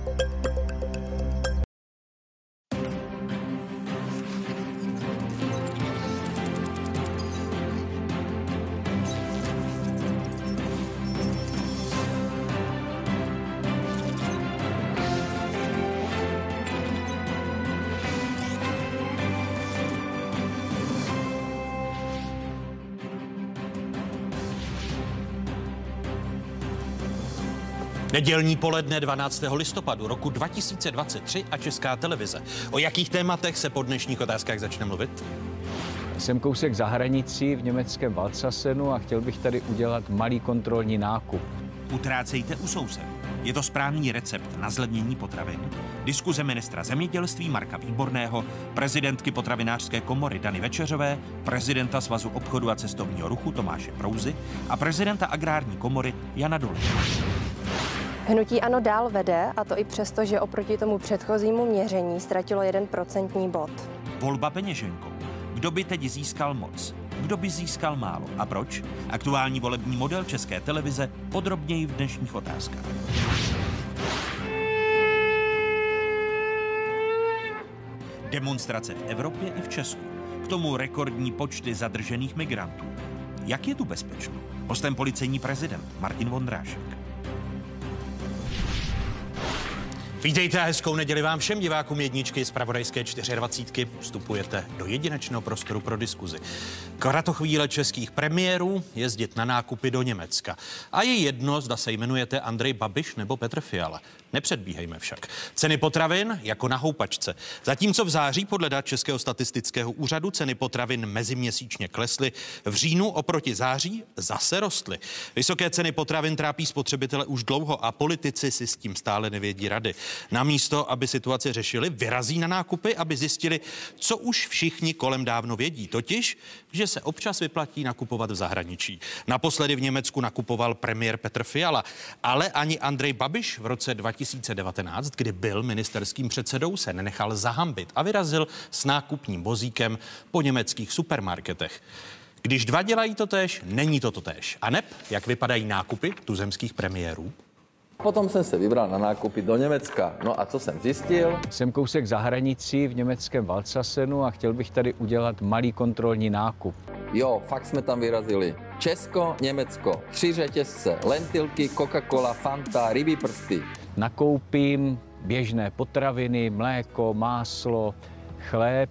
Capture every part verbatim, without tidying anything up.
Nedělní poledne dvanáctého listopadu roku dva tisíce dvacet tři a Česká televize. O jakých tématech se po dnešních otázkách začne mluvit? Jsem kousek za hranicí v německém Waldsasenu a chtěl bych tady udělat malý kontrolní nákup. Utrácejte u soused. Je to správný recept na zlevnění potravin? Diskuze ministra zemědělství Marka Výborného, prezidentky potravinářské komory Dany Večeřové, prezidenta Svazu obchodu a cestovního ruchu Tomáše Prouzy a prezidenta agrární komory Jana Doležala. Hnutí ANO dál vede, a to i přesto, že oproti tomu předchozímu měření ztratilo jeden procentní bod. Volba peněženkou. Kdo by teď získal moc? Kdo by získal málo? A proč? Aktuální volební model České televize podrobněji v dnešních otázkách. Demonstrace v Evropě i v Česku. K tomu rekordní počty zadržených migrantů. Jak je tu bezpečno? Hostem policejní prezident Martin Vondrášek. Vítejte a hezkou neděli vám všem divákům jedničky z zpravodajské dvacítky. Vstupujete do jedinečného prostoru pro diskuzi. Kratochvíle českých premiérů jezdit na nákupy do Německa. A je jedno, zda se jmenujete Andrej Babiš nebo Petr Fiala. Nepředbíhejme však. Ceny potravin jako na houpačce. Zatímco v září podle dat Českého statistického úřadu ceny potravin meziměsíčně klesly, v říjnu oproti září zase rostly. Vysoké ceny potravin trápí spotřebitele už dlouho a politici si s tím stále nevědí rady. Namísto, aby situaci řešili, vyrazí na nákupy, aby zjistili, co už všichni kolem dávno vědí, totiž, že se občas vyplatí nakupovat v zahraničí. Naposledy v Německu nakupoval premiér Petr Fiala, ale ani Andrej Babiš v roce dva tisíce devatenáct, kdy byl ministerským předsedou, se nenechal zahambit a vyrazil s nákupním vozíkem po německých supermarketech. Když dva dělají totéž, není to totéž. A neb, jak vypadají nákupy tuzemských premiérů? Potom jsem se vybral na nákupy do Německa. No a co jsem zjistil? Jsem kousek za hranicí v německém Waldsasenu a chtěl bych tady udělat malý kontrolní nákup. Jo, fakt jsme tam vyrazili. Česko, Německo, tři řetězce, lentilky, Coca-Cola, Fanta, rybí prsty. Nakoupím běžné potraviny, mléko, máslo, chléb.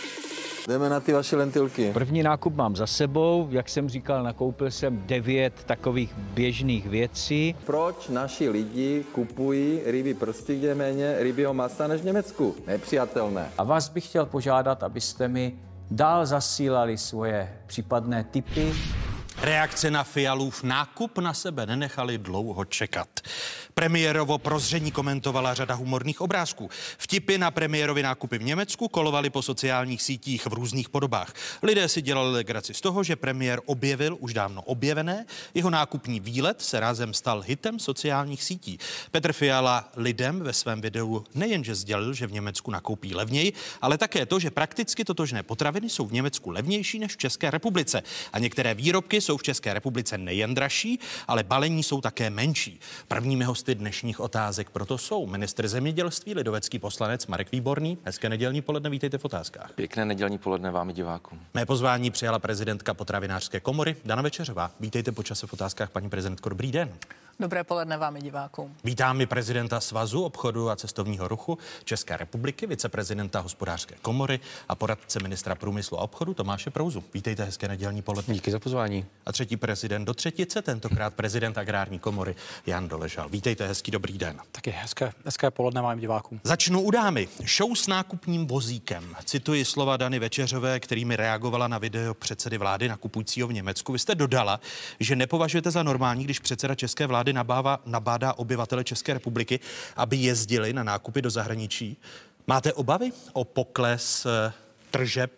Jdeme na ty vaše lentilky. První nákup mám za sebou, jak jsem říkal, nakoupil jsem devět takových běžných věcí. Proč naši lidi kupují rybí prsty, kde je méně rybího masa než v Německu? Nepřijatelné. A vás bych chtěl požádat, abyste mi dál zasílali svoje případné tipy. Reakce na Fialův nákup na sebe nenechali dlouho čekat. Premiérovo prozření komentovala řada humorných obrázků. Vtipy na premiérovy nákupy v Německu kolovaly po sociálních sítích v různých podobách. Lidé si dělali legraci z toho, že premiér objevil už dávno objevené. Jeho nákupní výlet se rázem stal hitem sociálních sítí. Petr Fiala lidem ve svém videu nejenže sdělil, že v Německu nakoupí levněji, ale také to, že prakticky totožné potraviny jsou v Německu levnější než v České republice. A některé výrobky jsou v České republice nejen dražší, ale balení jsou také menší. Prvními hosty dnešních otázek proto jsou ministr zemědělství, lidovecký poslanec Marek Výborný. Hezké nedělní poledne, vítejte v otázkách. Pěkné nedělní poledne vám i divákům. Mé pozvání přijala prezidentka potravinářské komory Dana Večeřová. Vítejte po čase v otázkách, paní prezidentko. Dobrý den. Dobré poledne vám i divákům. Vítám i prezidenta Svazu obchodu a cestovního ruchu České republiky, viceprezidenta hospodářské komory a poradce ministra průmyslu a obchodu Tomáše Prouzu. Vítejte, hezké nedělní poledne. Díky za pozvání. A třetí prezident do třetice, tentokrát prezident agrární komory Jan Doležal. Vítejte, hezký dobrý den. Taky hezké, hezké poledne vám divákům. Začnu u dámy. Show s nákupním vozíkem. Cituji slova Dany Večeřové, kterými reagovala na video předsedy vlády nakupujícího v Německu. Vy jste dodala, že nepovažujete za normální, když předseda české vlády nabává, nabádá obyvatele České republiky, aby jezdili na nákupy do zahraničí. Máte obavy o pokles tržeb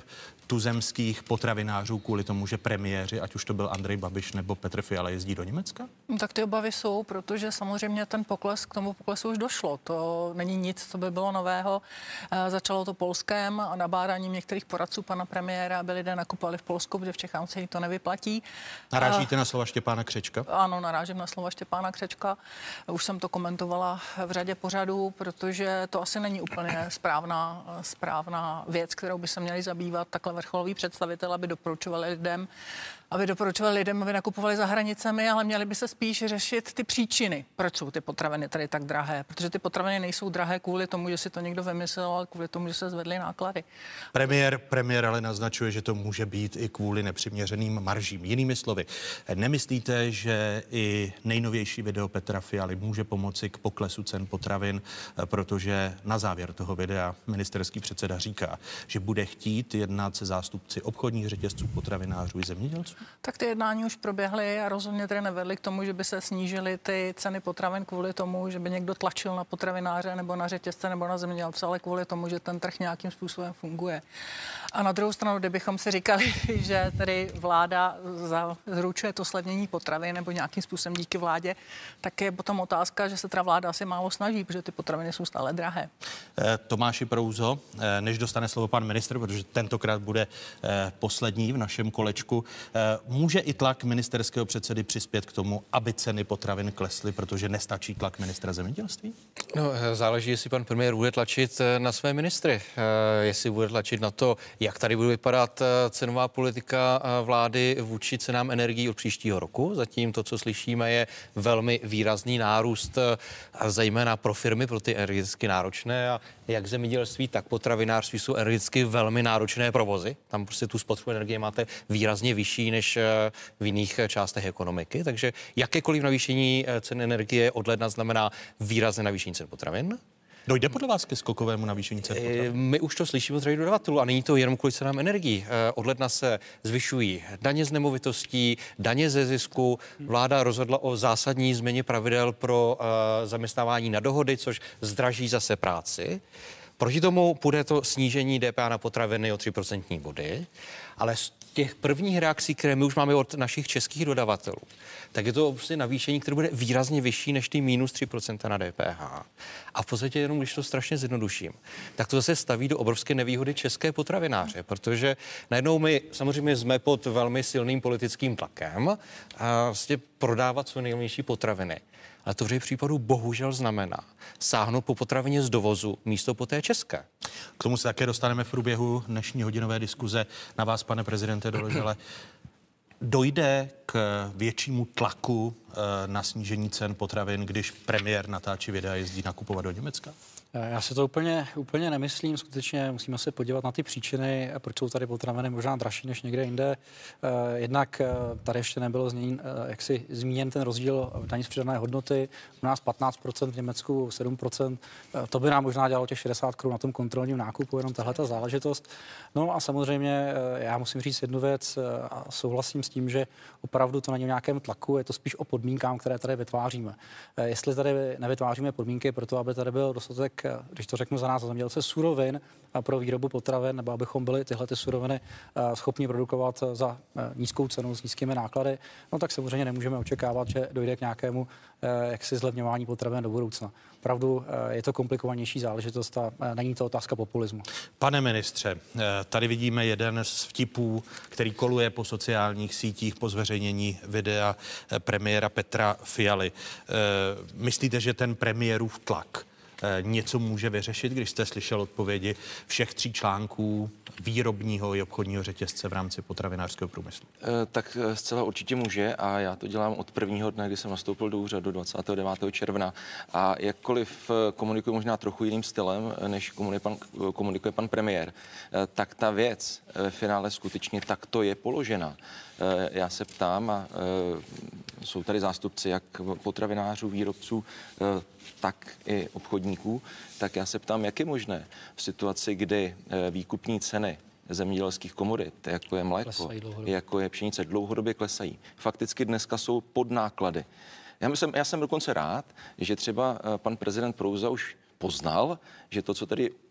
tuzemských potravinářů kvůli tomu, že premiéři, ať už to byl Andrej Babiš nebo Petr Fiala, jezdí do Německa? No, tak ty obavy jsou, protože samozřejmě ten pokles, k tomu poklesu už došlo. To není nic, co by bylo nového. E, začalo to Polskem a nabádáním některých poradců pana premiéra, aby lidé nakupovali v Polsku, protože v Čechách se jí to nevyplatí. Narážíte e, na slova Štěpána Křečka? Ano, narážím na slova Štěpána Křečka. Už jsem to komentovala v řadě pořadů, protože to asi není úplně správná, správná věc, kterou by se měli zabývat takhle vrcholový představitel, aby doporučovali lidem, aby doporučovali lidem, aby nakupovali za hranicemi, ale měli by se spíš řešit ty příčiny, proč jsou ty potraviny tady tak drahé. Protože ty potraviny nejsou drahé kvůli tomu, že si to někdo vymyslel, ale kvůli tomu, že se zvedly náklady. Premiér, premiér ale naznačuje, že to může být i kvůli nepřiměřeným maržím. Jinými slovy, nemyslíte, že i nejnovější video Petra Fialy může pomoci k poklesu cen potravin, protože na závěr toho videa ministerský předseda říká, že bude chtít jednat se zástupci obchodních řetězců, potravinářů i zemědělců? Tak ty jednání už proběhly a rozhodně tedy nevedly k tomu, že by se snížily ty ceny potravin kvůli tomu, že by někdo tlačil na potravináře nebo na řetězce nebo na zemědělce, ale kvůli tomu, že ten trh nějakým způsobem funguje. A na druhou stranu, kdybychom si říkali, že tedy vláda zručuje to slevnění potravin nebo nějakým způsobem díky vládě, tak je potom otázka, že se teda vláda asi málo snaží, protože ty potraviny jsou stále drahé. Eh, Tomáši Prouzo, eh, než dostane slovo pan ministr, protože tentokrát bude eh, poslední v našem kolečku, eh, může i tlak ministerského předsedy přispět k tomu, aby ceny potravin klesly, protože nestačí tlak ministra zemědělství? No, záleží, jestli pan premiér bude tlačit na své ministry, jestli bude tlačit na to, jak tady bude vypadat cenová politika vlády vůči cenám energií od příštího roku. Zatím to, co slyšíme, je velmi výrazný nárůst, zejména pro firmy, pro ty energeticky náročné, a jak zemědělství, tak potravinářství jsou energeticky velmi náročné provozy. Tam prostě tu spotřebu energie máte výrazně vyšší než v jiných částech ekonomiky, takže jakékoliv navýšení cen energie od ledna znamená výrazné navýšení cen potravin. Dojde podle vás ke skokovému navýšení cen potravin? My už to slyšíme od řady dodavatelů a není to jenom kvůli cenám energií. Od ledna se zvyšují daně z nemovitostí, daně ze zisku. Vláda rozhodla o zásadní změně pravidel pro uh, zaměstnávání na dohody, což zdraží zase práci. Proti tomu půjde to snížení D P H na potraviny o tři procentní body, ale z těch prvních reakcí, které my už máme od našich českých dodavatelů, tak je to prostě navýšení, které bude výrazně vyšší než ty minus tři procenta na D P H. A v podstatě jenom, když to strašně zjednoduším, tak to zase staví do obrovské nevýhody české potravináře, protože najednou my samozřejmě jsme pod velmi silným politickým tlakem a vlastně prodávat co nejlevnější potraviny. Ale to v řadě případů bohužel znamená sáhnout po potravině z dovozu místo po té české. K tomu se také dostaneme v průběhu dnešní hodinové diskuze na vás, pane prezidente Doležele. Dojde k většímu tlaku na snížení cen potravin, když premiér natáčí videa, jezdí nakupovat do Německa? Já si to úplně, úplně nemyslím. Skutečně musíme se podívat na ty příčiny, proč jsou tady potraviny možná dražší než někde jinde. Jednak tady ještě nebylo změn, jak si zmíněn ten rozdíl v daní z přidané hodnoty. U nás patnáct procent, v Německu sedm procent. To by nám možná dělalo těch šedesát korun na tom kontrolním nákupu, jenom tahle ta záležitost. No a samozřejmě já musím říct jednu věc a souhlasím s tím, že opravdu to není o nějakém tlaku, je to spíš o podmínkách, které tady vytváříme. Jestli tady nevytváříme podmínky pro to, aby tady byl dostatek, když to řeknu za nás, za zemědělce, surovin pro výrobu potravin, nebo abychom byli tyhle ty suroviny schopni produkovat za nízkou cenu s nízkými náklady, no tak samozřejmě nemůžeme očekávat, že dojde k nějakému jaksi zlevňování potravin do budoucna. Opravdu je to komplikovanější záležitost a není to otázka populismu. Pane ministře, tady vidíme jeden z vtipů, který koluje po sociálních sítích po zveřejnění videa premiéra Petra Fialy. Myslíte, že ten premiérův tlak něco může vyřešit, když jste slyšel odpovědi všech tří článků výrobního i obchodního řetězce v rámci potravinářského průmyslu? Tak zcela určitě může a já to dělám od prvního dne, kdy jsem nastoupil do úřadu dvacátého devátého června a jakkoliv komunikuji možná trochu jiným stylem, než komunikuje pan, komunikuje pan premiér, tak ta věc ve finále skutečně takto je položena. Já se ptám a jsou tady zástupci jak potravinářů, výrobců, tak i obchodníků, tak já se ptám, jak je možné v situaci, kdy výkupní ceny zemědělských komodit, jako je mléko, jako je pšenice, dlouhodobě klesají. Fakticky dneska jsou pod náklady. Já, myslím, já jsem dokonce rád, že třeba pan prezident Prouza už poznal, že to, co tady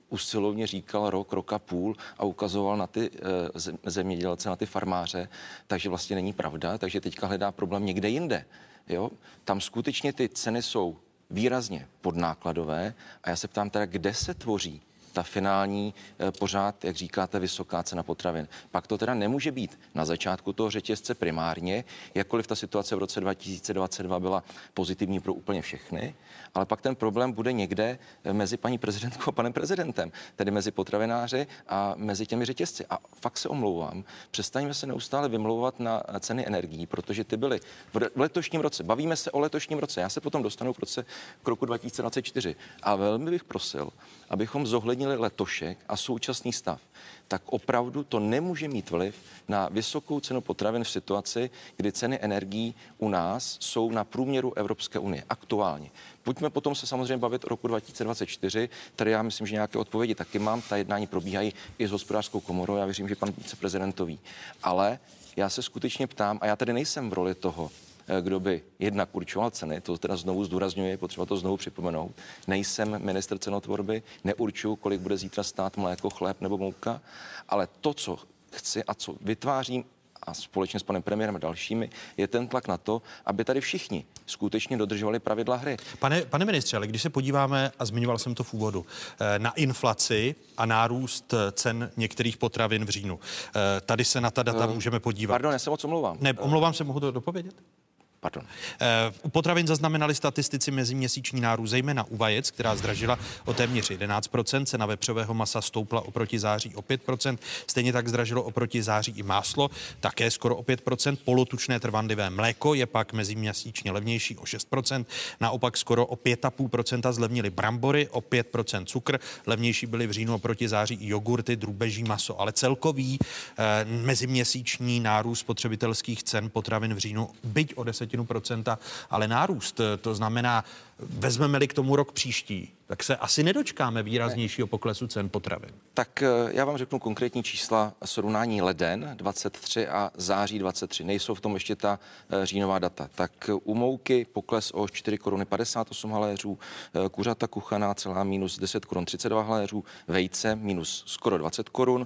usilovně říkal rok, rok a půl a ukazoval na ty zemědělce, na ty farmáře, takže vlastně není pravda, takže teďka hledá problém někde jinde. Jo? Tam skutečně ty ceny jsou výrazně podnákladové a já se ptám teda, kde se tvoří ta finální pořád, jak říkáte, vysoká cena potravin. Pak to teda nemůže být na začátku toho řetězce primárně, jakkoliv ta situace v roce dva tisíce dvacet dva byla pozitivní pro úplně všechny, ale pak ten problém bude někde mezi paní prezidentkou a panem prezidentem, tedy mezi potravináři a mezi těmi řetězci. A fakt se omlouvám, přestaňme se neustále vymlouvat na ceny energií, protože ty byly v letošním roce. Bavíme se o letošním roce. Já se potom dostanu k, roce, k roku dva tisíce dvacet čtyři. A velmi bych prosil, abychom zohlednili letošek a současný stav, tak opravdu to nemůže mít vliv na vysokou cenu potravin v situaci, kdy ceny energií u nás jsou na průměru Evropské unie aktuálně. Pojďme potom se samozřejmě bavit o roku dva tisíce dvacet čtyři, tady já myslím, že nějaké odpovědi taky mám, ta jednání probíhají i s hospodářskou komorou, já věřím, že pan viceprezident to ví. Ale já se skutečně ptám, a já tady nejsem v roli toho, kdo by jednak určoval ceny, to teda znovu zdůrazňuje, potřeba to znovu připomenout. Nejsem ministr cenotvorby, neurčuju, kolik bude zítra stát mléko, chléb nebo mouka, ale to, co chci a co vytvářím a společně s panem premiérem a dalšími, je ten tlak na to, aby tady všichni skutečně dodržovali pravidla hry. Pane, pane ministře, ale když se podíváme, a zmiňoval jsem to v úvodu, na inflaci a nárůst cen některých potravin v říjnu. Tady se na ta data uh, můžeme podívat. Pardon, já se moc omlouvám. Ne, omlouvám se, mohu to dopovědět? Pardon. U potravin zaznamenali statistici meziměsíční nárůst, zejména u vajec, která zdražila o téměř jedenáct procent, cena vepřového masa stoupla oproti září o pět procent, stejně tak zdražilo oproti září i máslo, také skoro o pět procent, polotučné trvanlivé mléko je pak meziměsíčně levnější o šest procent, naopak skoro o pět celá pět procenta zlevnily brambory, o pět procent cukr, levnější byly v říjnu oproti září i jogurty, drůbeží maso, ale celkový eh, meziměsíční nárůst spotřebitelských cen potravin v říjnu, byť o deset procenta, ale nárůst, to znamená, vezmeme-li k tomu rok příští, tak se asi nedočkáme výraznějšího poklesu cen potravin. Tak já vám řeknu konkrétní čísla srovnání leden dvacet tři a září dvacet tři. Nejsou v tom ještě ta říjnová data. Tak u mouky pokles o čtyři koruny padesát osm haléřů, kuřata kuchaná celá minus deset korun třicet dva haléřů, vejce minus skoro dvacet korun,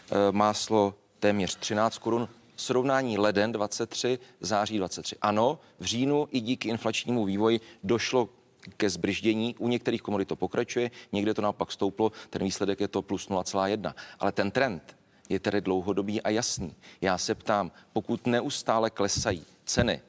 máslo téměř třináct korun, srovnání leden dvacet tři, září dvacet tři. Ano, v říjnu i díky inflačnímu vývoji došlo ke zbrždění, u některých komodit to pokračuje, někde to naopak stouplo, ten výsledek je to plus nula celá jedna. Ale ten trend je tedy dlouhodobý a jasný. Já se ptám, pokud neustále klesají ceny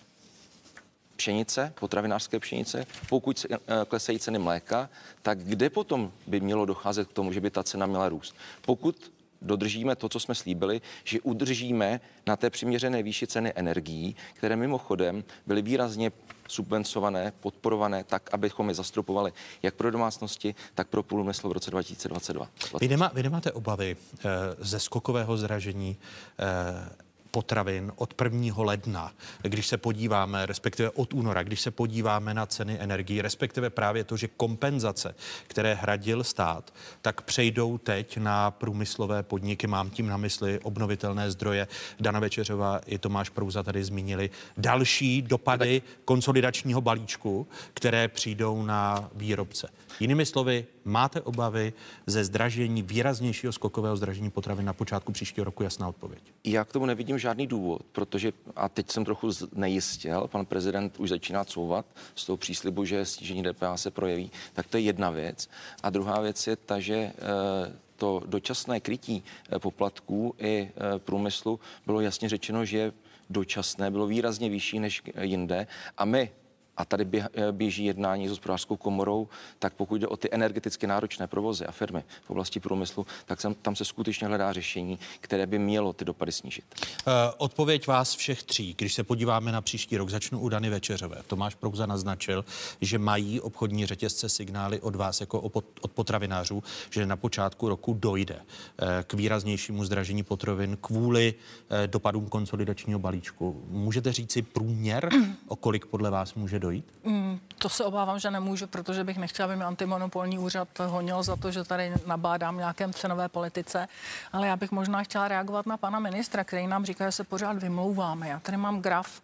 pšenice, potravinářské pšenice, pokud klesají ceny mléka, tak kde potom by mělo docházet k tomu, že by ta cena měla růst? Pokud dodržíme to, co jsme slíbili, že udržíme na té přiměřené výši ceny energií, které mimochodem byly výrazně subvencované, podporované tak, abychom je zastropovali jak pro domácnosti, tak pro průmysl v roce dva tisíce dvacet dva. Vy, nemá, vy nemáte obavy eh, ze skokového zdražení eh, potravin od prvního ledna, když se podíváme, respektive od února, když se podíváme na ceny energií, respektive právě to, že kompenzace, které hradil stát, tak přejdou teď na průmyslové podniky, mám tím na mysli obnovitelné zdroje. Dana Večeřová i Tomáš Prouza tady zmínili další dopady konsolidačního balíčku, které přijdou na výrobce. Jinými slovy, máte obavy ze zdražení, výraznějšího skokového zdražení potravin na počátku příštího roku? Jasná odpověď. Já k tomu nevidím žádný důvod, protože, a teď jsem trochu nejistěl, pan prezident už začíná couvat z toho příslibu, že snížení D P H se projeví, tak to je jedna věc. A druhá věc je ta, že to dočasné krytí poplatků i průmyslu bylo jasně řečeno, že dočasné bylo výrazně vyšší než jinde a my, a tady běží jednání s hospodářskou komorou, tak pokud jde o ty energeticky náročné provozy a firmy v oblasti průmyslu, tak tam se skutečně hledá řešení, které by mělo ty dopady snížit. Uh, odpověď vás všech tří, když se podíváme na příští rok, začnu u Dany Večeřové. Tomáš Prouza naznačil, že mají obchodní řetězce signály od vás jako od potravinářů, že na počátku roku dojde uh, k výraznějšímu zdražení potravin kvůli uh, dopadům konsolidačního balíčku. Můžete říci průměr, o kolik podle vás může dojít? Mm, to se obávám, že nemůžu, protože bych nechtěla, aby mi antimonopolní úřad honil za to, že tady nabádám nějakém cenové politice, ale já bych možná chtěla reagovat na pana ministra, který nám říká, že se pořád vymlouváme. Já tady mám graf.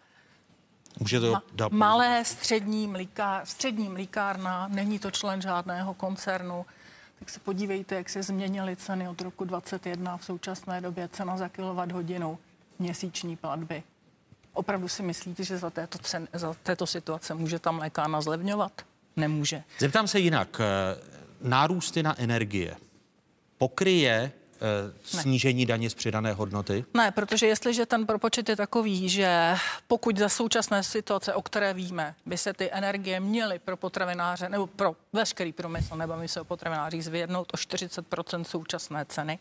Může to Ma- dát... Malé střední, mlíkár, střední mlíkárna, není to člen žádného koncernu. tak se podívejte, jak se změnily ceny od roku dvacet jedna v současné době, cena za kilowatthodinu, měsíční platby. Opravdu si myslíte, že za této, cen, za této situace může ta mlékárna zlevňovat? Nemůže. Zeptám se jinak. Nárůsty na energie pokryje Ne. snížení daně z přidané hodnoty? Ne, protože jestliže ten propočet je takový, že pokud za současné situace, o které víme, by se ty energie měly pro potravináře nebo pro veškerý průmysl, nebo my se o potravinářích zvednout o čtyřicet procent současné ceny,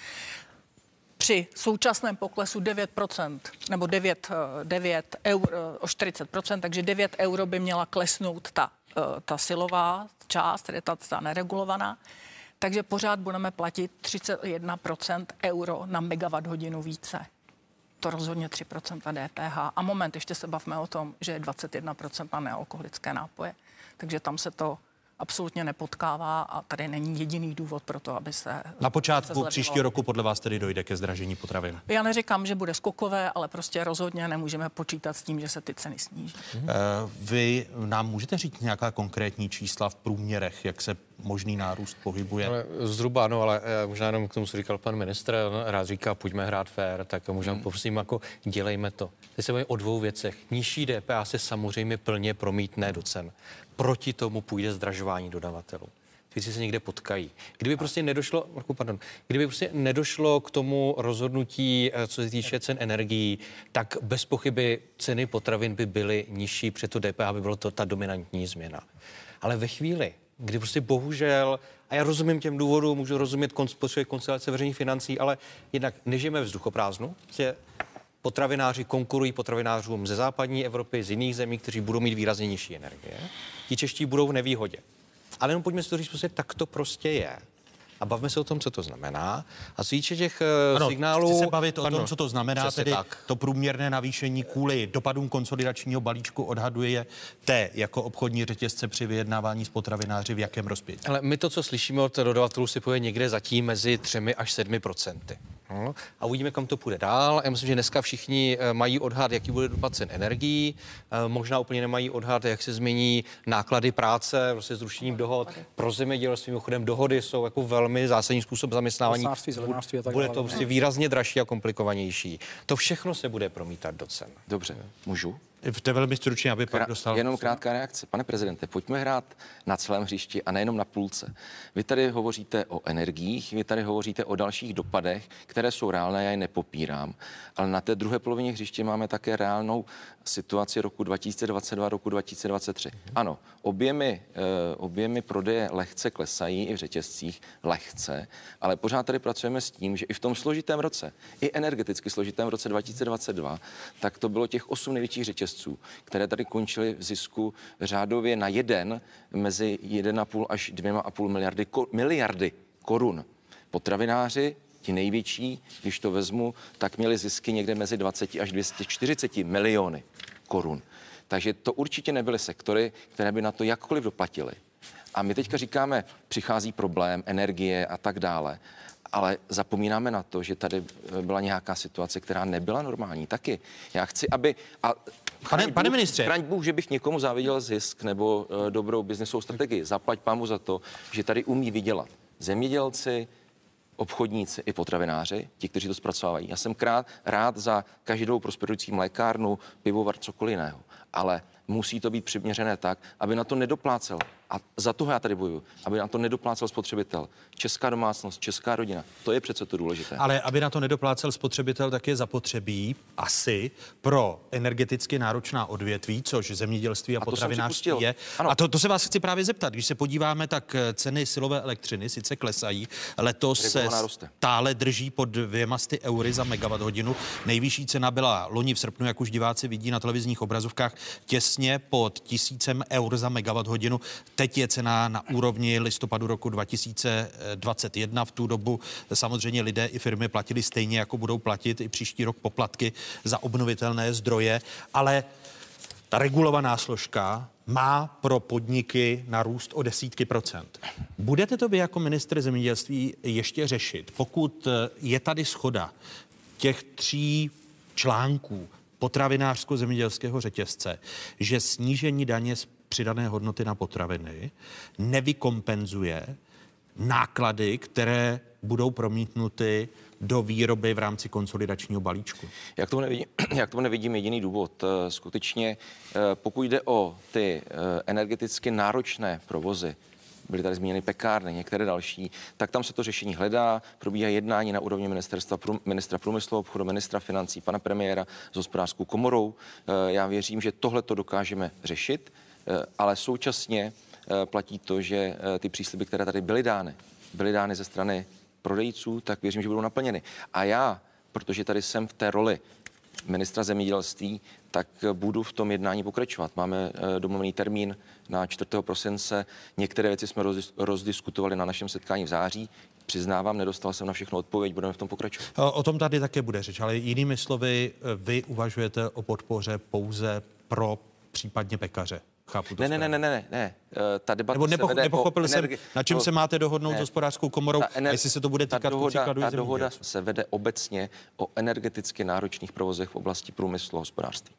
při současném poklesu devět procent nebo devět, devět eur o čtyřicet procent, takže devět euro by měla klesnout ta, ta silová část, tedy ta, ta neregulovaná, takže pořád budeme platit třicet jedna procent euro na megawatt hodinu více. To rozhodně tři procenta D P H. A moment, ještě se bavme o tom, že je dvacet jedna procent na nealkoholické nápoje. Takže tam se to absolutně nepotkává a tady není jediný důvod pro to, aby se... Na počátku příštího roku podle vás tedy dojde ke zdražení potravin? Já neříkám, že bude skokové, ale prostě rozhodně nemůžeme počítat s tím, že se ty ceny sníží. Hmm. Vy nám můžete říct nějaká konkrétní čísla v průměrech, jak se možný nárůst pohybuje? Ale zhruba, no, ale možná jenom k tomu, co říkal pan ministr, rád říká, půjďme hrát fair, tak možná hmm. prosím, jako dělejme to. Teď se bavíme o dvou věcech. Nižší D P H se samozřejmě plně promítne do cen. Proti tomu půjde zdražování dodavatelů. Věci se někde potkají. Kdyby prostě nedošlo, pardon, kdyby prostě nedošlo k tomu rozhodnutí, co se týče cen energií, tak bez pochyby ceny potravin by byly nižší, přeto D P H by bylo to ta dominantní změna. Ale ve chvíli, kdy prostě bohužel, a já rozumím těm důvodům, můžu rozumět potřeby konsolidace veřejných financí, ale jednak nežijeme vzduchoprázdnu, že potravináři konkurují potravinářům ze západní Evropy, z jiných zemí, kteří budou mít výrazně nižší energie. Ti čeští budou v nevýhodě. Ale jenom pojďme si to říct, prostě tak to prostě je. A bavme se o tom, co to znamená. A co týče těch ano, signálů... Chci se bavit o ano, tom, co to znamená, tedy tak. To průměrné navýšení kvůli dopadům konsolidačního balíčku odhaduje té jako obchodní řetězce při vyjednávání s potravináři v jakém rozpětí? Ale my to, co slyšíme od dodavatelů, si poje někde zatím mezi třemi až sedmi procenty. No, a uvidíme, kam to půjde dál. Já myslím, že dneska všichni mají odhad, jaký bude dopad cen energií. Možná úplně nemají odhad, jak se změní náklady práce, prostě zrušením dohod. Pro zemědělství mimochodem dohody jsou jako velmi zásadní způsob zaměstnání. Bude to prostě výrazně dražší a komplikovanější. To všechno se bude promítat do cen. Dobře, můžu? V té velmi stručně, aby pak Krá- dostal... Jenom krátká reakce. Pane prezidente, pojďme hrát na celém hřišti a nejenom na půlce. Vy tady hovoříte o energiích, vy tady hovoříte o dalších dopadech, které jsou reálné, já je nepopírám, ale na té druhé polovině hřiště máme také reálnou situaci roku dva tisíce dvacet dva, roku dva tisíce dvacet tři. Ano, objemy, eh, objemy prodeje lehce klesají i v řetězcích, lehce, ale pořád tady pracujeme s tím, že i v tom složitém roce, i energeticky složitém roce dva tisíce dvacet dva, tak to bylo těch osm největších řetězců, které tady končily v zisku řádově na jeden mezi jedna a půl až dvě a půl miliardy, ko, miliardy korun. Potravináři, ti největší, když to vezmu, tak měli zisky někde mezi dvacet až dvě stě čtyřicet miliony korun. Takže to určitě nebyly sektory, které by na to jakkoliv doplatily. A my teďka říkáme, přichází problém, energie a tak dále. Ale zapomínáme na to, že tady byla nějaká situace, která nebyla normální taky. Já chci, aby... A pane, Bůh, pane ministře. Chraň Bůh, že bych někomu záviděl zisk nebo uh, dobrou biznesovou strategii. Zaplať pámu za to, že tady umí vydělat zemědělci, obchodníci i potravináři, ti, kteří to zpracovávají. Já jsem krát, rád za každou prosperující mlékárnu, pivovar, cokoliv jiného. Ale musí to být přiměřené tak, aby na to nedoplácel. A za toho já tady bojuju, aby na to nedoplácel spotřebitel. Česká domácnost, česká rodina, to je přece to důležité. Ale aby na to nedoplácel spotřebitel, tak je zapotřebí asi pro energeticky náročná odvětví, což zemědělství a, a potravinářství je. Ano. A to, to se vás chci právě zeptat. Když se podíváme, tak ceny silové elektřiny sice klesají, letos se stále drží pod dvěma sty eury za megawatt hodinu. Nejvyšší cena byla loni v srpnu, jak už diváci vidí na televizních obrazovkách, těsně pod tisícem eur za megawatt hodinu. Teď je cena na úrovni listopadu roku dva tisíce dvacet jedna. V tu dobu samozřejmě lidé i firmy platili stejně, jako budou platit i příští rok poplatky za obnovitelné zdroje, ale ta regulovaná složka má pro podniky narůst o desítky procent. Budete to vy jako ministr zemědělství ještě řešit, pokud je tady shoda těch tří článků potravinářsko-zemědělského řetězce, že snížení daně z přidané hodnoty na potraviny nevykompenzuje náklady, které budou promítnuty do výroby v rámci konsolidačního balíčku? Jak tomu nevidím, jak tomu nevidím jediný důvod. Skutečně, pokud jde o ty energeticky náročné provozy, byly tady zmíněny pekárny, některé další, tak tam se to řešení hledá, probíhá jednání na úrovni ministerstva, ministra průmyslu, obchodu, ministra financí, pana premiéra s hospodářskou komorou. Já věřím, že tohle to dokážeme řešit, ale současně platí to, že ty přísliby, které tady byly dány, byly dány ze strany prodejců, tak věřím, že budou naplněny. A já, protože tady jsem v té roli ministra zemědělství, tak budu v tom jednání pokračovat. Máme domluvený termín na čtvrtého prosince. Některé věci jsme rozdiskutovali na našem setkání v září. Přiznávám, nedostal jsem na všechno odpověď, budeme v tom pokračovat. O tom tady také bude řeč, ale jinými slovy, vy uvažujete o podpoře pouze pro případně pekaře. Chápu to ne, ne, ne, ne, ne, ne. Ta debata Nebo nepoch, se vede nepochopil o jsem, energi- na čem o, se máte dohodnout ne, s hospodářskou komorou ener- a jestli se to bude týkat ta dohoda, příkladu ta dohoda se vede obecně o energeticky náročných provozech v oblasti průmyslu a hospodářství.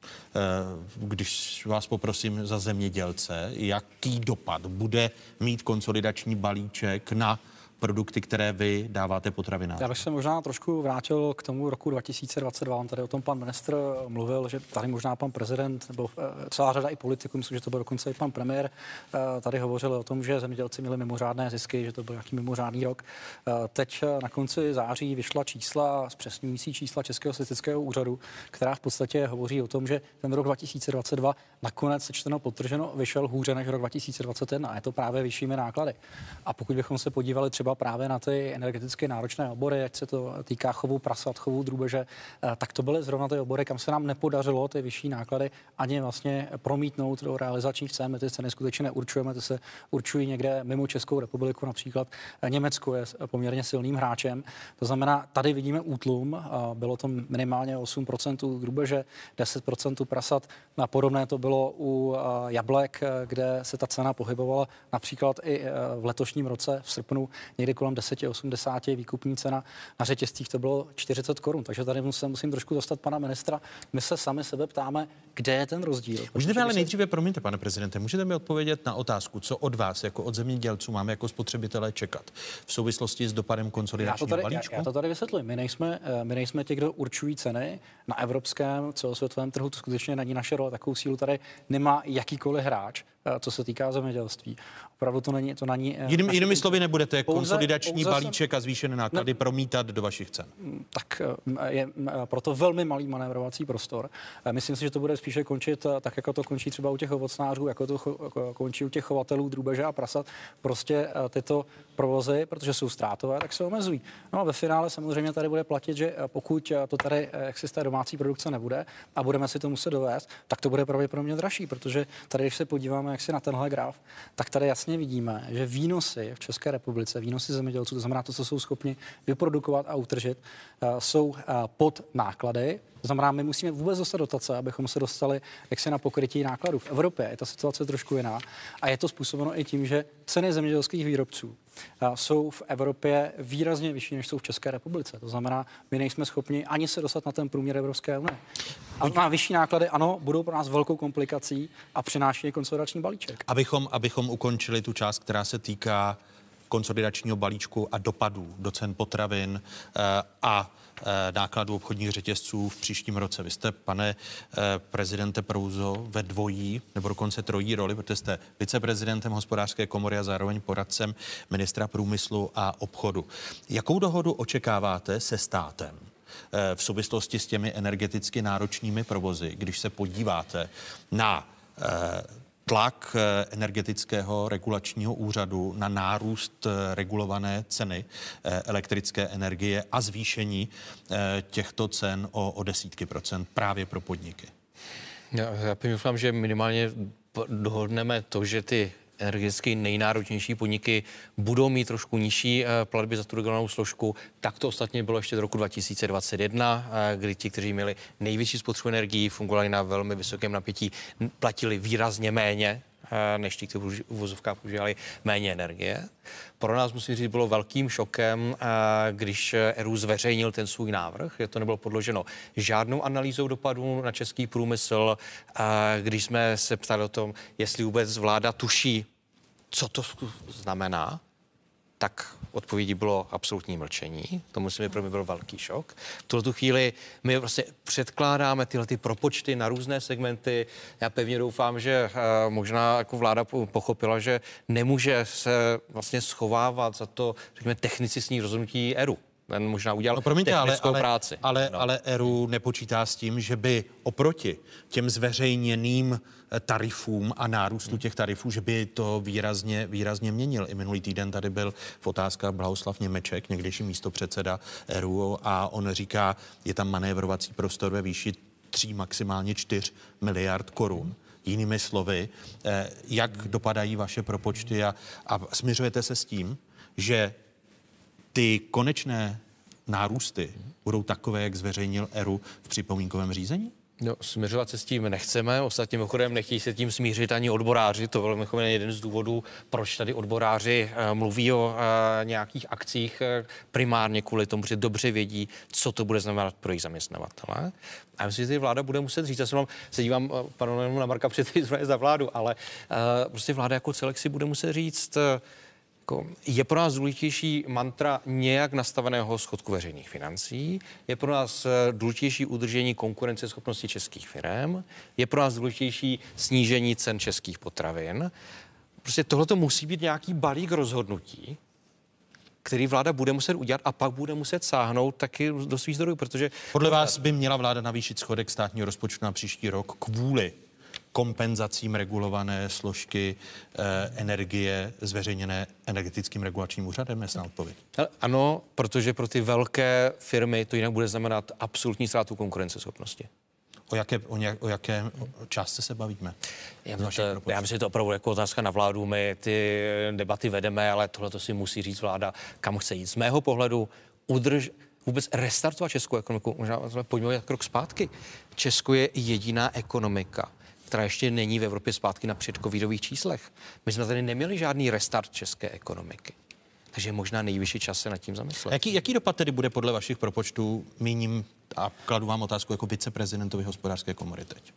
Když vás poprosím za zemědělce, jaký dopad bude mít konsolidační balíček na produkty, které vy dáváte potravinářům? Já bych se možná trošku vrátil k tomu roku dva tisíce dvacet dva. On tady o tom pan ministr mluvil, že tady možná pan prezident nebo celá řada i politiků, myslím, že to byl dokonce i pan premiér, tady hovořil o tom, že zemědělci měli mimořádné zisky, že to byl nějaký mimořádný rok. Teď na konci září vyšla čísla, zpřesňující čísla Českého statistického úřadu, která v podstatě hovoří o tom, že ten rok dva tisíce dvacet dva nakonec sečteno podtrženo vyšel hůře než rok dva tisíce dvacet jedna. A je to právě vyššími náklady. A pokud bychom se podívali třeba právě na ty energeticky náročné obory, ať se to týká chovu prasat, chovu drůbeže, tak to byly zrovna ty obory, kam se nám nepodařilo ty vyšší náklady ani vlastně promítnout do realizačních cen. My ty ceny skutečně neurčujeme, ty se určují někde mimo Českou republiku, například Německo je poměrně silným hráčem. To znamená, tady vidíme útlum, bylo to minimálně osm procent drůbeže, deset procent prasat. A podobné to bylo u jablek, kde se ta cena pohybovala například i v letošním roce v srpnu někdy kolem deset osmdesát výkupní cena. Na řetězcích to bylo čtyřicet korun. Takže tady musím, musím trošku dostat pana ministra. My se sami sebe ptáme, kde je ten rozdíl. Můžete ale nejdříve, promiňte, pane prezidente, můžete mi odpovědět na otázku, co od vás, jako od zemědělců, máme jako spotřebitelé čekat v souvislosti s dopadem konsolidačního já to tady, balíčku? Já, já to tady vysvětluji. My nejsme, my nejsme ti, kdo určují ceny na evropském celosvětovém trhu. To skutečně není naše role. Takovou sílu tady nemá jakýkoliv hráč, co se týká zemědělství. Opravdu to není... To není Jiným, jinými slovy nebudete pouze, konsolidační pouze balíček jsem, a zvýšené náklady ne, promítat do vašich cen. Tak je proto velmi malý manévrovací prostor. Myslím si, že to bude spíše končit tak, jako to končí třeba u těch ovocnářů, jako to končí u těch chovatelů drůbeže a prasat. Prostě tyto provozy, protože jsou ztrátové, tak se omezují. No a ve finále samozřejmě tady bude platit, že pokud to tady jaksi z té domácí produkce nebude a budeme si to muset dovést, tak to bude pravděpodobně dražší, protože tady, když se podíváme jak si na tenhle graf, tak tady jasně vidíme, že výnosy v České republice, výnosy zemědělců, to znamená to, co jsou schopni vyprodukovat a utržit, jsou pod náklady. To znamená, my musíme vůbec dostat dotace, abychom se dostali jaksi na pokrytí nákladů. V Evropě je ta situace trošku jiná a je to způsobeno i tím, že ceny zemědělských výrobců jsou v Evropě výrazně vyšší, než jsou v České republice. To znamená, my nejsme schopni ani se dostat na ten průměr Evropské unie. A na vyšší náklady, ano, budou pro nás velkou komplikací a přináší konsolidační balíček. Abychom, abychom ukončili tu část, která se týká konsolidačního balíčku a dopadů do cen potravin a nákladů obchodních řetězců v příštím roce. Vy jste, pane prezidente Prouzo, ve dvojí nebo dokonce trojí roli, protože jste viceprezidentem Hospodářské komory a zároveň poradcem ministra průmyslu a obchodu. Jakou dohodu očekáváte se státem v souvislosti s těmi energeticky náročnými provozy, když se podíváte na tlak energetického regulačního úřadu na nárůst regulované ceny elektrické energie a zvýšení těchto cen o, o desítky procent právě pro podniky? Já, já doufám, že minimálně dohodneme to, že ty energeticky nejnáročnější podniky budou mít trošku nižší platby za tu regulovanou složku. Tak to ostatně bylo ještě do roku dva tisíce dvacet jedna, kdy ti, kteří měli největší spotřebu energií, fungovali na velmi vysokém napětí, platili výrazně méně, než ti, kteří v uvozovkách používali méně energie. Pro nás, musím říct, bylo velkým šokem, když E R U zveřejnil ten svůj návrh. To nebylo podloženo žádnou analýzou dopadů na český průmysl. Když jsme se ptali o tom, jestli vůbec vláda tuší, co to znamená, tak odpovědí bylo absolutní mlčení. To musím pro mě byl velký šok. V tuto chvíli my vlastně předkládáme tyhle ty propočty na různé segmenty. Já pevně doufám, že uh, možná jako vláda pochopila, že nemůže se vlastně schovávat za to, řekněme, technicistní rozhodnutí E R U. Ten možná udělal no, promiňte, technickou ale, práci. Ale, no. ale E R U nepočítá s tím, že by oproti těm zveřejněným tarifům a nárůstu těch tarifů, že by to výrazně, výrazně měnil. I minulý týden tady byl v otázkách Blahoslav Němeček, někdejší místopředseda E R U, a on říká, je tam manévrovací prostor ve výši tří, maximálně čtyř miliard korun. Jinými slovy, jak dopadají vaše propočty a, a směřujete se s tím, že ty konečné nárůsty budou takové, jak zveřejnil E R U v připomínkovém řízení? No, směřovat se s tím nechceme, ostatním ochodem nechtějí se tím smířit ani odboráři. To byl mimochodem jeden z důvodů, proč tady odboráři uh, mluví o uh, nějakých akcích uh, primárně kvůli tomu, že dobře vědí, co to bude znamenat pro jejich zaměstnavatele. A myslím, že vláda bude muset říct, já se, vám, se dívám uh, panu na Marka před za vládu, ale uh, prostě vláda jako celek si bude muset říct, uh, je pro nás důležitější mantra nějak nastaveného schodku veřejných financí, je pro nás důležitější udržení konkurenceschopnosti českých firm, je pro nás důležitější snížení cen českých potravin. Prostě tohleto musí být nějaký balík rozhodnutí, který vláda bude muset udělat a pak bude muset sáhnout taky do svých zdrojů, protože... Podle vás by měla vláda navýšit schodek státního rozpočtu na příští rok kvůli kompenzacím regulované složky eh, energie zveřejněné energetickým regulačním úřadem? Jasná odpověď. Ano, protože pro ty velké firmy to jinak bude znamenat absolutní ztrátu konkurenceschopnosti. O jaké, o, nějak, o jaké částce se bavíme? Já, to, já myslím, že to opravdu jako otázka na vládu. My ty debaty vedeme, ale tohle to si musí říct vláda, kam chce jít. Z mého pohledu udrž, vůbec restartovat českou ekonomiku. Možná pojďme krok zpátky. Česko je jediná ekonomika, která ještě není v Evropě zpátky na předcovidových číslech. My jsme tady neměli žádný restart české ekonomiky. Takže je možná nejvyšší čas se nad tím zamyslet. Jaký, jaký dopad tedy bude podle vašich propočtů, míním a kladu vám otázku jako viceprezidentovi hospodářské komory teď?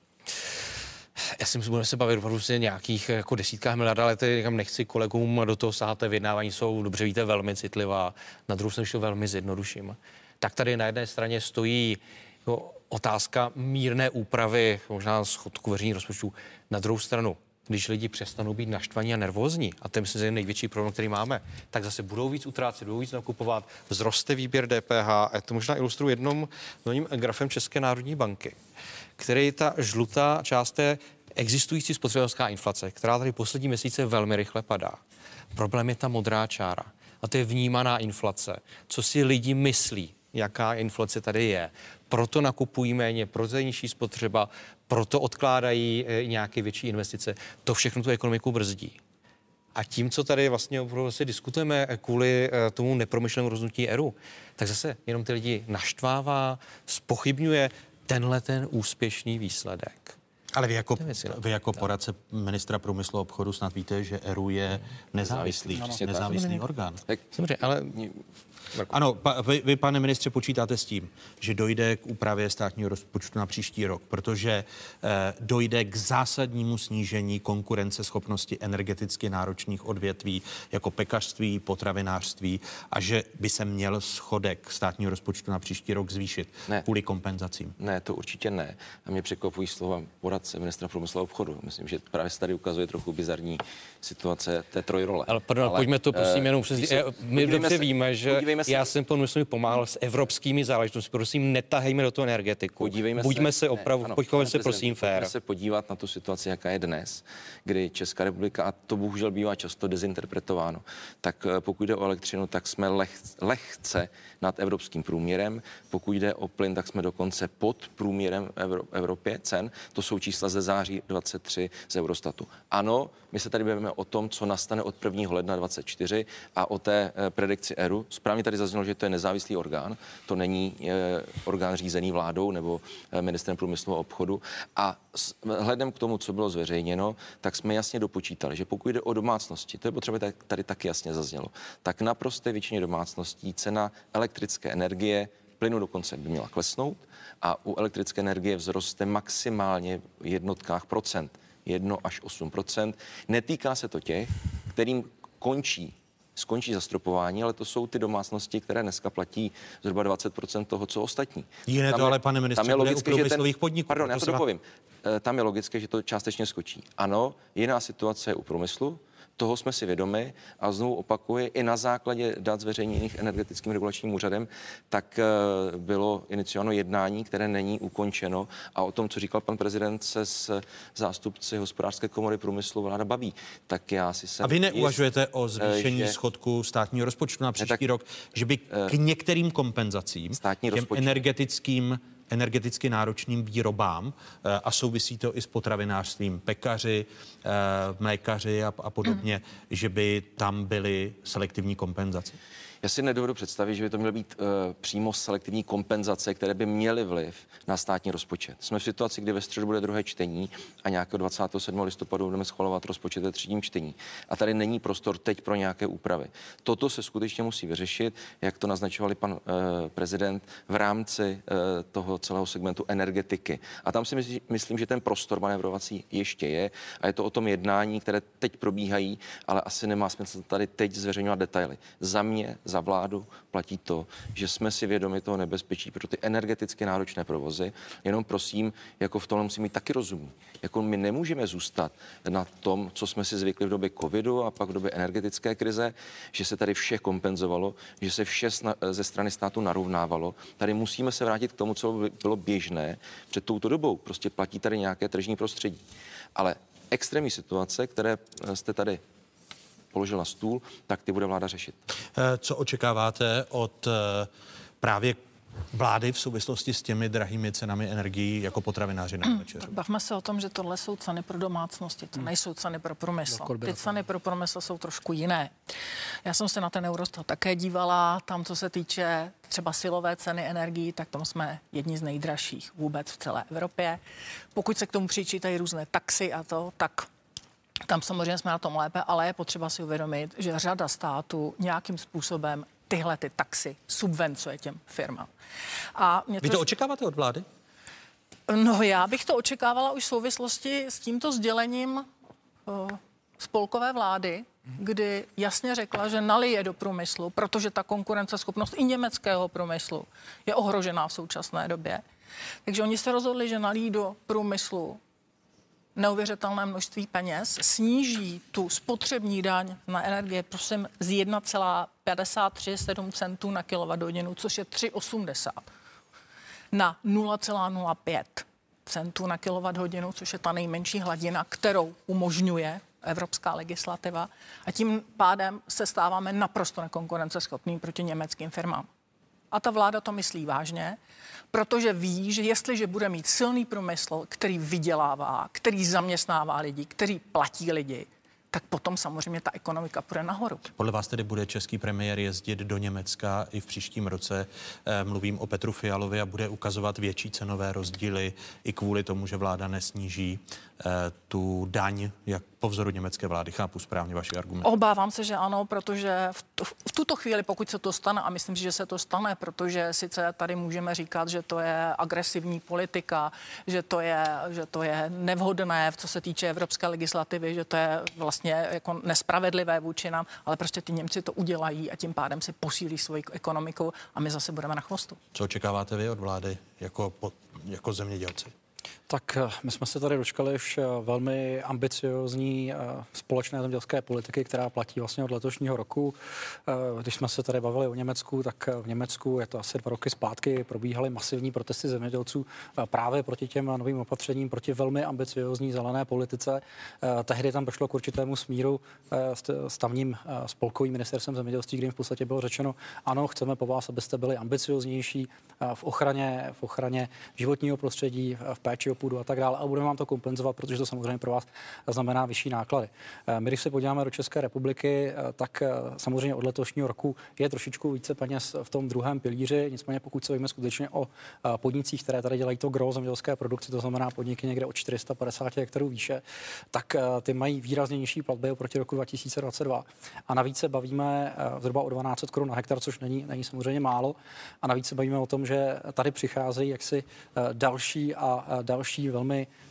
Já si myslím, že budeme se bavit opravdu nějakých jako desítkách miliard, ale teď nechci kolegům do toho sahat, vyjednávání jsou, dobře víte, velmi citlivá. Na druhou stranu to velmi zjednoduším. Tak tady na jedné straně stojí jo, otázka mírné úpravy, možná schodku veřejných rozpočtů. Na druhou stranu, když lidi přestanou být naštvaní a nervózní, a to je myslím, že je největší problém, který máme, tak zase budou víc utrácet, budou víc nakupovat, vzroste výběr D P H. A to možná ilustruji jednom novým grafem České národní banky, který ta žlutá část té existující spotřebitelská inflace, která tady poslední měsíce velmi rychle padá. Problém je ta modrá čára. A to je vnímaná inflace. Co si lidi myslí, jaká inflace tady je. Proto nakupují méně, proto je nižší spotřeba, proto odkládají nějaké větší investice. To všechno tu ekonomiku brzdí. A tím, co tady vlastně opravdu se diskutujeme kvůli tomu nepromyšlenému rozhodnutí E R U, tak zase jenom ty lidi naštvává, zpochybňuje tenhle ten úspěšný výsledek. Ale vy jako, vy jako poradce ministra průmyslu a obchodu snad víte, že E R U je nezávislý, no, no. nezávislý orgán. Tak, samozřejmě, ale... Ano, pa, vy, vy, pane ministře, počítáte s tím, že dojde k úpravě státního rozpočtu na příští rok, protože eh, dojde k zásadnímu snížení konkurenceschopnosti energeticky náročných odvětví, jako pekařství, potravinářství, a že by se měl schodek státního rozpočtu na příští rok zvýšit ne. kvůli kompenzacím. Ne, to určitě ne. A mě překvapují slova poradce ministra průmyslu a obchodu. Myslím, že právě se tady ukazuje trochu bizarní situace té trojrole. Ale, pardon, ale pojďme to prosím uh, jenom přes... My dobře se, víme, že já jsem panu ministrovi pomáhal s evropskými záležitostmi. Prosím, netahejme do toho energetiku. Podívejme Buďme se, se opravdu, pojďme se prosím fér. Pojďme se podívat na tu situaci, jaká je dnes, kdy Česká republika, a to bohužel bývá často dezinterpretováno, tak pokud jde o elektřinu, tak jsme leh, lehce nad evropským průměrem. Pokud jde o plyn, tak jsme dokonce pod průměrem v Evropě cen. To jsou čísla ze září dvacet tři z Eurostatu. Ano, my se tady bavíme o tom, co nastane od prvního ledna dvacet čtyři a o té predikci E R U. Správně tady zaznělo, že to je nezávislý orgán, to není e, orgán řízený vládou nebo e, ministrem průmyslu a obchodu. A vzhledem k tomu, co bylo zveřejněno, tak jsme jasně dopočítali, že pokud jde o domácnosti, to je potřeba, tady, tady taky jasně zaznělo, tak naprosté většině domácností cena elektrické energie, plynu dokonce by měla klesnout a u elektrické energie vzroste maximálně v jednotkách procent, jedno až osm procent. Netýká se to těch, kterým končí skončí zastropování, ale to jsou ty domácnosti, které dneska platí zhruba dvacet procent toho, co ostatní. Jiné Tam to je, ale, pane ministře, tam je bude logické, u že průmyslových ten, podniků. Pardon, já to se dopovím. Tam je logické, že to částečně skočí. Ano, jiná situace je u průmyslu, toho jsme si vědomi a znovu opakuji, i na základě dat zveřejněných energetickým regulačním úřadem, tak bylo iniciováno jednání, které není ukončeno a o tom, co říkal pan prezident, se s zástupci Hospodářské komory průmyslu vláda baví. Tak já si jsem A vy neuvažujete jist, o zvýšení že, schodku státního rozpočtu na příští tak, rok, že by k některým kompenzacím, státní těm rozpočet. energetickým energeticky náročným výrobám a souvisí to i s potravinářstvím, pekaři, mlékaři a, a podobně, mm. že by tam byly selektivní kompenzace? Já si nedovedu představit, že by to měly být uh, přímo selektivní kompenzace, které by měly vliv na státní rozpočet. Jsme v situaci, kdy ve středu bude druhé čtení a nějakého dvacátého sedmého listopadu budeme schvalovat rozpočet ve třetím čtení. A tady není prostor teď pro nějaké úpravy. Toto se skutečně musí vyřešit, jak to naznačovali pan uh, prezident v rámci uh, toho celého segmentu energetiky. A tam si myslí, myslím, že ten prostor manévrovací ještě je a je to o tom jednání, které teď probíhají, ale asi nemá smysl tady teď zveřejňovat detaily. Za mě, za vládu platí to, že jsme si vědomi toho nebezpečí pro ty energeticky náročné provozy. Jenom prosím, jako v tom musí mít taky rozumí. Jako my nemůžeme zůstat na tom, co jsme si zvykli v době covidu a pak v době energetické krize, že se tady vše kompenzovalo, že se vše ze strany státu narovnávalo. Tady musíme se vrátit k tomu, co bylo běžné před touto dobou. Prostě platí tady nějaké tržní prostředí. Ale extrémní situace, které jste tady položil na stůl, tak ty bude vláda řešit. Co očekáváte od právě vlády v souvislosti s těmi drahými cenami energií jako potravináři na večeři? Bavme se o tom, že tohle jsou ceny pro domácnosti, to nejsou ceny pro průmysl. Ty ceny pro průmysl jsou trošku jiné. Já jsem se na ten Eurostat také dívala, tam co se týče třeba silové ceny energií, tak tam jsme jedni z nejdražších vůbec v celé Evropě. Pokud se k tomu přičítají různé taxy a to, tak tam samozřejmě jsme na tom lépe, ale je potřeba si uvědomit, že řada států nějakým způsobem tyhle ty taxy subvencuje těm firmám. A mě Vy to očekáváte od vlády? No já bych to očekávala už v souvislosti s tímto sdělením uh, spolkové vlády, kdy jasně řekla, že nalije do průmyslu, protože ta konkurenceschopnost i německého průmyslu je ohrožená v současné době. Takže oni se rozhodli, že nalijí do průmyslu neuvěřitelné množství peněz, sníží tu spotřební daň na energie, prosím, z jedna celá padesát tři sedm centů na kilowatthodinu, což je tři osmdesát, na nula celá nula pět centů na kilowatthodinu, což je ta nejmenší hladina, kterou umožňuje evropská legislativa. A tím pádem se stáváme naprosto nekonkurenceschopným proti německým firmám. A ta vláda to myslí vážně, protože ví, že jestliže bude mít silný průmysl, který vydělává, který zaměstnává lidi, který platí lidi, tak potom samozřejmě ta ekonomika půjde nahoru. Podle vás tedy bude český premiér jezdit do Německa i v příštím roce, eh, mluvím o Petru Fialovi, a bude ukazovat větší cenové rozdíly i kvůli tomu, že vláda nesníží eh, tu daň, jak po vzoru německé vlády. Chápu správně vaši argument. Obávám se, že ano, protože v, t- v tuto chvíli, pokud se to stane, a myslím si, že se to stane, protože sice tady můžeme říkat, že to je agresivní politika, že to je, že to je nevhodné, co se týče evropské legislativy, že to je vlastně jako nespravedlivé vůči nám, ale prostě ty Němci to udělají a tím pádem si posílí svoji ekonomiku a my zase budeme na chvostu. Co očekáváte vy od vlády jako, jako zemědělci? Tak my jsme se tady dočkali už velmi ambiciozní společné zemědělské politiky, která platí vlastně od letošního roku. Když jsme se tady bavili o Německu, tak v Německu je to asi dva roky zpátky, probíhaly masivní protesty zemědělců právě proti těm novým opatřením, proti velmi ambiciozní zelené politice. Tehdy tam došlo k určitému smíru s tamním spolkovým ministerstvem zemědělství, kde jim v podstatě bylo řečeno, ano, chceme po vás, abyste byli ambicioznější v ochraně, v ochraně životního prostředí, v péči o půdu a tak dále, a budeme vám to kompenzovat, protože to samozřejmě pro vás znamená vyšší náklady. My, když se podíváme do České republiky, tak samozřejmě od letošního roku je trošičku více peněz v tom druhém pilíři, nicméně pokud se bavíme skutečně o podnicích, které tady dělají to gros zemědělské produkci, to znamená podniky někde od čtyři sta padesát hektarů výše, tak ty mají výrazně nižší platby oproti roku dva tisíce dvacet dva. A navíc se bavíme zhruba o dvanáct set korun na hektar, což není, není samozřejmě málo. A navíc se bavíme o tom, že tady přicházejí jaksi další a další velmi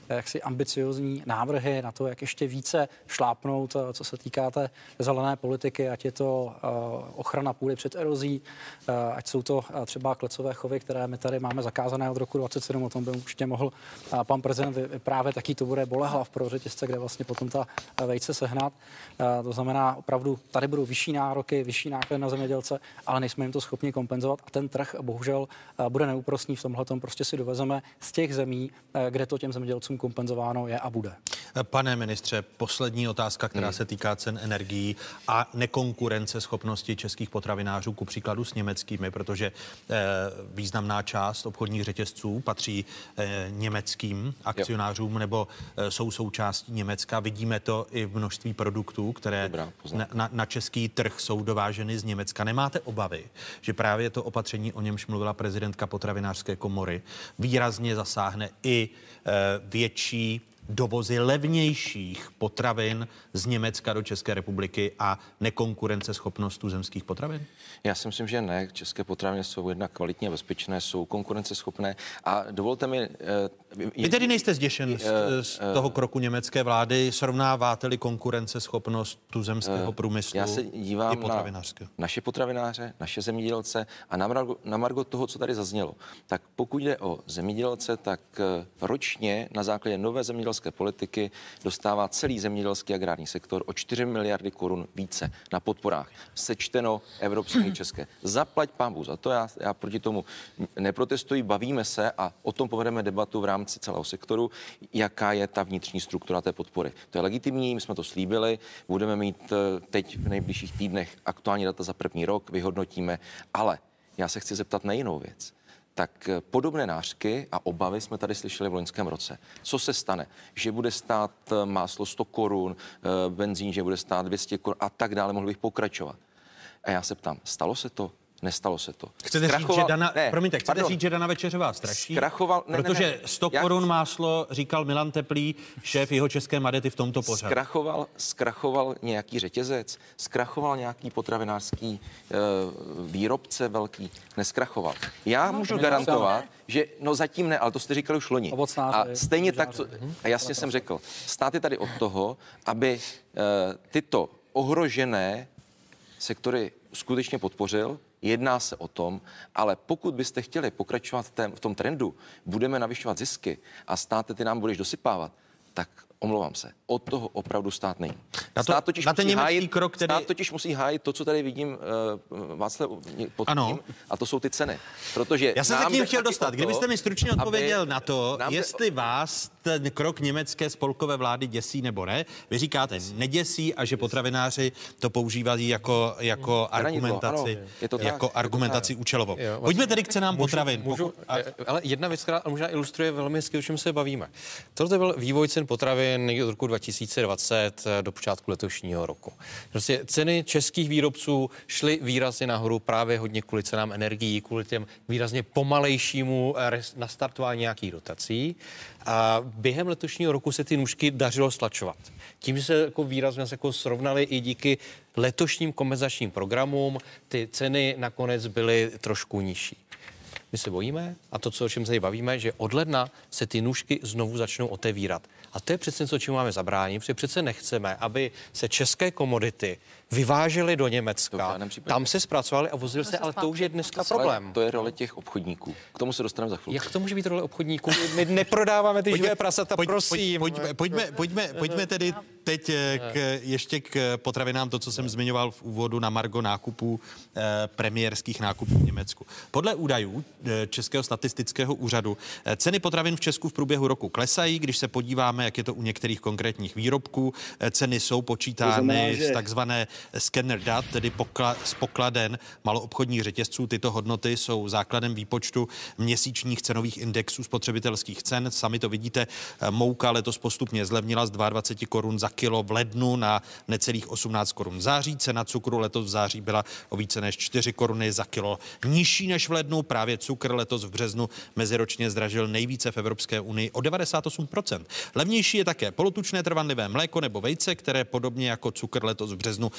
jaksi ambiciozní návrhy na to, jak ještě více šlápnout, co se týká té zelené politiky, ať je to ochrana půdy před erozí, ať jsou to třeba klecové chovy, které my tady máme zakázané od roku dvacet sedm, o tom by určitě mohl pan prezident vyprávět, taky to bude bolehlav pro řetězce, kde vlastně potom ta vejce sehnat. To znamená, opravdu tady budou vyšší nároky, vyšší náklady na zemědělce, ale nejsme jim to schopni kompenzovat a ten trh bohužel bude neúprosný v tomhletom, prostě si dovezeme z těch zemí, kde to těm zemědělcům kompenzováno je a bude. Pane ministře, poslední otázka, která hmm. se týká cen energií a nekonkurenceschopnosti českých potravinářů, ku příkladu s německými, protože eh, významná část obchodních řetězců patří eh, německým akcionářům jo. nebo eh, jsou součástí Německa. Vidíme to i v množství produktů, které na, na, na český trh jsou dováženy z Německa. Nemáte obavy, že právě to opatření, o němž mluvila prezidentka potravinářské komory, výrazně zasáhne i eh, větší dovozy levnějších potravin z Německa do České republiky a nekonkurenceschopnost tuzemských potravin? Já si myslím, že ne. České potraviny jsou jednak kvalitně bezpečné, jsou konkurenceschopné a dovolte mi... Uh, Vy tedy nejste zděšen uh, z, z toho kroku německé vlády? Srovnáváte-li konkurenceschopnost tuzemského uh, průmyslu já se dívám i potravinářské? Na naše potravináře, naše zemědělce a na margo, na margo toho, co tady zaznělo. Tak pokud jde o zemědělce, tak uh, ročně na základě nové zemědělské politiky dostává celý zemědělský agrární sektor o čtyři miliardy korun více na podporách. Sečteno evropské české. Zaplať pánbůh za to, já, já proti tomu neprotestuji, bavíme se a o tom povedeme debatu v rámci celého sektoru, jaká je ta vnitřní struktura té podpory. To je legitimní, my jsme to slíbili, budeme mít teď v nejbližších týdnech aktuální data za první rok, vyhodnotíme, ale já se chci zeptat na jinou věc. Tak podobné nářky a obavy jsme tady slyšeli v loňském roce. Co se stane? Že bude stát máslo sto korun, benzín, že bude stát dvě stě korun a tak dále, mohl bych pokračovat. A já se ptám, stalo se to? Nestalo se to. Chcete říct, že Dana, ne, promiňte, chcete říct, že Dana Večeřová straší? Zkrachoval, ne, protože ne, ne. sto korun máslo, říkal Milan Teplý, šéf jeho české Madety v tomto pořadu. Zkrachoval, zkrachoval nějaký řetězec, zkrachoval nějaký potravinářský e, výrobce velký, neskrachoval. Já no, můžu garantovat, ne. že, no zatím ne, ale to jste říkali už loni. A stejně tak, a jasně jsem řekl, stát je tady od toho, aby e, tyto ohrožené sektory skutečně podpořil. Jedná se o tom, ale pokud byste chtěli pokračovat v tom trendu, budeme navyšovat zisky a státe ty nám budeš dosypávat, tak omlouvám se, od toho opravdu stát není. Na to, stát, totiž na ten musí hájit, krok, který... stát totiž musí hájit to, co tady vidím uh, Václav pod tím, a to jsou ty ceny. Protože já jsem se k ním chtěl dostat. To, kdybyste mi stručně odpověděl aby, na to, jestli de... vás ten krok německé spolkové vlády děsí nebo ne. Vy říkáte, neděsí a že potravináři to používají jako, jako argumentaci, to, ano, jako argumentaci účelovou. Jo, vlastně. Pojďme tedy k cenám můžu, potravin. Můžu, pokud, a... Ale jedna věc, která možná ilustruje velmi hezky, o čem se bavíme. Tohle byl vývoj cen potravin někdy od roku dva tisíce dvacet do počátku letošního roku. Prostě ceny českých výrobců šly výrazně nahoru právě hodně kvůli cenám energií, kvůli těm výrazně pomalejšímu nastartování nějakých dotací. A během letošního roku se ty nůžky dařilo stlačovat. Tím, že se jako výrazně jako srovnaly i díky letošním kompenzačním programům, ty ceny nakonec byly trošku nižší. My se bojíme a to, co, o čem se tady bavíme, že od ledna se ty nůžky znovu začnou otevírat. A to je přece něco, čemu máme zabránit, protože přece nechceme, aby se české komodity vyvážely do Německa, tam se zpracovaly a vozily se, ale to už je dneska problém. To je role těch obchodníků. K tomu se dostaneme za chvíli. Jak to může být role obchodníků? My neprodáváme ty živé prasata, pojď, prosím. Pojď, pojď, pojďme, pojďme, pojďme tedy teď k, ještě k potravinám, to, co jsem zmiňoval v úvodu na margo nákupů, eh, premiérských nákupů v Německu. Podle údajů eh, Českého statistického úřadu eh, ceny potravin v Česku v průběhu roku klesají. Když se podíváme, jak je to u některých konkrétních výrobků, eh, ceny jsou počítány z takzvané scanner dat, tedy pokla, z pokladen maloobchodních řetězců. Tyto hodnoty jsou základem výpočtu měsíčních cenových indexů spotřebitelských cen. Sami to vidíte, mouka letos postupně zlevnila z dvacet dva korun za kilo v lednu na necelých osmnáct korun v září. Cena cukru letos v září byla o více než čtyři koruny za kilo nižší než v lednu. Právě cukr letos v březnu meziročně zdražil nejvíce v Evropské unii o devadesát osm procent. Levnější je také polotučné trvanlivé mléko nebo vejce, které podobně jako cukr letos v březnu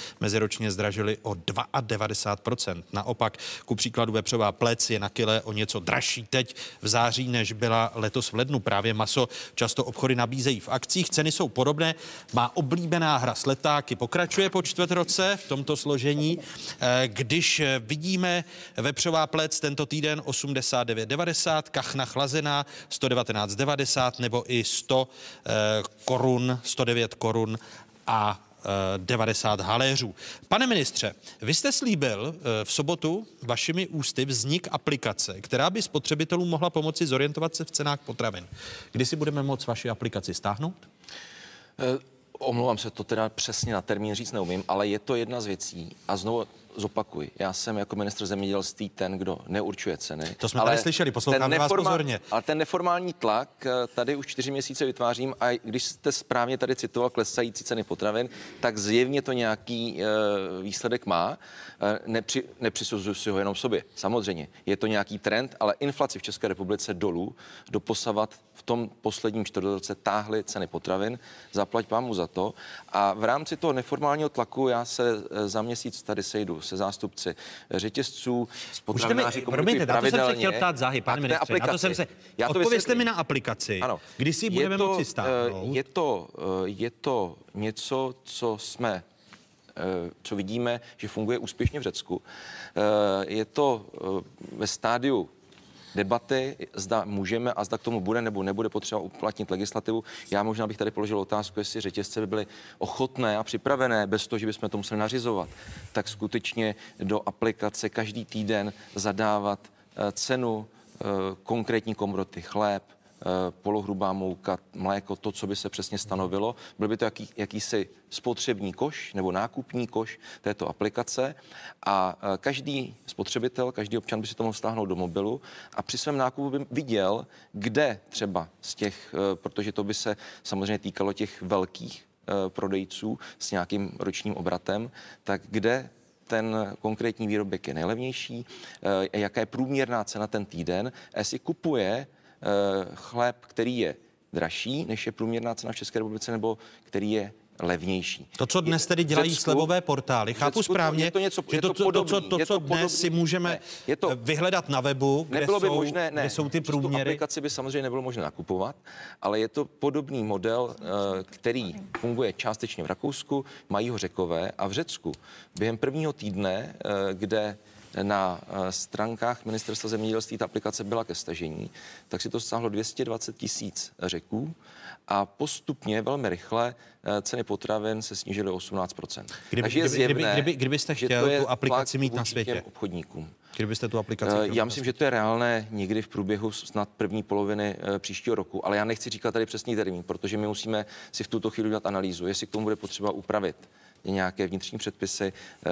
meziročně zdražily o devadesát dva procent. Naopak, ku příkladu vepřová plec je na kile o něco dražší teď v září, než byla letos v lednu. Právě maso často obchody nabízejí v akcích, ceny jsou podobné. Má oblíbená hra s letáky pokračuje po čtvrt roce v tomto složení. Když vidíme vepřová plec tento týden osmdesát devět devadesát, kachna chlazená sto devatenáct devadesát nebo i sto korun, sto devět korun a devadesát haléřů. Pane ministře, vy jste slíbil v sobotu vašimi ústy vznik aplikace, která by spotřebitelům mohla pomoci zorientovat se v cenách potravin. Kdy si budeme moct vaši aplikaci stáhnout? Uh, omlouvám se, to teda přesně na termín říct neumím, ale je to jedna z věcí. A znovu zopakuj, já jsem jako ministr zemědělství ten, kdo neurčuje ceny. To jsme tady slyšeli, posloucháme vás pozorně. Ale ten neformální tlak tady už čtyři měsíce vytvářím a když jste správně tady citoval klesající ceny potravin, tak zjevně to nějaký uh, výsledek má. Uh, nepři, nepřisuzuji si ho jenom sobě. Samozřejmě, je to nějaký trend, ale inflaci v České republice dolů doposavat v tom posledním čtvrtroce táhly ceny potravin. Zaplať pámu za to. A v rámci toho neformálního tlaku já se za měsíc tady sejdu se zástupci řetězců, s potravináři, promiňte, na to jsem se chtěl ptát záhy, pane ministře, na to jsem se... Já to odpovězte vysvětlím. Mi na aplikaci, ano. Kdy si budeme to, moci stáhnout. Je to, je to něco, co jsme, co vidíme, že funguje úspěšně v Řecku. Je to ve stádiu debaty, zda můžeme a zda k tomu bude nebo nebude potřeba uplatnit legislativu. Já možná bych tady položil otázku, jestli řetězce by byly ochotné a připravené, bez toho, že bychom to museli nařizovat, tak skutečně do aplikace každý týden zadávat cenu konkrétní komodity, chléb, polohrubá mouka, mléko, to, co by se přesně stanovilo. Byl by to jaký, jakýsi spotřební koš nebo nákupní koš této aplikace a každý spotřebitel, každý občan by si to mohl stáhnout do mobilu a při svém nákupu by viděl, kde třeba z těch, protože to by se samozřejmě týkalo těch velkých prodejců s nějakým ročním obratem, tak kde ten konkrétní výrobek je nejlevnější, jaká je průměrná cena ten týden, a jestli kupuje chléb, který je dražší, než je průměrná cena v České republice, nebo který je levnější. To, co dnes tedy dělají Řecku, slevové portály, chápu správně, to něco, že to, to, podobný, to, co, to, co dnes podobný, si můžeme ne, je to, vyhledat na webu, kde, jsou, by možné, ne, kde jsou ty průměry. Tu aplikaci by samozřejmě nebylo možné nakupovat, ale je to podobný model, který funguje částečně v Rakousku, mají ho Řekové a v Řecku během prvního týdne, kde na stránkách Ministerstva zemědělství ta aplikace byla ke stažení, tak si to stáhlo dvě stě dvacet tisíc Řeků a postupně, velmi rychle, ceny potravin se snížily o osmnáct procent. Kdyby, Takže je zjevné, kdyby, kdyby, kdybyste chtěl tu aplikaci mít na světě? Obchodníkům. Kdybyste tu aplikaci Já myslím, že to je reálné někdy v průběhu snad první poloviny příštího roku, ale já nechci říkat tady přesný termín, protože my musíme si v tuto chvíli dělat analýzu, jestli k tomu bude potřeba upravit nějaké vnitřní předpisy,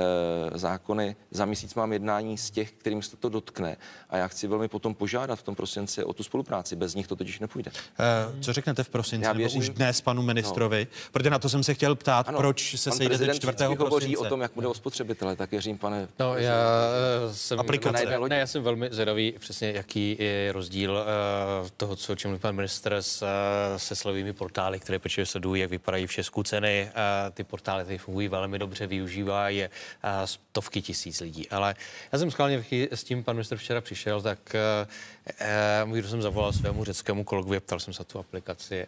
e, zákony. Za měsíc mám jednání z těch, kterým se to dotkne. A já chci velmi potom požádat v tom prosinci o tu spolupráci. Bez nich to totiž nepůjde. E, co řeknete v prosinci, já věřím, nebo už dnes panu ministrovi? No. Protože na to jsem se chtěl ptát, ano, proč se sejdete čtvrtého prosince. Hovoří o tom, jak bude o spotřebitele, tak věřím, pane... No, já jsem, aplikace. Ne, já jsem velmi zvědavý, přesně jaký je rozdíl uh, toho, co čím pan ministr s, se slovými portály, které pečlivě sledují, jak vypadají v Česku ceny. Uh, ty portály tady fungují velmi dobře, využívá je stovky tisíc lidí. Ale já jsem schválně s tím pan ministr včera přišel, tak uh, když jsem zavolal svému řeckému kolegovi, ptal jsem se na tu aplikaci.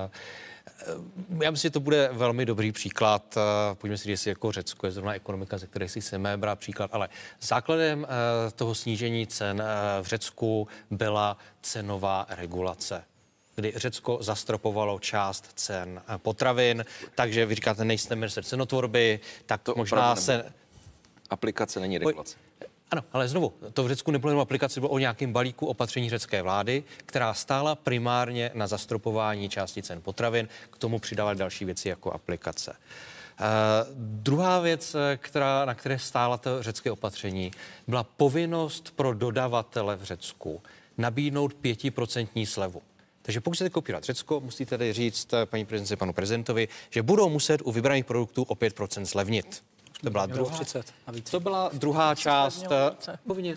Uh, já myslím, že to bude velmi dobrý příklad. Uh, pojďme si říct, jestli jako Řecko je zrovna ekonomika, ze které si chceme brát příklad, ale základem uh, toho snížení cen uh, v Řecku byla cenová regulace, kdy Řecko zastropovalo část cen potravin, takže vy říkáte, nejste ministr cenotvorby, tak to možná se... Aplikace není regulace. Ano, ale znovu, to v Řecku nebylo jenom aplikace, bylo o nějakém balíku opatření řecké vlády, která stála primárně na zastropování části cen potravin, k tomu přidala další věci jako aplikace. Uh, druhá věc, která, na které stála to řecké opatření, byla povinnost pro dodavatele v Řecku nabídnout pětiprocentní slevu. Takže pokud chcete kopírovat Řecko, musíte tady říct paní prezidentce, panu prezidentovi, že budou muset u vybraných produktů o pět procent zlevnit. To byla druhá, to byla druhá část. Povinně.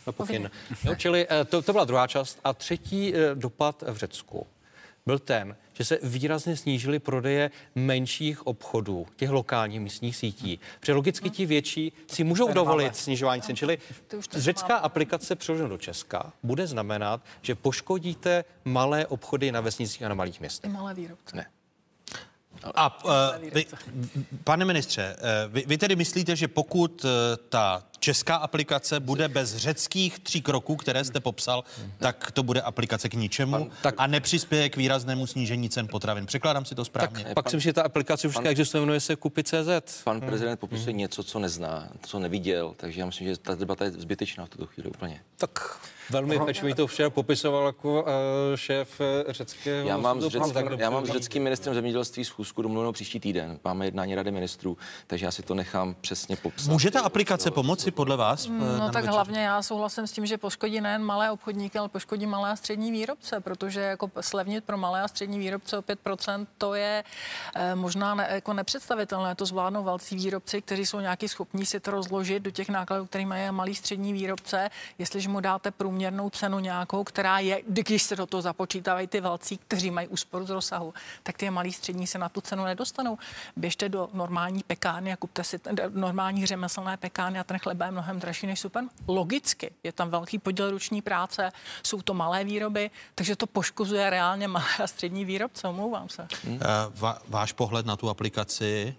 No, čili to, to byla druhá část. A třetí dopad v Řecku byl ten, že se výrazně snížily prodeje menších obchodů, těch lokálních místních sítí. Protože logicky ti větší si můžou dovolit snižování cen. Čili řecká aplikace přeložena do Česka bude znamenat, že poškodíte malé obchody na vesnicích a na malých městech. I malé výrobce. Ne. A uh, vy, pane ministře, uh, vy, vy tedy myslíte, že pokud uh, ta česká aplikace bude bez řeckých tří kroků, které jste popsal, tak to bude aplikace k ničemu tak, a nepřispěje k výraznému snížení cen potravin. Překládám si to správně. Tak pak si myslím, že ta aplikace už existuje, jmenuje se Kupy tečka cé zet. Pan prezident popisuje hmm. něco, co nezná, co neviděl, takže já myslím, že ta debata je zbytečná v tuto chvíli úplně. Tak velmi pečlivě to včera popisoval jako uh, šéf řeckého... Já mám, s řeckým, já mám s řeckým ministrem zemědělství schůzku domluvenou příští týden. Máme jednání Rady ministrů, takže já si to nechám přesně popsat. Může ta aplikace pomoci podle vás? No tak hlavně já souhlasím s tím, že poškodí nejen malé obchodníky, ale poškodí malé a střední výrobce, protože jako slevnit pro malé a střední výrobce o pět procent to je eh, možná ne, jako nepředstavitelné. To zvládnou velcí výrobci, kteří jsou nějaký schopní si to rozložit do těch nákladů, který mají malý střední výrobce. Jestliže mu dáte průměrnou cenu nějakou, která je, když se do toho započítávají ty velcí, kteří mají úsporu z rozsahu, tak ty malí střední se na tu cenu nedostanou. Běžte do normální pekárny a kupte si ten, normální řemeslné pekárny a ten chleba je mnohem dražší než super. Logicky je tam velký podíl ruční práce, jsou to malé výroby, takže to poškozuje reálně malé a střední výrobce. Omlouvám se. Hmm. Va, váš pohled na tu aplikaci?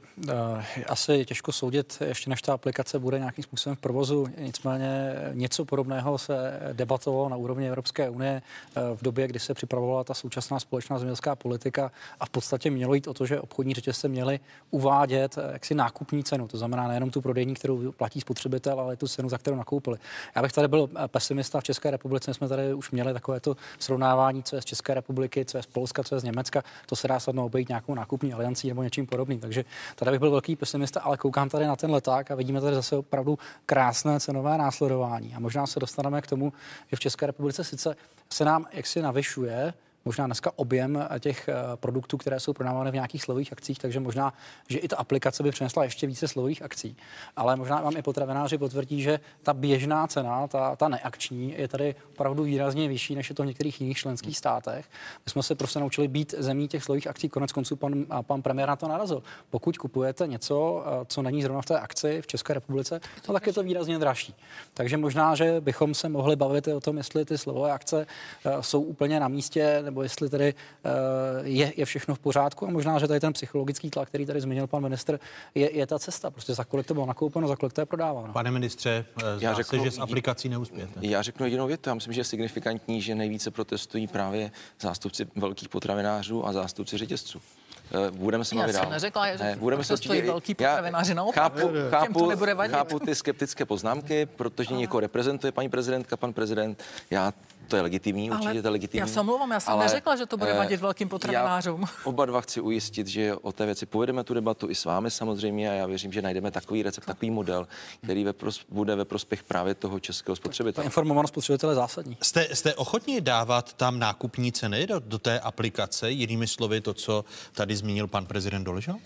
Asi těžko soudit, ještě než ta aplikace bude nějakým způsobem v provozu. Nicméně něco podobného se debatovalo na úrovni Evropské unie v době, kdy se připravovala ta současná společná zemědělská politika a v podstatě mělo jít o to, že obchodní řetězce měly uvádět jaksi nákupní cenu. To znamená nejenom tu prodejní, kterou platí spotřebitel, ale tu cenu, za kterou nakoupili. Já bych tady byl pesimista v České republice, my jsme tady už měli takové to srovnávání, co je z České republiky, co je z Polska, co je z Německa, to se dá snadno obejít nějakou nákupní aliancí nebo něčím podobným. Takže tady bych byl velký pesimista, ale koukám tady na ten leták a vidíme tady zase opravdu krásné cenové následování. A možná se dostaneme k tomu, že v České republice sice se nám jaksi navyšuje možná dneska objem těch produktů, které jsou prodávány v nějakých slových akcích, takže možná, že i ta aplikace by přinesla ještě více slových akcí. Ale možná vám i potravináři potvrdí, že ta běžná cena, ta, ta neakční, je tady opravdu výrazně vyšší, než je to v některých jiných členských státech. My jsme se prostě naučili být zemí těch slových akcí, konec konců pan, pan premiér na to narazil. Pokud kupujete něco, co není zrovna v té akci v České republice, no, tak je to výrazně dražší. Takže možná, že bychom se mohli bavit o tom, jestli ty slovové akce jsou úplně na místě, nebo jestli tedy uh, je, je všechno v pořádku a možná, že tady ten psychologický tlak, který tady zmínil pan ministr, je, je ta cesta. Prostě za kolik to bylo nakoupeno, za kolik to je prodáváno. Pane ministře, zdá řeknu, se, že s aplikací neuspějete. Já řeknu jedinou větu. Já myslím, že je signifikantní, že nejvíce protestují právě zástupci velkých potravinářů a zástupci řetězců. Budeme se bavit dál. Já jsem neřekla, že ne, budeme se stojí velký potravináři naopak. Chápu, chápu, chápu ty skeptické poznámky, protože Aha. někoho reprezentuje paní prezidentka, pan prezident. Já To je legitimní, určitě ale to je legitimní. Já se omlouvám, já jsem ale, neřekla, že to bude vadit velkým potravinářům. Já oba dva chci ujistit, že o té věci povedeme tu debatu i s vámi samozřejmě a já věřím, že najdeme takový recept, takový model, který ve pros, bude ve prospěch právě toho českého spotřebitele. Informovanost spotřebitele je zásadní. Jste, jste ochotní dávat tam nákupní ceny do, do té aplikace, jinými slovy to, co tady zmínil pan prezident Doležal?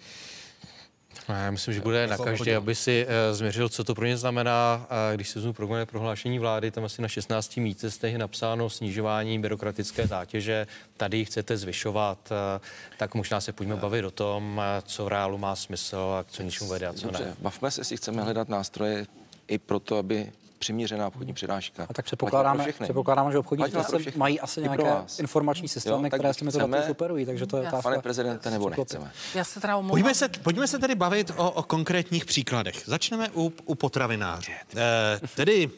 Já myslím, že bude na každé, aby si uh, změřil, co to pro ně znamená. Uh, když se vezmu programové prohlášení vlády, tam asi na šestnácti místech je napsáno snižování byrokratické zátěže. Tady chcete zvyšovat, uh, tak možná se pojďme bavit o tom, uh, co v reálu má smysl a co ničemu vede a co Dobře, ne. Bavme se, jestli chceme hledat nástroje i proto, aby přiměřená obchodní přirážka. A tak předpokládáme, předpokládáme že obchodní řetězce mají asi nějaké informační systémy, jo, které s těmito daty superují, takže to je otázka. Pane prezidente, nebo nechceme. Já se teda omlouvám. Pojďme se, pojďme se tedy bavit o, o konkrétních příkladech. Začneme u, u potravinářů. E, tedy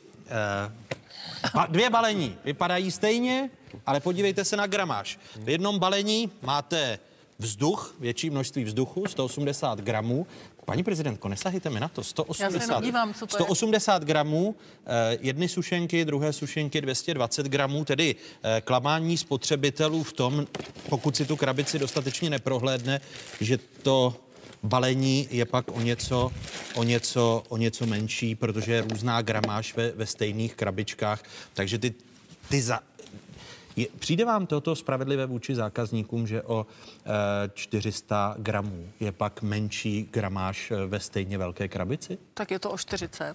e, ba, dvě balení vypadají stejně, ale podívejte se na gramáž. V jednom balení máte vzduch, větší množství vzduchu, sto osmdesát gramů. Paní prezidentko, nesahejte mi na to. sto osmdesát, dívám, co to sto osmdesát gramů, eh, jedny sušenky, druhé sušenky dvě stě dvacet gramů, tedy eh, klamání spotřebitelů v tom, pokud si tu krabici dostatečně neprohlédne, že to balení je pak o něco, o něco, o něco menší, protože je různá gramáž ve, ve stejných krabičkách. Takže ty, ty za... Je, přijde vám toto spravedlivé vůči zákazníkům, že o e, čtyři sta gramů je pak menší gramáž ve stejně velké krabici? Tak je to o čtyřicet.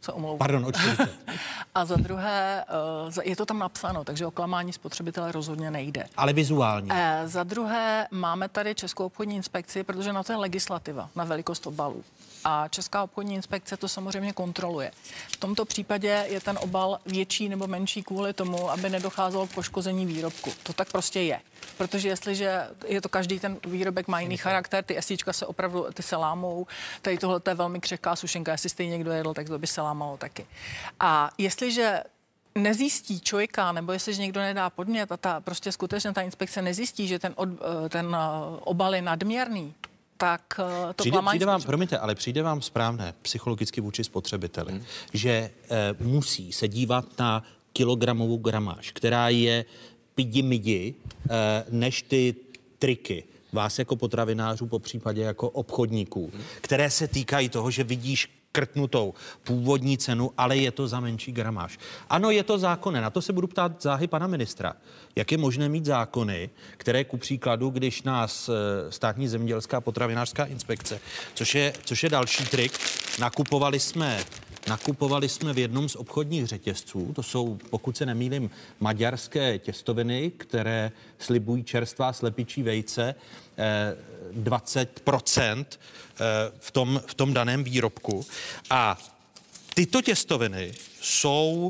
se omlouvám. Pardon, o čtyřicet. A za druhé, je to tam napsáno, takže o klamání spotřebitele rozhodně nejde. Ale vizuálně. E, za druhé, máme tady Českou obchodní inspekci, protože na to je legislativa, na velikost obalů. A Česká obchodní inspekce to samozřejmě kontroluje. V tomto případě je ten obal větší nebo menší kvůli tomu, aby nedocházelo k poškození výrobku. To tak prostě je. Protože jestliže je to každý ten výrobek má jiný charakter, ty esíčka se opravdu, ty se lámou, tady tohle je velmi křehká sušenka, jestli jste ji někdo jedl, tak to by se lámalo taky. A jestliže nezjistí člověka, nebo jestliže někdo nedá podnět a ta prostě skutečně ta inspekce nezjistí, že ten, od, ten obal je nadměrný, tak to přijde, klamání... Přijde vám, promiňte, ale přijde vám správné psychologicky vůči spotřebiteli, hmm. že eh, musí se dívat na kilogramovou gramáž, která je pidi-midi, eh, než ty triky vás jako potravinářů, po případě jako obchodníků, hmm. které se týkají toho, že vidíš krtnutou původní cenu, ale je to za menší gramáž. Ano, je to zákonné. Na to se budu ptát záhy pana ministra. Jak je možné mít zákony, které ku příkladu, když nás státní zemědělská potravinářská inspekce, což je, což je další trik, nakupovali jsme Nakupovali jsme v jednom z obchodních řetězců, to jsou, pokud se nemýlím, maďarské těstoviny, které slibují čerstvá slepičí vejce, dvacet procent v tom, v tom daném výrobku. A tyto těstoviny jsou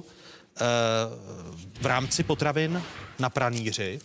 v rámci potravin na pranýři,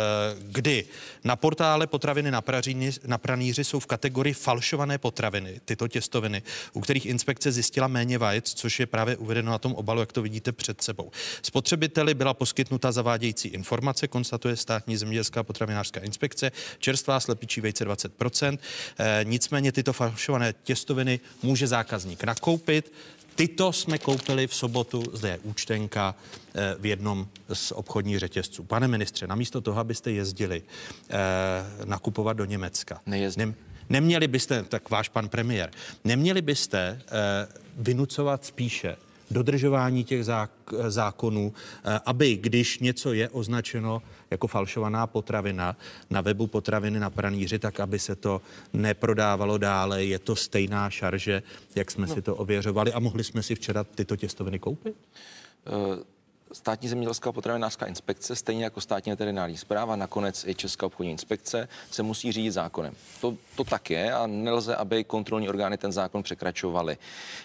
kdy na portále potraviny na, pražíni, na pranýři jsou v kategorii falšované potraviny, tyto těstoviny, u kterých inspekce zjistila méně vajec, což je právě uvedeno na tom obalu, jak to vidíte před sebou. Spotřebiteli byla poskytnuta zavádějící informace, konstatuje státní zemědělská potravinářská inspekce, čerstvá slepičí vejce dvacet procent, e, nicméně tyto falšované těstoviny může zákazník nakoupit. Tyto jsme koupili v sobotu, zde je účtenka, v jednom z obchodních řetězců. Pane ministře, namísto toho, abyste jezdili eh, nakupovat do Německa, Nem, neměli byste, tak váš pan premiér, neměli byste eh, vynucovat spíše dodržování těch zák, zákonů, eh, aby když něco je označeno jako falšovaná potravina na webu potraviny na pranýři, tak aby se to neprodávalo dále. Je to stejná šarže, jak jsme no. si to ověřovali a mohli jsme si včera tyto těstoviny koupit? Uh... Státní zemědělská potravinářská inspekce, stejně jako státní veterinární správa, nakonec i Česká obchodní inspekce, se musí řídit zákonem. To, to tak je a nelze, aby kontrolní orgány ten zákon překračovaly.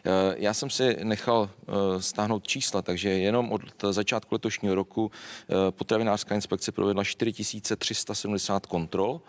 Já jsem si nechal stáhnout čísla, takže jenom od začátku letošního roku potravinářská inspekce provedla čtyři tisíce tři sta sedmdesát kontrol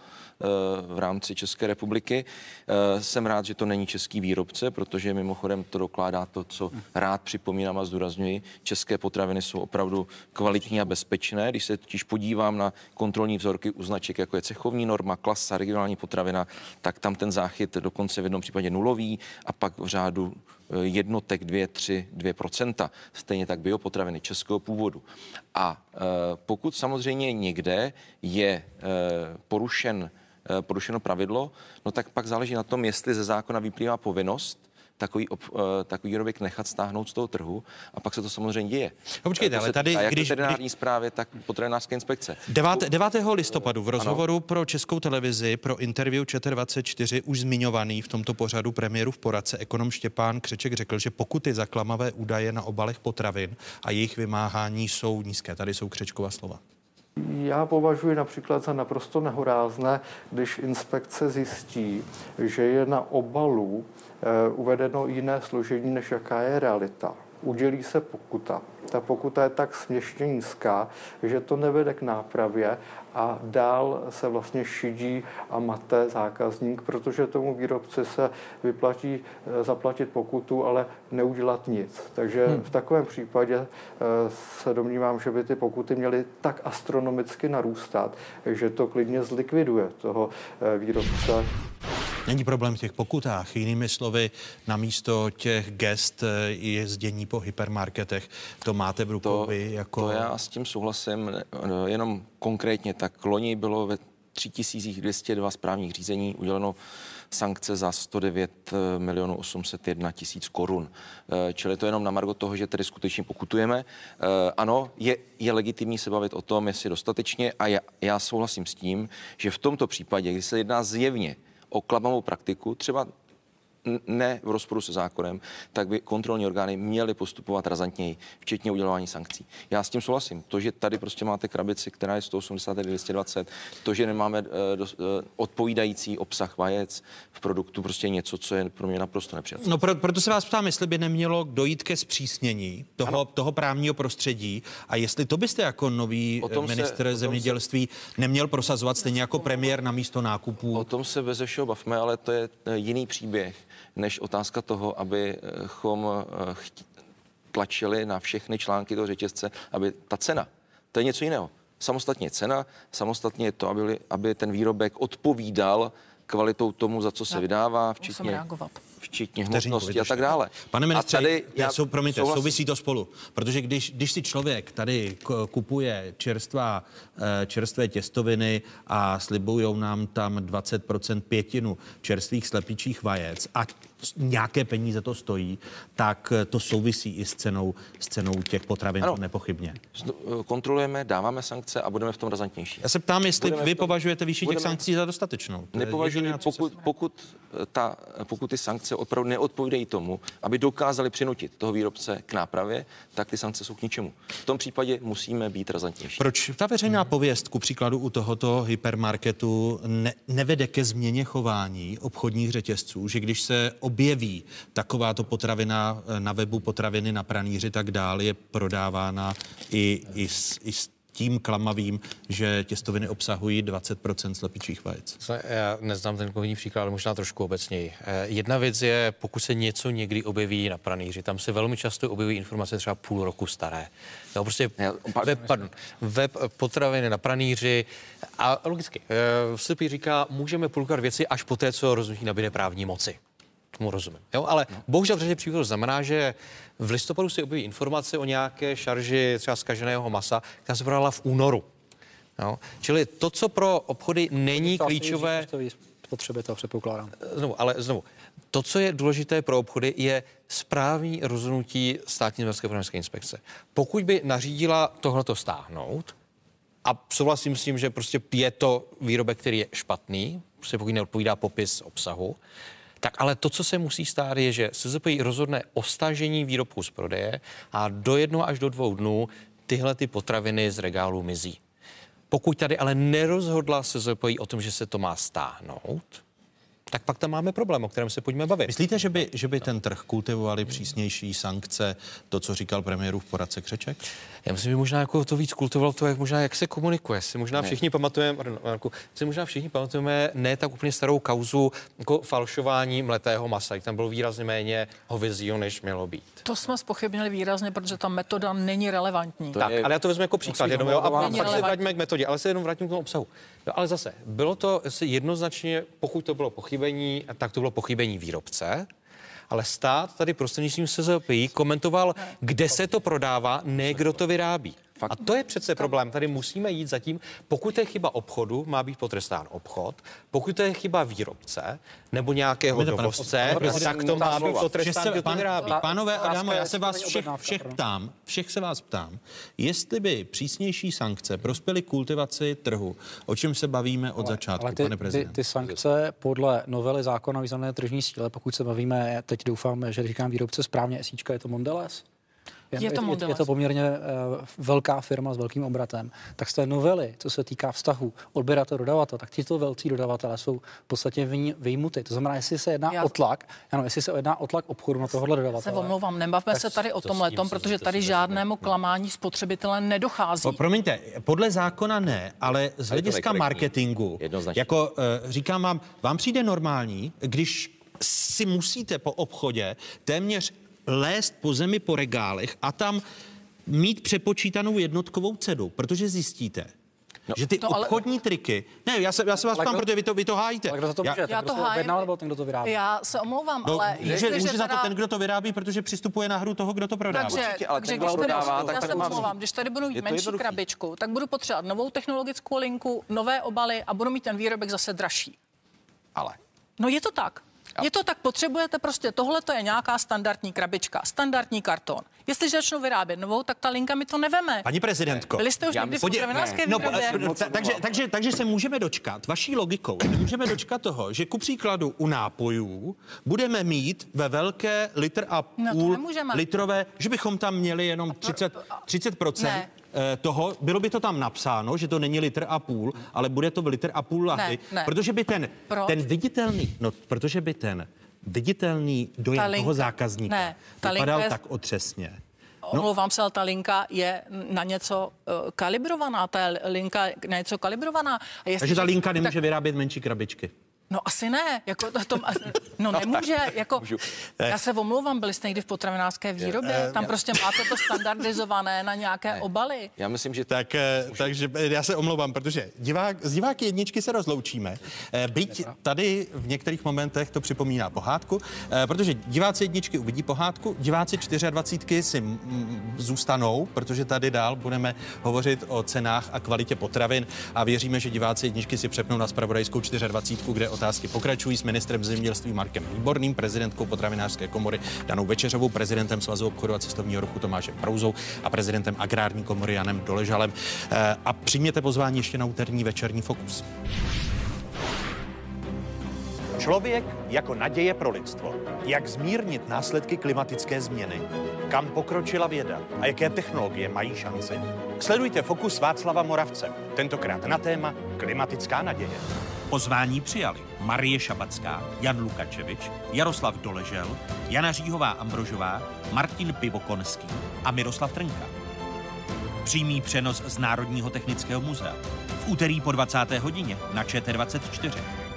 v rámci České republiky. Jsem rád, že to není český výrobce, protože mimochodem to dokládá to, co rád připomínám a zdůrazňuji. České potraviny jsou opravdu kvalitní a bezpečné. Když se totiž podívám na kontrolní vzorky u značek, jako je cechovní norma, klasa, regionální potravina, tak tam ten záchyt dokonce v jednom případě nulový a pak v řádu jednotek dvě, tři, dvě procenta. Stejně tak biopotraviny českého původu. A e, pokud samozřejmě někde je e, porušen porušeno pravidlo, no tak pak záleží na tom, jestli ze zákona vyplývá povinnost takový, ob, takový výrobek nechat stáhnout z toho trhu a pak se to samozřejmě děje. No, počkejte, ale tady, a jak když... veterinární správě, tak potravinářské inspekce. devátého listopadu v rozhovoru ano. pro Českou televizi, pro interview ČT dvacet čtyři už zmiňovaný v tomto pořadu premiérův poradce ekonom Štěpán Křeček řekl, že pokuty za klamavé údaje na obalech potravin a jejich vymáhání jsou nízké. Tady jsou Křečkova slova. Já považuji například za naprosto nehorázné, když inspekce zjistí, že je na obalu e, uvedeno jiné složení, než jaká je realita. Udělí se pokuta. Ta pokuta je tak směšně nízká, že to nevede k nápravě a dál se vlastně šidí a mate zákazník, protože tomu výrobci se vyplatí zaplatit pokutu, ale neudělat nic. Takže hmm. v takovém případě se domnívám, že by ty pokuty měly tak astronomicky narůstat, že to klidně zlikviduje toho výrobce. Není problém v těch pokutách. Jinými slovy, namísto těch gest jezdění po hypermarketech, to máte v rukou vy jako... To já s tím souhlasím, jenom konkrétně. Tak loni bylo ve tři tisíce dvě stě dva správních řízení uděleno sankce za sto devět milionů osm set jedna tisíc korun. Čili to jenom na margo toho, že tedy skutečně pokutujeme. Ano, je, je legitimní se bavit o tom, jestli dostatečně a já, já souhlasím s tím, že v tomto případě, kdy se jedná zjevně o klamavou praktiku, třeba ne v rozporu se zákonem, tak by kontrolní orgány měly postupovat razantněji, včetně udělování sankcí. Já s tím souhlasím. To, že tady prostě máte krabici, která je sto osmdesát, dvě stě dvacet, to, že nemáme uh, do, uh, odpovídající obsah vajec v produktu, prostě něco, co je pro mě naprosto nepřijatelné. No pro, proto se vás ptám, jestli by nemělo dojít ke zpřísnění toho, toho právního prostředí a jestli to byste jako nový ministr se, zemědělství se, neměl prosazovat stejně jako premiér na místo nákupů. O tom se beze všeho bavme, ale to je jiný příběh než otázka toho, abychom tlačili na všechny články toho řetězce, aby ta cena, to je něco jiného. Samostatně cena, samostatně je to, aby, aby ten výrobek odpovídal kvalitou tomu, za co se vydává, včetně, včetně hmotnosti a tak dále. Pane ministře, tady já sou, promiňte, souvisí to spolu, protože když, když si člověk tady kupuje čerstvá, čerstvé těstoviny a slibujou nám tam dvacet procent pětinu čerstvých slepičích vajec a nějaké peníze to stojí, tak to souvisí i s cenou, s cenou těch potravin, ano, nepochybně. Kontrolujeme, dáváme sankce a budeme v tom razantnější. Já se ptám, jestli budeme vy tom, považujete výši budeme, těch sankcí za dostatečnou. Nepovažuji, pokud, pokud, ta, pokud ty sankce opravdu neodpovídají tomu, aby dokázali přinutit toho výrobce k nápravě, tak ty sankce jsou k ničemu. V tom případě musíme být razantnější. Proč ta veřejná pověst, ku příkladu u tohoto hypermarketu, ne, nevede ke změně chování obchodních řetězců, že když se objeví takováto potravina na webu potraviny na pranýři, tak dál je prodávána i, i, s, i s tím klamavým, že těstoviny obsahují dvacet procent slepičích vajec. Já neznám ten konkrétní příklad, ale možná trošku obecněji. Jedna věc je, pokud se něco někdy objeví na pranýři, tam se velmi často objeví informace třeba půl roku staré. No, prostě web, pardon, web potraviny na pranýři a logicky, Slepý říká, můžeme publikovat věci až poté, co rozhodnutí nabyde právní moci. Tomu rozumím. Jo? Ale no. bohužel v řadě případů znamená, že v listopadu se objeví informace o nějaké šarži třeba zkaženého masa, která se prodala v únoru. Jo? Čili to, co pro obchody není to klíčové... Potřeby to předpokládám. Znovu, ale znovu. To, co je důležité pro obchody, je správní rozhodnutí státní zemědělské potravinské inspekce. Pokud by nařídila tohleto stáhnout, a souhlasím s tím, že prostě je to výrobek, který je špatný, prostě pokud neodpovídá popis obsahu, tak ale to, co se musí stát, je, že S Z P I rozhodne o stažení výrobků z prodeje a do jednoho až do dvou dnů tyhle ty potraviny z regálu mizí. Pokud tady ale nerozhodla S Z P I o tom, že se to má stáhnout, tak pak tam máme problém, o kterém se pojďme bavit. Myslíte, že by, že by ten trh kultivovali přísnější sankce, to, co říkal premiérův poradce Křeček? Já myslím, že možná jako to víc kultivoval to, jak možná jak se komunikuje. Si možná všichni pamatujeme, pardon, Marku, si možná všichni pamatujeme ne tak úplně starou kauzu jako falšování mletého masa, tam bylo výrazně méně hovězího, než mělo být. To jsme zpochybnili výrazně, protože ta metoda není relevantní. Tak, ale já to vezmu jako příklad, jenom, jo, a pak se vrátíme k metodě, ale se jenom vrátím k tomu obsahu. No, ale zase, bylo to jednoznačně, pokud to bylo pochybení, tak to bylo pochybení výrobce, ale stát tady prostřednictvím S Z P I komentoval, kde se to prodává, ne kdo to vyrábí. A to je přece problém. Tady musíme jít zatím, pokud je chyba obchodu, má být potrestán obchod, pokud to je chyba výrobce nebo nějakého dovozce, tak to má být potrestán, kdo to vyrábí. Pánové a dámo, já se vás všech, všech ptám, všech se vás ptám, jestli by přísnější sankce prospěly kultivaci trhu, o čem se bavíme od začátku, ale ty, pane prezident. Ty, ty sankce podle novely zákona o významné tržní síle, pokud se bavíme, teď doufám, že říkám výrobce správně, esíčka, je to Mondelez? Je to, je, je to poměrně uh, velká firma s velkým obratem. Tak z té novely, co se týká vztahu odběratel dodavatel, tak tyto velcí dodavatelé jsou v podstatě vyjmuty. To znamená, jestli se jedná Já... o tlak, ano, jestli se jedná o tlak obchodu na tohohle dodavatele. Se omlouvám, nebavme se tady o tom letom, protože tady žádnému klamání spotřebitele nedochází. Po, promiňte, podle zákona ne, ale z hlediska marketingu, jako uh, říkám vám, vám přijde normální, když si musíte po obchodě téměř lézt po zemi po regálech a tam mít přepočítanou jednotkovou cenu, protože zjistíte, no, že ty to obchodní ale... triky... Ne, já se, já se vás ptám, protože vy to, vy to hájíte. Ale kdo to, to může? Já, já to hájím. Nebo ten, kdo to vyrábí? Já se omlouvám, no, ale... Může, jestli, může za teda... to ten, kdo to vyrábí, protože přistupuje na hru toho, kdo to prodává. Takže, Určitě, ale takže když, když, prodává, tady, tak já tak se má... omlouvám, když tady budu mít menší jednoduchý. krabičku, tak budu potřebovat novou technologickou linku, nové obaly a budu mít ten výrobek zase dražší. Ale... No je to tak. Je to tak, potřebujete prostě, tohle to je nějaká standardní krabička, standardní karton. Jestliže začnou vyrábět novou, tak ta linka mi to neveme. Paní prezidentko. Byli jste už někdy v potravinářské no, výrobě? no, takže, takže, takže se můžeme dočkat, vaší logikou, můžeme dočkat toho, že ku příkladu u nápojů budeme mít ve velké litr a půl no litrové, že bychom tam měli jenom třicet procent. Ne. Toho, bylo by to tam napsáno, že to není litr a půl, ale bude to v litr a půl lahvi, ne, ne. protože by ten, ten viditelný, no, protože by ten viditelný dojem linka, toho zákazníka ne, vypadal je, tak otřesně. Omlouvám no. se, ale ta linka je na něco uh, kalibrovaná, ta linka je na něco kalibrovaná. A Takže ta linka nemůže tak... vyrábět menší krabičky. No asi ne, jako to, to no nemůže, jako, já se omlouvám, byli jste někdy v potravinářské výrobě, tam prostě máte to standardizované na nějaké ne. obaly. Já myslím, že tak, takže já se omlouvám, protože divák, z diváky jedničky se rozloučíme, byť tady v některých momentech to připomíná pohádku, protože diváci jedničky uvidí pohádku, diváci dvacítky si zůstanou, protože tady dál budeme hovořit o cenách a kvalitě potravin a věříme, že diváci jedničky si přepnou na zpravodajskou dvacítku, kde otázky pokračují s ministrem zemědělství Markem Výborným, prezidentkou potravinářské komory Danou Večeřovou, prezidentem Svazu obchodu a cestovního ruchu Tomášem Prouzou a prezidentem agrární komory Janem Doležalem. A přijměte pozvání ještě na úterní večerní Fokus. Člověk jako naděje pro lidstvo. Jak zmírnit následky klimatické změny? Kam pokročila věda a jaké technologie mají šanci? Sledujte Fokus Václava Moravce, tentokrát na téma klimatická naděje. Pozvání přijali Marie Šabacká, Jan Lukačevič, Jaroslav Doležel, Jana Říhová Ambrožová, Martin Pivokonský a Miroslav Trnka. Přímý přenos z Národního technického muzea v úterý po dvacáté hodině na Č T dvacet čtyři.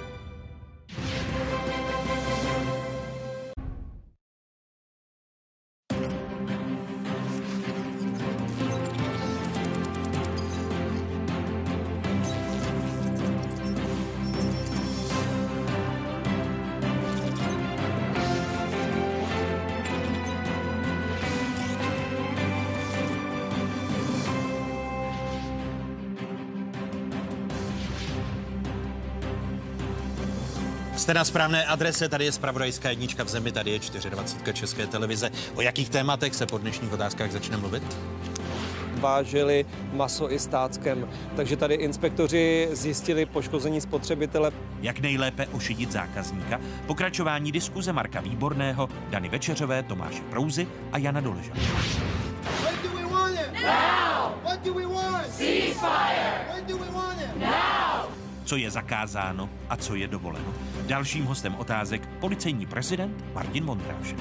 Jste na správné adrese, tady je zpravodajská jednička v zemi, tady je dvacet čtyři České televize. O jakých tématech se po dnešních otázkách začne mluvit? Vážili maso i stáckem, takže tady inspektoři zjistili poškození spotřebitele. Jak nejlépe ošidit zákazníka? Pokračování diskuze Marka Výborného, Dany Večeřové, Tomáše Prouzy a Jana Doležala. When do we want it? Now! What do we want? Ceasefire! When do we want it? Now! Co je zakázáno a co je dovoleno. Dalším hostem otázek policejní prezident Martin Vondrášek.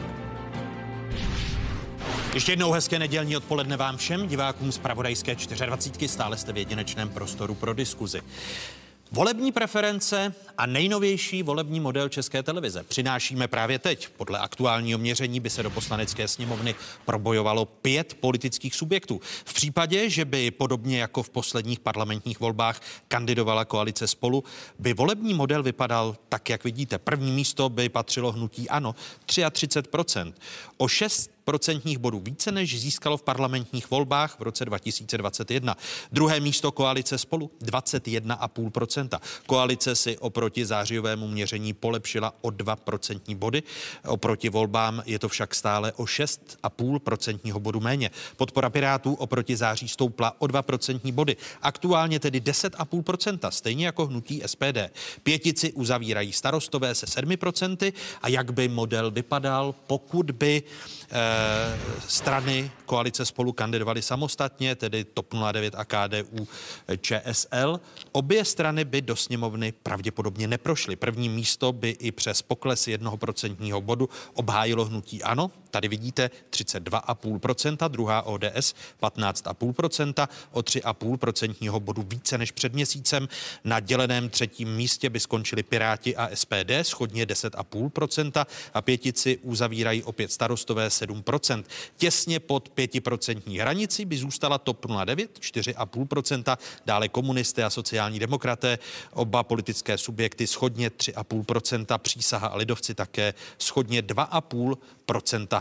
Ještě jednou hezké nedělní odpoledne vám všem divákům z zpravodajské dvacítky. Stále jste v jedinečném prostoru pro diskuzi. Volební preference a nejnovější volební model České televize přinášíme právě teď. Podle aktuálního měření by se do Poslanecké sněmovny probojovalo pět politických subjektů. V případě, že by podobně jako v posledních parlamentních volbách kandidovala koalice Spolu, by volební model vypadal tak, jak vidíte. První místo by patřilo hnutí ANO, třicet tři procent. O šest procentních bodů více, než získalo v parlamentních volbách v roce dva tisíce dvacet jedna. Druhé místo koalice Spolu dvacet jedna celá pět procenta. Koalice si oproti zářijovému měření polepšila o dva procentní body. Oproti volbám je to však stále o šest celá pět procentního bodu méně. Podpora Pirátů oproti září stoupla o dva procentní body. Aktuálně tedy deset celá pět procenta, stejně jako hnutí S P D. Pětici uzavírají Starostové se sedmi procenty. A jak by model vypadal, pokud by eh, strany koalice Spolu kandidovaly samostatně, tedy T O P nula devět a K D U Č S L. Obě strany by do sněmovny pravděpodobně neprošly. První místo by i přes pokles jednoho procentního bodu obhájilo hnutí ANO. Tady vidíte třicet dva celá pět procenta, druhá O D S patnáct celá pět procenta, o tři celá pět procentního bodu více než před měsícem. Na děleném třetím místě by skončili Piráti a S P D, shodně deset celá pět procenta a pětici uzavírají opět Starostové sedm procent. Těsně pod pětiprocentní hranici by zůstala T O P nula devět, čtyři celá pět procenta, dále komunisté a sociální demokraté, oba politické subjekty shodně tři celá pět procenta, Přísaha a lidovci také shodně dva celá pět procenta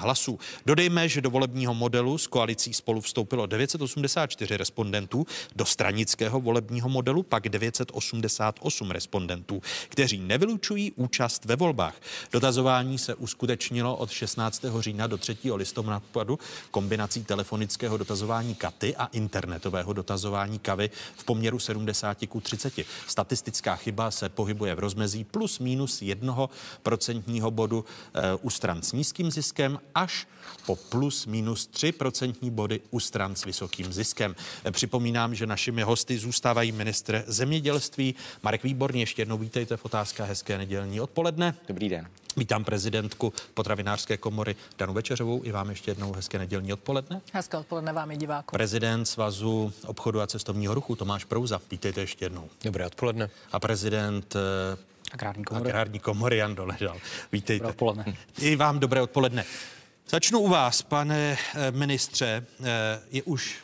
hlasů. Dodejme, že do volebního modelu s koalicí Spolu vstoupilo devět set osmdesát čtyři respondentů, do stranického volebního modelu pak devět set osmdesát osm respondentů, kteří nevylučují účast ve volbách. Dotazování se uskutečnilo od šestnáctého října do třetího listopadu kombinací telefonického dotazování Katy a internetového dotazování Kavy v poměru sedmdesát ku třiceti. Statistická chyba se pohybuje v rozmezí plus minus jednoho procentního bodu e, u stran s nízkým ziskem až po plus minus tři procentní body u stran s vysokým ziskem. E, připomínám, že našimi hosty zůstávají ministr zemědělství Marek Výborný. Ještě jednou vítejte v Otázkách, hezké nedělní odpoledne. Dobrý den. Vítám prezidentku Potravinářské komory Danu Večeřovou. I vám ještě jednou hezké nedělní odpoledne. Hezké odpoledne vám i divákům. Prezident Svazu obchodu a cestovního ruchu Tomáš Prouza. Vítejte ještě jednou. Dobré odpoledne. A prezident Agrární komory, Agrární komory Jan Doležal. Vítejte. Dobré odpoledne. I vám dobré odpoledne. Začnu u vás, pane ministře. Je už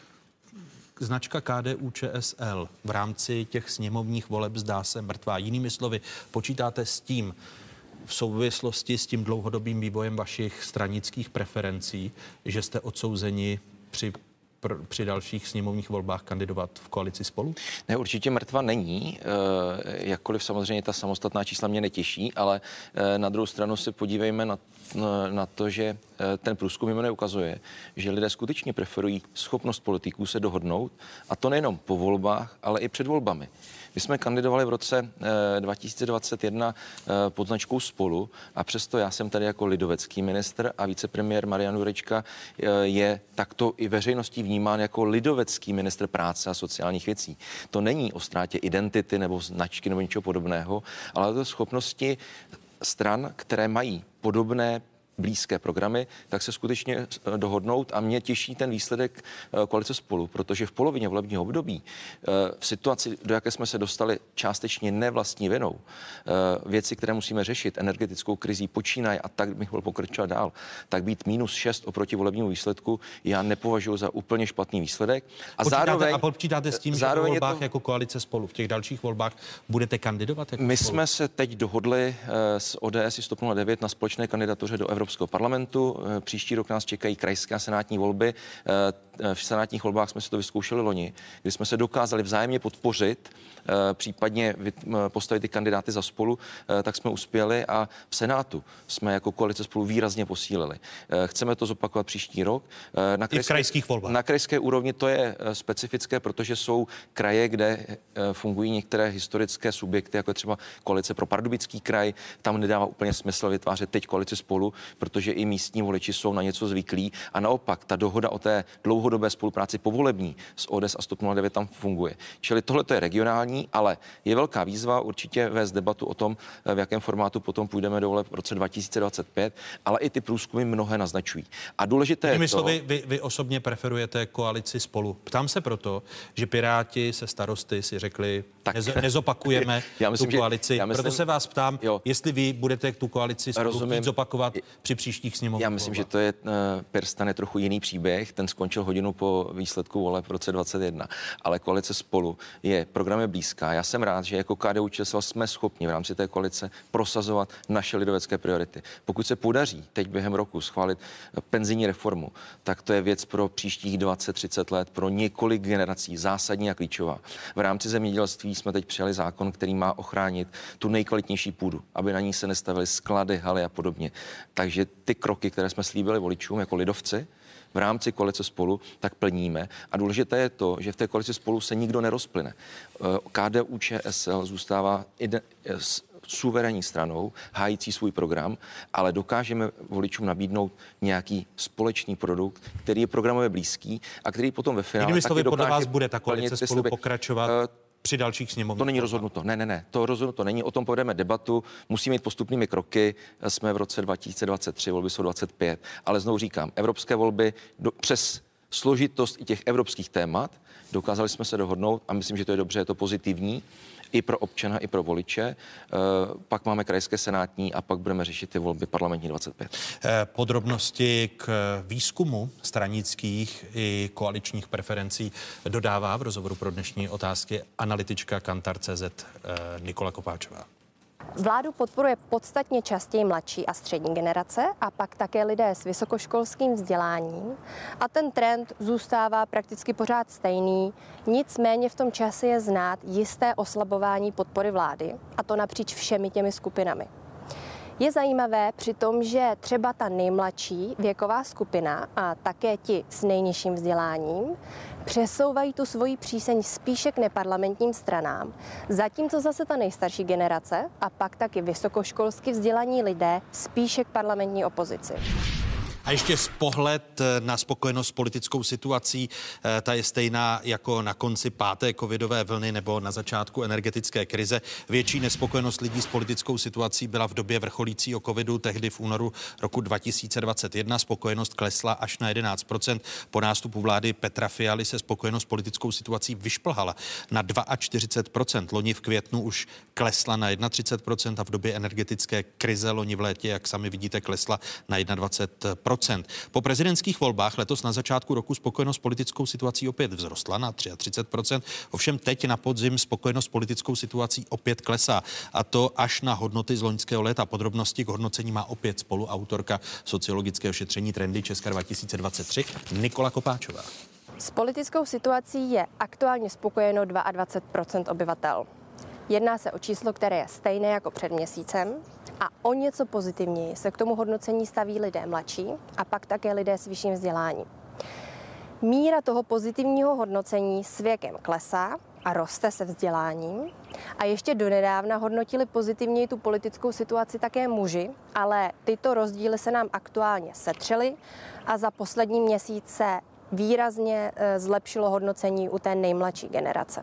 značka K D U Č S L v rámci těch sněmovních voleb zdá se mrtvá. Jinými slovy, počítáte s tím, v souvislosti s tím dlouhodobým vývojem vašich stranických preferencí, že jste odsouzeni při pr- při dalších sněmovních volbách kandidovat v koalici Spolu? Ne, určitě mrtva není, e, jakkoliv samozřejmě ta samostatná čísla mě netěší, ale e, na druhou stranu si podívejme na, na, na to, že e, ten průzkum mimo ukazuje, že lidé skutečně preferují schopnost politiků se dohodnout, a to nejenom po volbách, ale i před volbami. My jsme kandidovali v roce e, dva tisíce dvacet jedna e, pod značkou Spolu a přesto já jsem tady jako lidovecký ministr a vicepremiér Marian Jurečka e, je takto i veřejností vnímán jako lidovecký ministr práce a sociálních věcí. To není o ztrátě identity nebo značky nebo něčeho podobného, ale to schopnosti stran, které mají podobné blízké programy, tak se skutečně dohodnout a mě těší ten výsledek koalice Spolu, protože v polovině volebního období v situaci, do jaké jsme se dostali částečně nevlastní vinou, věci, které musíme řešit, energetickou krizí počínají a tak bych mohl pokračovat dál, tak být minus šest oproti volebnímu výsledku já nepovažuji za úplně špatný výsledek. A počítáte, zároveň a počítáte s tím, že v volbách to jako koalice Spolu, v těch dalších volbách budete kandidovat jako My Spolu? jsme se teď dohodli s O D S i S T O P nula devět na společné kandidatuře do Evropského parlamentu. Příští rok nás čekají krajské a senátní volby. V senátních volbách jsme si to vyzkoušeli loni, kdy jsme se dokázali vzájemně podpořit, případně postavit ty kandidáty za Spolu, tak jsme uspěli a v Senátu jsme jako koalice Spolu výrazně posílili. Chceme to zopakovat příští rok. Na krajské, I v krajských volbách. Na krajské úrovni to je specifické, protože jsou kraje, kde fungují některé historické subjekty, jako je třeba koalice pro Pardubický kraj. Tam nedává úplně smysl vytvářet teď koalici Spolu, protože i místní voliči jsou na něco zvyklí a naopak ta dohoda o té dlouhodobé spolupráci povolební s O D S a S T O P nula devět tam funguje. Čili tohle to je regionální, ale je velká výzva určitě vést debatu o tom, v jakém formátu potom půjdeme do voleb v roce dva tisíce dvacet pět, ale i ty průzkumy mnohé naznačují. A důležité je to... Slovy, vy, vy osobně preferujete koalici Spolu. Ptám se proto, že Piráti se starosty si řekli, tak. Nez, nezopakujeme já myslím, tu koalici. Já myslím, proto se vás ptám, jo. jestli vy budete tu koalici Spolu chtít zopakovat při příštích sněmovních. Já myslím, volbách. Že to je uh, Pirstane trochu jiný příběh. Ten skončil hodinu po výsledku voleb v roce dvacet jedna. Ale koalice Spolu je programy blízká. Já jsem rád, že jako K D U Č S L jsme schopni v rámci té koalice prosazovat naše lidovecké priority. Pokud se podaří teď během roku schválit penzijní reformu, tak to je věc pro příštích dvacet třicet let, pro několik generací, zásadní a klíčová. V rámci zemědělství jsme teď přijali zákon, který má ochránit tu nejkvalitnější půdu, aby na ní se nestavily sklady, haly a podobně. Takže ty kroky, které jsme slíbili voličům jako lidovci v rámci koalice Spolu, tak plníme. A důležité je to, že v té koalici Spolu se nikdo nerozplyne. K D U Č S L zůstává ide- suverénní stranou, hájící svůj program, ale dokážeme voličům nabídnout nějaký společný produkt, který je programově blízký a který potom ve finále Jinými slovy, taky podle dokáže vás bude ta koalice Spolu sliby. pokračovat uh, při dalších sněmovních. To není rozhodnuto. Ne, ne, ne. To rozhodnuto není. O tom povedeme debatu. Musíme jít postupnými kroky. Jsme v roce dva tisíce dvacet tři, volby jsou dvacet pět. Ale znovu říkám, evropské volby do, přes složitost i těch evropských témat dokázali jsme se dohodnout a myslím, že to je dobře, je to pozitivní i pro občana, i pro voliče. E, pak máme krajské, senátní a pak budeme řešit ty volby parlamentní dvacet pět. E, podrobnosti k výzkumu stranických i koaličních preferencí dodává v rozhovoru pro dnešní otázky analytička Kantar tečka cé zet e, Nikola Kopáčová. Vládu podporuje podstatně častěji mladší a střední generace a pak také lidé s vysokoškolským vzděláním a ten trend zůstává prakticky pořád stejný, nicméně v tom čase je znát jisté oslabování podpory vlády a to napříč všemi těmi skupinami. Je zajímavé přitom, že třeba ta nejmladší věková skupina a také ti s nejnižším vzděláním přesouvají tu svoji příseň spíše k neparlamentním stranám, zatímco zase ta nejstarší generace a pak taky vysokoškolsky vzdělaní lidé spíše k parlamentní opozici. A ještě z pohled na spokojenost s politickou situací, ta je stejná jako na konci páté covidové vlny nebo na začátku energetické krize. Větší nespokojenost lidí s politickou situací byla v době vrcholícího covidu, tehdy v únoru roku dva tisíce dvacet jedna. Spokojenost klesla až na jedenáct procent. Po nástupu vlády Petra Fialy se spokojenost s politickou situací vyšplhala na čtyřicet dva procent. Loni v květnu už klesla na třicet jedna procent a v době energetické krize loni v létě, jak sami vidíte, klesla na dvacet jedna procent. Po prezidentských volbách letos na začátku roku spokojenost s politickou situací opět vzrostla na třicet tři procent. Ovšem teď na podzim spokojenost s politickou situací opět klesá. A to až na hodnoty z loňského léta. Podrobnosti k hodnocení má opět spoluautorka sociologického šetření Trendy Česka dva tisíce dvacet tři Nikola Kopáčová. S politickou situací je aktuálně spokojeno dvacet dva procent obyvatel. Jedná se o číslo, které je stejné jako před měsícem a o něco pozitivněji se k tomu hodnocení staví lidé mladší a pak také lidé s vyšším vzděláním. Míra toho pozitivního hodnocení s věkem klesá a roste se vzděláním a ještě donedávna hodnotili pozitivněji tu politickou situaci také muži, ale tyto rozdíly se nám aktuálně setřely a za poslední měsíc se výrazně zlepšilo hodnocení u té nejmladší generace.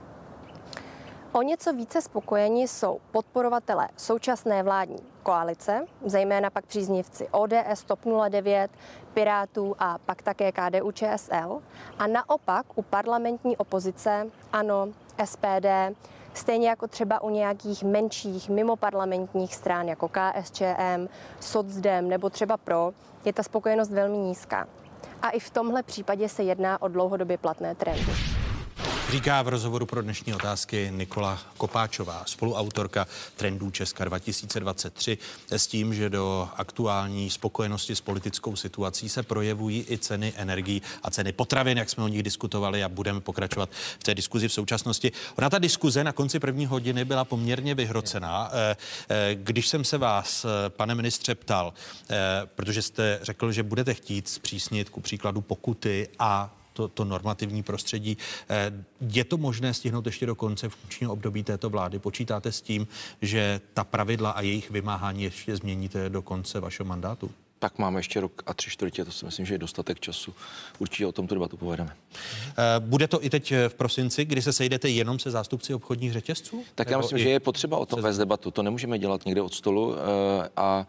O něco více spokojeni jsou podporovatelé současné vládní koalice, zejména pak příznivci O D S, TOP nula devět, Pirátů a pak také K D U Č S L. A naopak u parlamentní opozice, ANO, S P D, stejně jako třeba u nějakých menších mimoparlamentních stran jako K S Č M, Socdem nebo třeba Pro, je ta spokojenost velmi nízká. A i v tomhle případě se jedná o dlouhodobě platné trendy. Říká v rozhovoru pro dnešní otázky Nikola Kopáčová, spoluautorka Trendů Česka dva tisíce dvacet tři, s tím, že do aktuální spokojenosti s politickou situací se projevují i ceny energií a ceny potravin, jak jsme o nich diskutovali a budeme pokračovat v té diskuzi v současnosti. Ona ta diskuze na konci první hodiny byla poměrně vyhrocená. Když jsem se vás, pane ministře, ptal, protože jste řekl, že budete chtít zpřísnit ku příkladu pokuty a To, to normativní prostředí. Je to možné stihnout ještě do konce funkčního období této vlády? Počítáte s tím, že ta pravidla a jejich vymáhání ještě změníte do konce vašeho mandátu? Tak máme ještě rok a tři čtvrtě, to si myslím, že je dostatek času. Určitě o tomto debatu povedeme. Bude to i teď v prosinci, kdy se sejdete jenom se zástupci obchodních řetězců? Tak já myslím, že je potřeba o tom vést debatu. To nemůžeme dělat někde od stolu a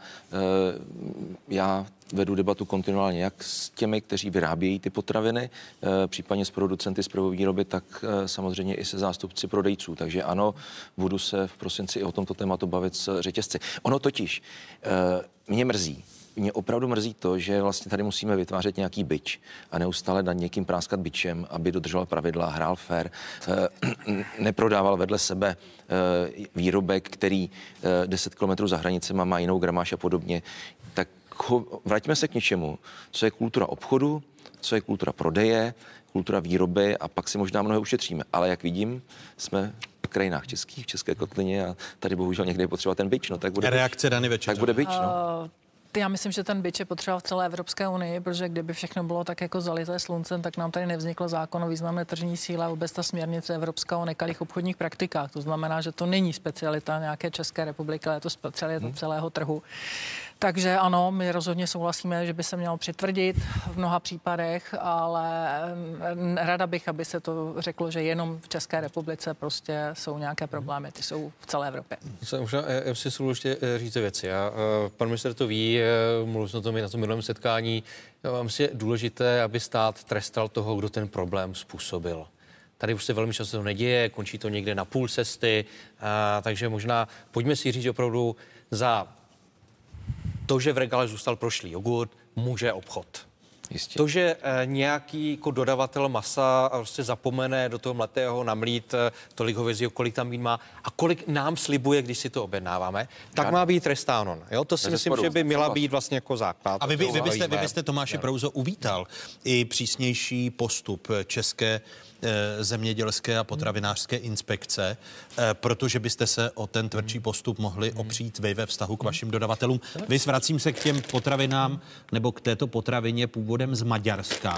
já vedu debatu kontinuálně jak s těmi, kteří vyrábějí ty potraviny, případně s producenty z prvovýroby, tak samozřejmě i se zástupci prodejců. Takže ano, budu se v prosinci i o tomto tématu bavit s řetězci. Ono totiž mě mrzí, Mě opravdu mrzí to, že vlastně tady musíme vytvářet nějaký bič a neustále nad někým práskat bičem, aby dodržoval pravidla, hrál fair, neprodával vedle sebe výrobek, který deset kilometrů za hranicema má jinou gramáž a podobně. Tak vraťme se k něčemu, co je kultura obchodu, co je kultura prodeje, kultura výroby a pak si možná mnohé ušetříme. Ale jak vidím, jsme v krajinách českých, v České kotlině a tady bohužel někde je potřeba ten bič. No, tak bude reakce Dany Večeřové. Tak bude bič, no. Uh... Já myslím, že ten bič je potřeba v celé Evropské unii, protože kdyby všechno bylo tak jako zalité sluncem, tak nám tady nevznikl zákon o významné tržní síle a vůbec ta směrnice Evropská o nekalých obchodních praktikách. To znamená, že to není specialita nějaké České republiky, ale je to specialita hmm. celého trhu. Takže ano, my rozhodně souhlasíme, že by se mělo přitvrdit v mnoha případech, ale rada bych, aby se to řeklo, že jenom v České republice prostě jsou nějaké problémy, ty jsou v celé Evropě. Možná já si svůj ještě říct věci. Já, pan minister to ví, mluvil jsem o tom i na tom minulém setkání. Já myslím, je důležité, aby stát trestal toho, kdo ten problém způsobil. Tady už se velmi často to neděje, končí to někde na půl cesty, a, takže možná pojďme si říct opravdu za to, že v regále zůstal prošlý jogurt, může obchod. Jistě. To, že e, nějaký jako dodavatel masa prostě zapomene do toho mletého namlít e, tolik hovězího, kolik tam vín má a kolik nám slibuje, když si to objednáváme, tak má být trestáno. Jo? To si myslím, že by měla být vlastně jako základ. A vy, vy, vy, byste, vy byste, Tomáši Prouzo, uvítal i přísnější postup České zemědělské a potravinářské inspekce, protože byste se o ten tvrdší postup mohli opřít vy ve vztahu k vašim dodavatelům. Vy vracím se k těm potravinám nebo k této potravině původem z Maďarska,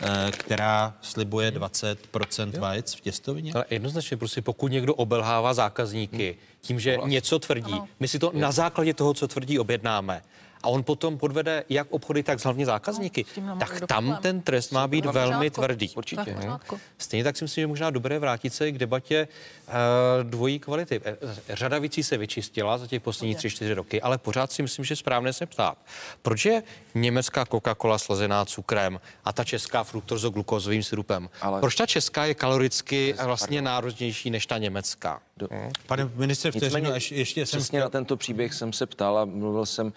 která slibuje dvacet procent vajec v těstovině. Ale jednoznačně, prostě pokud někdo obelhává zákazníky tím, že něco tvrdí, my si to na základě toho, co tvrdí, objednáme, a on potom podvede jak obchody, tak hlavně zákazníky, no, tak tam ten trest má být velmi tvrdý. Určitě. Stejně tak si myslím, že možná dobré vrátit se k debatě uh, dvojí kvality. Řada věcí se vyčistila za těch posledních tři, čtyři roky, ale pořád si myslím, že správně se ptát. Proč je německá Coca-Cola slazená cukrem a ta česká fruktozoglukózovým syrupem? Ale... Proč ta česká je kaloricky vlastně náročnější než ta německá? Do... Hmm. Pane ministře, vteřinu, ještě, ještě jsem... Přesně na tento příběh jsem se ptal a mluvil jsem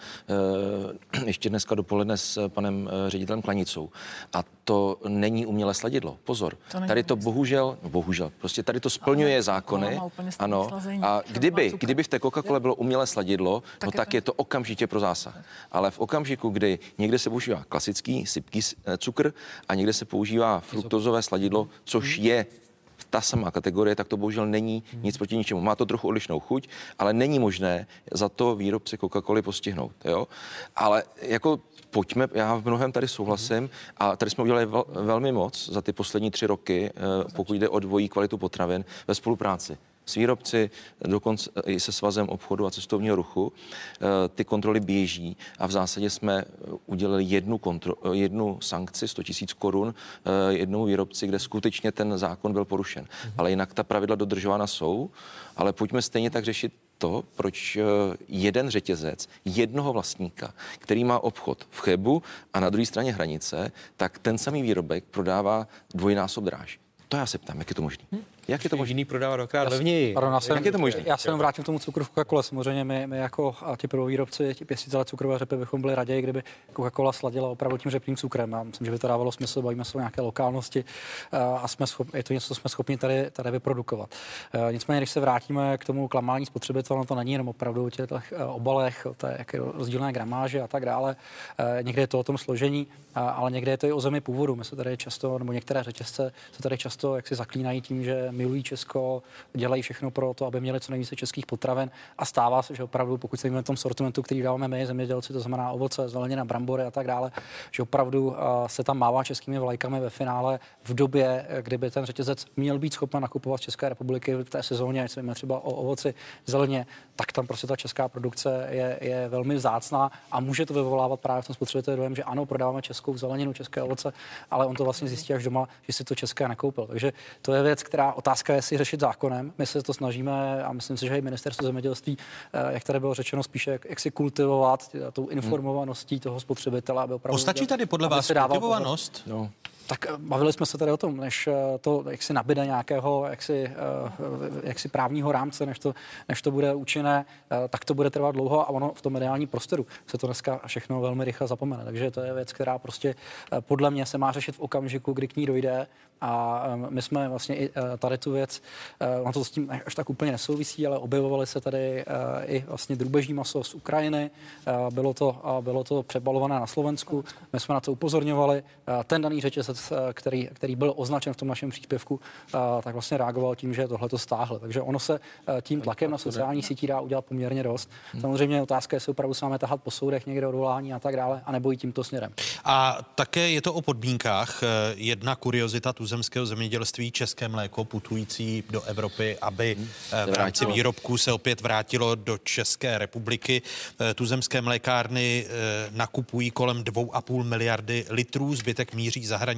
uh, ještě dneska dopoledne s panem uh, ředitelem Klanicou. A to není umělé sladidlo. Pozor. To tady to bohužel, no bohužel, prostě tady to splňuje zákony. Ano. A kdyby, kdyby v té Coca-Cole bylo umělé sladidlo, tak no je tak to... je to okamžitě pro zásah. Ale v okamžiku, kdy někde se používá klasický sypký cukr a někde se používá fruktozové sladidlo, což je ta samá kategorie, tak to bohužel není nic proti ničemu. Má to trochu odlišnou chuť, ale není možné za to výrobce Coca-Coly postihnout. Jo? Ale jako pojďme, já v mnohem tady souhlasím a tady jsme udělali vel, velmi moc za ty poslední tři roky, pokud jde o dvojí kvalitu potravin ve spolupráci s výrobci, dokonce i se svazem obchodu a cestovního ruchu. Ty kontroly běží a v zásadě jsme udělali jednu, kontro, jednu sankci sto tisíc korun jednomu výrobci, kde skutečně ten zákon byl porušen. Mm. Ale jinak ta pravidla dodržována jsou, ale pojďme stejně tak řešit to, proč jeden řetězec, jednoho vlastníka, který má obchod v Chebu a na druhé straně hranice, tak ten samý výrobek prodává dvojnásob dráž. To já se ptám, jak je to možné? Hmm. Jak je to možný prodává dvakrát levněji? Jak je to možné? Já se jenom vrátím k tomu cukru v Coca-Cole. Samozřejmě my, my jako ti prvovýrobci, ti pěstitelé cukrové řepy bychom byli raději, kdyby Coca-Cola sladila opravdu tím řepným cukrem. Já myslím, že by to dávalo smysl, bavíme se o nějaké lokálnosti a jsme schopni, je to něco, co jsme schopni tady, tady vyprodukovat. Nicméně, když se vrátíme k tomu klamání spotřebitele, to není jenom opravdu o těch obalech, o té rozdílné gramáže a tak dále. Někde je to o tom složení, ale někde je to i o zemi původu. My se tady často, nebo některé řetězce se tady často jaksi zaklínají tím, že milují Česko, dělají všechno pro to, aby měli co nejvíce českých potravin a stává se, že opravdu, pokud se jmenujeme v tom sortimentu, který dáváme my, zemědělci, to znamená ovoce, zelenina, brambory a tak dále, že opravdu uh, se tam mává českými vlajkami ve finále v době, kdyby ten řetězec měl být schopen nakupovat z České republiky v té sezóně, ať se víme třeba o ovoci, zeleně, tak tam prostě ta česká produkce je, je velmi vzácná a může to vyvolávat právě v tom spotřebiteli dojem, že ano, prodáváme českou zeleninu, české ovoce, ale on to vlastně zjistí až doma, že si to české nekoupil. Takže to je věc, která otázka je si řešit zákonem. My se to snažíme a myslím si, že i ministerstvo zemědělství, jak tady bylo řečeno, spíše jak, jak si kultivovat tou informovaností toho spotřebitele, aby opravdu... Postačí tady podle vás kultivovanost? No. Tak bavili jsme se tady o tom, než to jak si nabíde nějakého jaksi, jaksi právního rámce, než to, než to bude účinné, tak to bude trvat dlouho a ono v tom mediálním prostoru se to dneska všechno velmi rychle zapomene. Takže to je věc, která prostě podle mě se má řešit v okamžiku, kdy k ní dojde. A my jsme vlastně i tady tu věc, ono to s tím až tak úplně nesouvisí, ale objevovali se tady i vlastně drůbeží maso z Ukrajiny. Bylo to, bylo to přebalované na Slovensku. My jsme na to upozorňovali. Ten daný řetězec, který, který byl označen v tom našem příspěvku, tak vlastně reagoval tím, že tohle to stáhl. Takže ono se tím tlakem na sociálních sítí dá udělat poměrně dost. Samozřejmě otázka je, jestli opravdu se máme tahat po soudech někde odvolání a tak dále, a nebo i tímto směrem. A také je to o podmínkách. Jedna kuriozita tuzemského zemědělství, české mléko putující do Evropy, aby v rámci výrobků se opět vrátilo do České republiky. Tuzemské mlékárny nakupují kolem dvou a půl miliardy litrů, zbytek míří za hranici.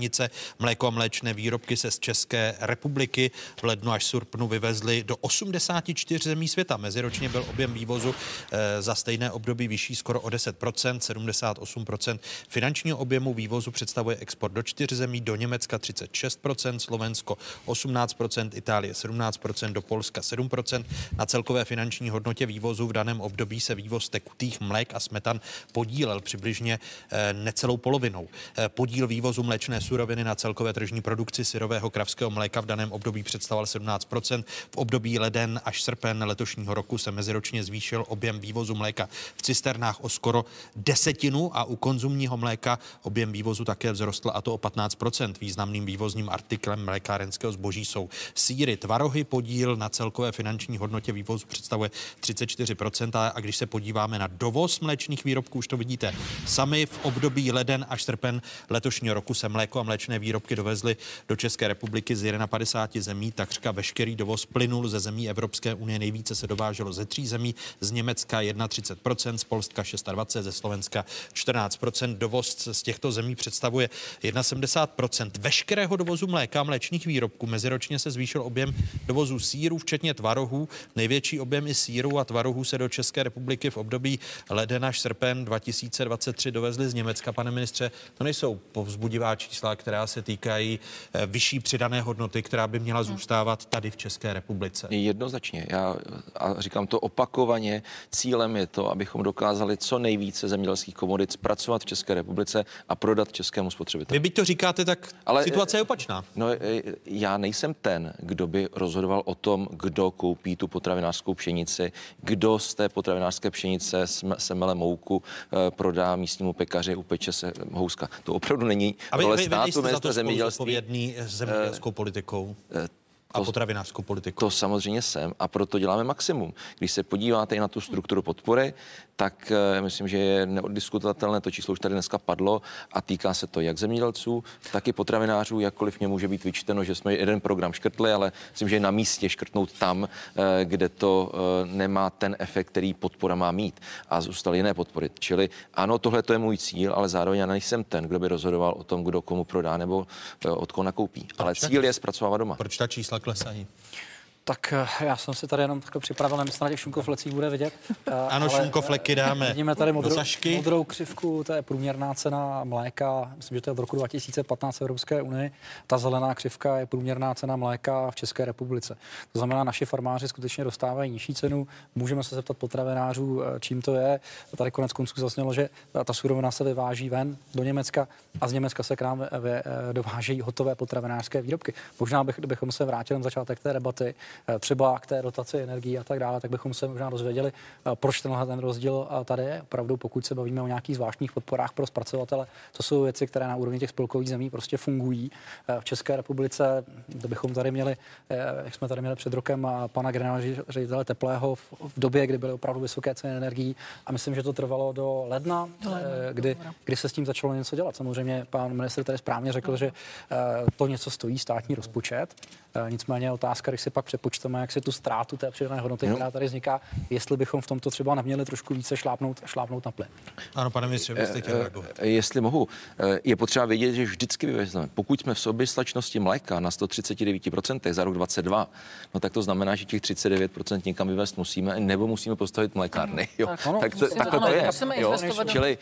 hranice. Mléko a mléčné výrobky se z České republiky v lednu až srpnu vyvezly do osmdesáti čtyř zemí světa. Meziročně byl objem vývozu e, za stejné období vyšší skoro o deset procent, sedmdesát osm procent finančního objemu vývozu představuje export do čtyř zemí, do Německa třicet šest procent, Slovensko osmnáct procent, Itálie sedmnáct procent, do Polska sedm procent. Na celkové finanční hodnotě vývozu v daném období se vývoz tekutých mlék a smetan podílel přibližně e, necelou polovinou. E, podíl vývozu mléčné suroviny na celkové tržní produkci syrového kravského mléka v daném období představoval sedmnáct procent. V období leden až srpen letošního roku se meziročně zvýšil objem vývozu mléka v cisternách o skoro desetinu a u konzumního mléka objem vývozu také vzrostl, a to o patnáct procent. Významným vývozním artiklem mlékárenského zboží jsou sýry, tvarohy. Podíl na celkové finanční hodnotě vývozu představuje třicet čtyři procent. A když se podíváme na dovoz mléčných výrobků, už to vidíte sami, v období leden až srpen letošního roku se mléko a mléčné výrobky dovezly do České republiky z padesáti zemí. Takřka veškerý dovoz plynul ze zemí Evropské unie. Nejvíce se dováželo ze tří zemí, z Německa třicet jedna procent, z Polska dvacet šest procent, ze Slovenska čtrnáct procent. Dovoz z těchto zemí představuje sedmdesát jedna procent veškerého dovozu mléka a mléčných výrobků. Meziročně se zvýšil objem dovozu sýrů, včetně tvarohů. Největší objem i sýrů a tvarohů se do České republiky v období leden až srpen dva tisíce dvacet tři dovezly z Německa. Pane ministře, to nejsou povzbudivá čísla, která se týkají vyšší přidané hodnoty, která by měla zůstávat tady v České republice. Jednoznačně. Já a říkám to opakovaně. Cílem je to, abychom dokázali co nejvíce zemědělských komodit zpracovat v České republice a prodat českému spotřebiteli. Vy byť to říkáte, tak ale situace je opačná. No, já nejsem ten, kdo by rozhodoval o tom, kdo koupí tu potravinářskou pšenici, kdo z té potravinářské pšenice semele mouku prodá místnímu pekaři, upeče se houska. To opravdu není role státu, ministra zemědělství. Zemědělskou politikou a potravinářskou politiku. To samozřejmě jsem a proto děláme maximum. Když se podíváte i na tu strukturu podpory, tak uh, myslím, že je neoddiskutovatelné, to číslo už tady dneska padlo a týká se to jak zemědělců, tak i potravinářů, jakkoliv mě může být vyčteno, že jsme jeden program škrtli, ale myslím, že je na místě škrtnout tam, uh, kde to uh, nemá ten efekt, který podpora má mít a zůstaly jiné podpory. Čili ano, tohle to je můj cíl, ale zároveň já nejsem ten, kdo by rozhodoval o tom, kdo komu prodá nebo uh, od koho nakoupí. Ale cíl je zpracovávat doma. Proč ta čísla klesají? Tak já jsem si tady jenom takhle připravil, nevím, na těch šunkoflecích bude vidět. Ano, šunkofleky dáme. Vidíme tady modrou, modrou křivku, to je průměrná cena mléka, myslím, že to je od roku dva tisíce patnáct v Evropské unii. Ta zelená křivka je průměrná cena mléka v České republice. To znamená, naši farmáři skutečně dostávají nižší cenu. Můžeme se zeptat potravinářů, čím to je. Tady konec konců zaznělo, že ta surovina se vyváží ven do Německa a z Německa se k nám dovážejí hotové potravinářské výrobky. Možná bych, bychom se vrátili na začátek té debaty, třeba k té dotaci energií a tak dále, tak bychom se možná dozvěděli, proč tenhle ten rozdíl tady je. Opravdu, pokud se bavíme o nějakých zvláštních podporách pro zpracovatele, to jsou věci, které na úrovni těch spolkových zemí prostě fungují. V České republice, to bychom tady měli, jak jsme tady měli před rokem pana generálního ředitele Teplého v, v době, kdy byly opravdu vysoké ceny energií a myslím, že to trvalo do ledna, do ledna kdy, kdy se s tím začalo něco dělat. Samozřejmě pan ministr tady správně řekl, že to něco stojí státní rozpočet. Nicméně otázka, když si pak přepočteme, jak se tu ztrátu té přidané hodnoty, která tady vzniká, jestli bychom v tomto třeba neměli trošku více šlápnout, šlápnout na plyn. Ano, pane ministře, vy jste chtěl reagovat. Jestli mohu, je potřeba vědět, že vždycky vyvezeme. Pokud jsme v soběstačnosti mléka na sto třicet devět procent za rok dvacet dva, no tak to znamená, že těch třicet devět procent někam vyvést musíme, nebo musíme postavit mlékárny. Jo. Tak, ono, tak to, tak to je. Jo. Čili,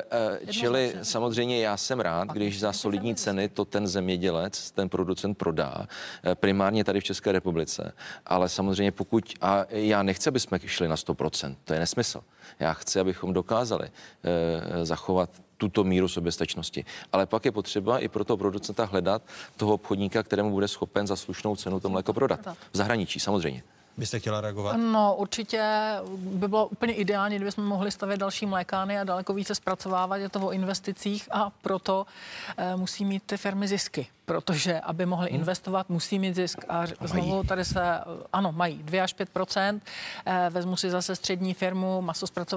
čili samozřejmě já jsem rád, když za solidní ceny to ten zemědělec, ten producent prodá, primárně tady v České republice. Ale samozřejmě pokud, a já nechci, aby jsme šli na sto procent, to je nesmysl. Já chci, abychom dokázali e, zachovat tuto míru soběstačnosti. Ale pak je potřeba i pro toho producenta hledat toho obchodníka, kterému bude schopen za slušnou cenu to mléko prodat. V zahraničí samozřejmě. Byste chtěla reagovat? No, určitě by bylo úplně ideální, kdybychom mohli stavět další mlékárny a daleko více zpracovávat. Je to o investicích a proto e, musí mít ty firmy zisky. Protože, aby mohli hmm. investovat, musí mít zisk. A, a znovu tady se, ano, mají dvě až pět procent. E, vezmu si zase střední firmu,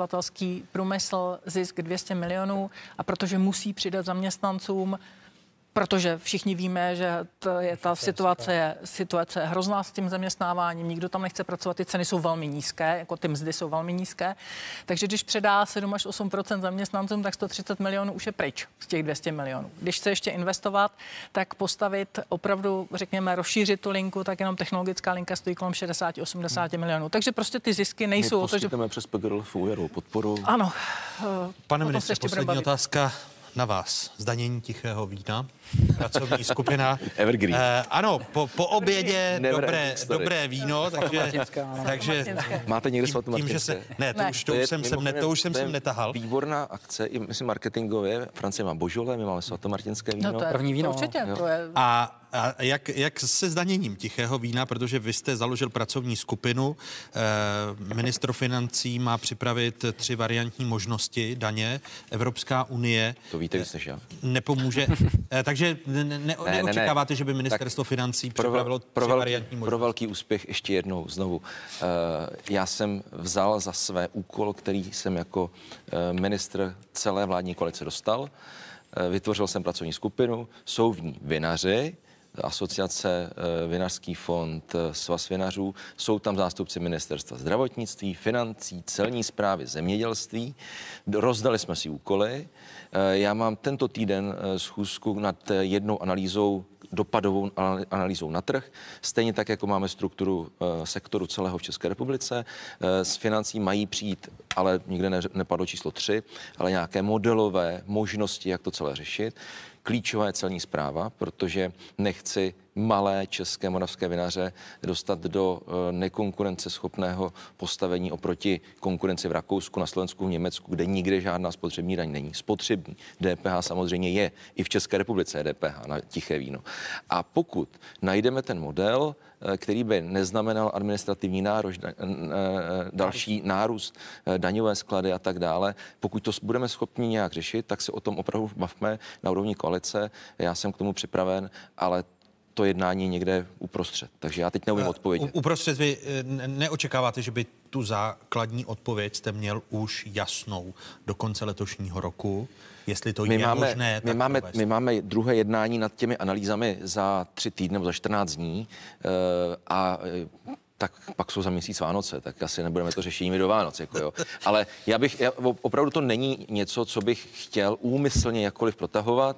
masozpracovatelský průmysl, zisk dvě stě milionů. A protože musí přidat zaměstnancům, protože všichni víme, že to je ta situace je, situace je hrozná s tím zaměstnáváním, nikdo tam nechce pracovat, ty ceny jsou velmi nízké, jako ty mzdy jsou velmi nízké, takže když předá sedm až osm procent zaměstnancům, tak sto třicet milionů už je pryč z těch dvě stě milionů. Když chce ještě investovat, tak postavit opravdu, řekněme, rozšířit tu linku, tak jenom technologická linka stojí kolem šedesát až osmdesát milionů. Takže prostě ty zisky nejsou o to, že... přes P G R L F úvěru podporu. Ano. Pane ministře, poslední otázka na vás. Zdanění tichého vína, pracovní skupina. Evergreen. Eh, ano, po, po obědě dobré, dobré víno, takže... takže máte někde svatou tím, že se, Ne, to Ne. už, to už jsem, sem, ne, to už jsem sem netahal. Výborná akce, i myslím marketingově. Francie má Božole, my máme svatomartinské víno. No to je, První víno. To určitě, to je... A, a jak, jak se zdaněním tichého vína, protože vy jste založil pracovní skupinu, eh, ministr financí má připravit tři variantní možnosti daně, Evropská unie... To víte víc než já. Nepomůže. eh, takže ne, ne, ne, neočekáváte, že by ministerstvo tak financí připravilo pro, tři pro, variantní možnosti? Pro velký úspěch ještě jednou znovu. Eh, já jsem vzal za své úkol, který jsem jako eh, ministr celé vládní koalice dostal. Eh, vytvořil jsem pracovní skupinu, jsou v ní vinaři, asociace, Vinařský fond, Svaz vinařů, jsou tam zástupci ministerstva zdravotnictví, financí, celní správy, zemědělství. Rozdali jsme si úkoly. Já mám tento týden schůzku nad jednou analýzou, dopadovou analýzou na trh, stejně tak, jako máme strukturu sektoru celého v České republice. S financí mají přijít, ale nikde ne, nepadlo číslo tři, ale nějaké modelové možnosti, jak to celé řešit. Klíčová je celní správa, protože nechci malé české moravské vinaře dostat do nekonkurenceschopného postavení oproti konkurenci v Rakousku, na Slovensku, v Německu, kde nikde žádná spotřební daň není. Spotřební D P H samozřejmě je. I v České republice je D P H na tiché víno. A pokud najdeme ten model, který by neznamenal administrativní nároč, další nárůst, daňové sklady a tak dále, pokud to budeme schopni nějak řešit, tak se o tom opravdu bavme na úrovni koalice. Já jsem k tomu připraven, ale to jednání někde uprostřed. Takže já teď neumím odpovědět. Uprostřed vy neočekáváte, že by tu základní odpověď jste měl už jasnou do konce letošního roku? Jestli to my je máme, možné. My máme, my máme druhé jednání nad těmi analýzami za tři týdny nebo za čtrnáct dní a tak pak jsou za měsíc Vánoce, tak asi nebudeme to řešit do Vánoc, jako jo. Ale já bych, já, opravdu to není něco, co bych chtěl úmyslně jakkoliv protahovat.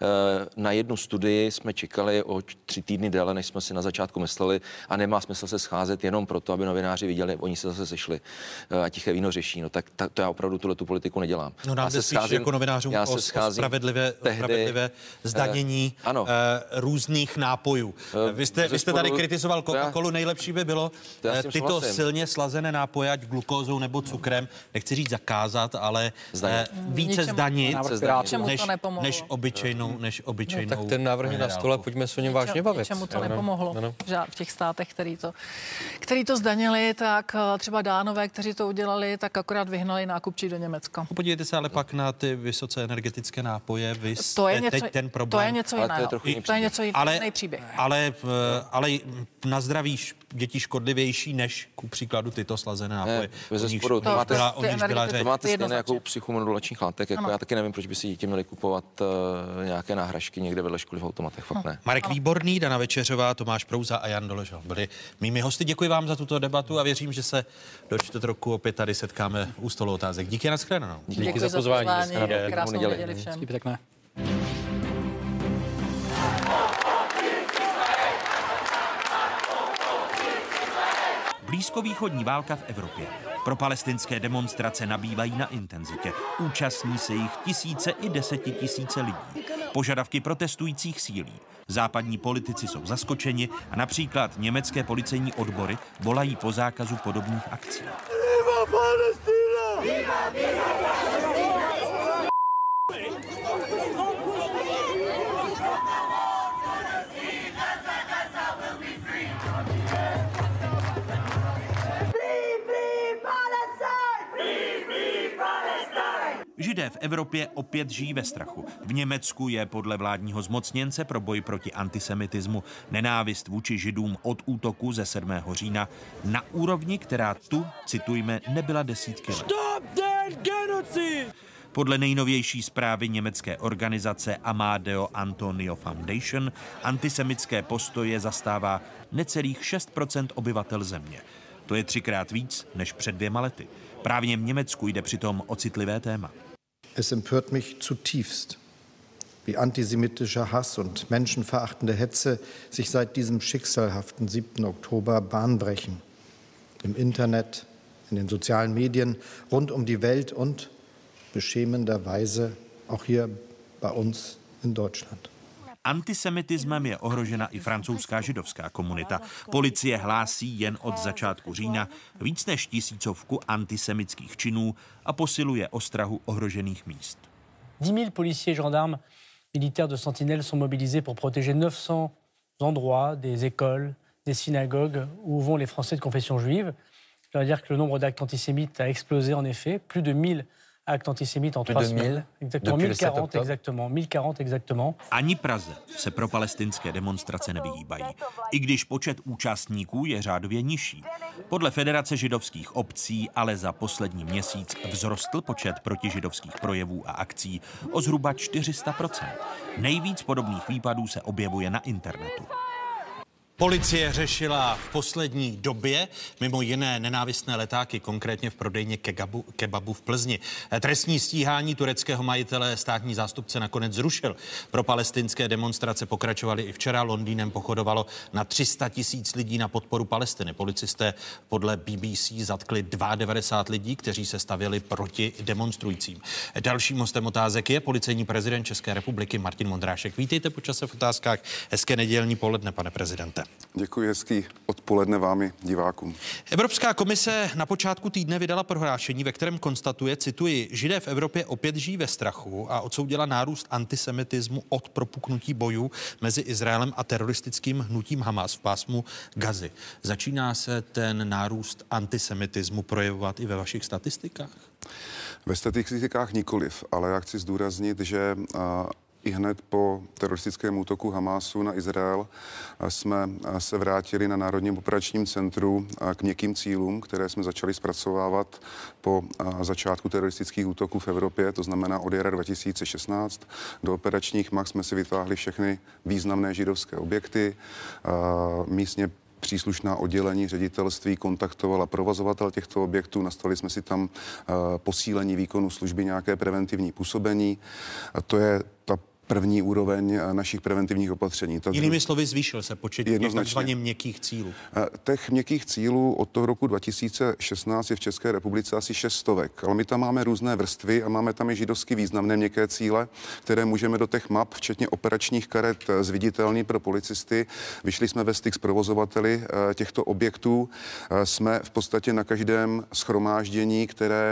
Na jednu studii jsme čekali o tři týdny déle, než jsme si na začátku mysleli, a nemá smysl se scházet jenom proto, aby novináři viděli, oni se zase sešli a tiché víno řeší. No tak ta, to já opravdu tuhle tu politiku nedělám. No nám jde spíš jako novinářům o, o spravedlivé, tehdy, spravedlivé zdanění uh, uh, různých nápojů. Uh, vy, jste, vy jste tady kritizoval Coca-Colu, nejlepší by bylo tyto souhlasím. Silně slazené nápoje, ať glukózou nebo cukrem, nechci říct zakázat, ale eh, více Ničemu, zdanit, než, než obyčejnou, než obyčejnou. No, tak ten návrh je na stole, pojďme se o něm vážně bavit. Ničemu to nepomohlo. No, no. V těch státech, který to, který to zdanili, tak třeba Dánové, kteří to udělali, tak akorát vyhnali nákupčí do Německa. Podívejte se ale pak na ty vysoce energetické nápoje. Vy to je něco, teď ten problém. To je něco jiného. To je, to je něco jiný příběh. Ale, ale na zdraví dětí škodlivější než ku příkladu tyto slazené nápoje. Bezesporu, to máte, byla, byla to máte stejné jako u psychomodulačních látek. Jako já taky nevím, proč by si děti měli kupovat uh, nějaké náhražky někde vedle školy v automatech. Fakt ne. Marek Výborný, Dana Večeřová, Tomáš Prouza a Jan Doležal byli mými hosty. Děkuji vám za tuto debatu a věřím, že se do čtvrt roku opět tady setkáme u stolu otázek. Díky, nashledanou. Díky, Díky za pozvání. pozvání. Krásnou neděli všem. Pěkné. Blízkovýchodní válka v Evropě. Pro palestinské demonstrace nabývají na intenzitě. Účastní se jich tisíce i desetitisíce lidí. Požadavky protestujících sílí. Západní politici jsou zaskočeni a například německé policejní odbory volají po zákazu podobných akcí. Viva Palestina! Viva, viva Palestina! Židé v Evropě opět žijí ve strachu. V Německu je podle vládního zmocněnce pro boj proti antisemitismu nenávist vůči Židům od útoku ze sedmého října na úrovni, která tu, citujme, nebyla desítky let. Stop that genocide! Podle nejnovější zprávy německé organizace Amadeo Antonio Foundation antisemické postoje zastává necelých šest procent obyvatel země. To je třikrát víc než před dvěma lety. Právě v Německu jde přitom o citlivé téma. Es empört mich zutiefst, wie antisemitischer Hass und menschenverachtende Hetze sich seit diesem schicksalhaften siebten Oktober Bahn brechen. Im Internet, in den sozialen Medien, rund um die Welt und beschämenderweise auch hier bei uns in Deutschland. Antisemitismem je ohrožena i francouzská židovská komunita. Policie hlásí jen od začátku října víc než tisícovku antisemitských činů a posiluje ostrahu ohrožených míst. dix mille policiers, gendarmes, militaires de Sentinelle sont mobilisés pour protéger neuf cents endroits, des écoles, des synagogues où vont les Français de confession juive. Je dois dire que le nombre d'actes antisémites a explosé en effet, plus de mille actes antisémites en trois semaines. Exactement, mille quarante exactement, mille quarante exactement. Ani Praze se pro palestinské demonstrace nevyhýbají, i když počet účastníků je řádově nižší. Podle Federace židovských obcí ale za poslední měsíc vzrostl počet protižidovských projevů a akcí o zhruba čtyři sta procent. Nejvíc podobných výpadů se objevuje na internetu. Policie řešila v poslední době mimo jiné nenávistné letáky, konkrétně v prodejně kebabu, kebabu v Plzni. Trestní stíhání tureckého majitele státní zástupce nakonec zrušil. Pro palestinské demonstrace pokračovaly i včera. Londýnem pochodovalo na tři sta tisíc lidí na podporu Palestiny. Policisté podle B B C zatkli devadesát dva lidí, kteří se stavěli proti demonstrujícím. Dalším hostem otázek je policejní prezident České republiky Martin Vondrášek. Vítejte po čase v otázkách. Hezké nedělní poledne, pane prezidente. Děkuji, hezký odpoledne vámi, divákům. Evropská komise na počátku týdne vydala prohlášení, ve kterém konstatuje, cituji, Židé v Evropě opět žijí ve strachu a odsoudila nárůst antisemitismu od propuknutí bojů mezi Izraelem a teroristickým hnutím Hamas v pásmu Gazy. Začíná se ten nárůst antisemitismu projevovat i ve vašich statistikách? Ve statistikách nikoliv, ale já chci zdůraznit, že i hned po teroristickém útoku Hamásu na Izrael jsme se vrátili na Národním operačním centru k měkkým cílům, které jsme začali zpracovávat po začátku teroristických útoků v Evropě, to znamená od jara dva tisíce šestnáct. Do operačních map jsme si vytáhli všechny významné židovské objekty, místně příslušná oddělení ředitelství kontaktovala provozovatel těchto objektů, nastavili jsme si tam posílení výkonu služby, nějaké preventivní působení. A to je ta první úroveň našich preventivních opatření. Ta Jinými slovy, zvýšil se počet těch takzvaně měkkých cílů. Těch měkkých cílů od toho roku dva tisíce šestnáct je v České republice asi šest stovek, ale my tam máme různé vrstvy a máme tam i židovsky významné měkké cíle, které můžeme do těch map, včetně operačních karet, zviditelnit pro policisty. Vyšli jsme ve styk s provozovateli těchto objektů. Jsme v podstatě na každém shromáždění, které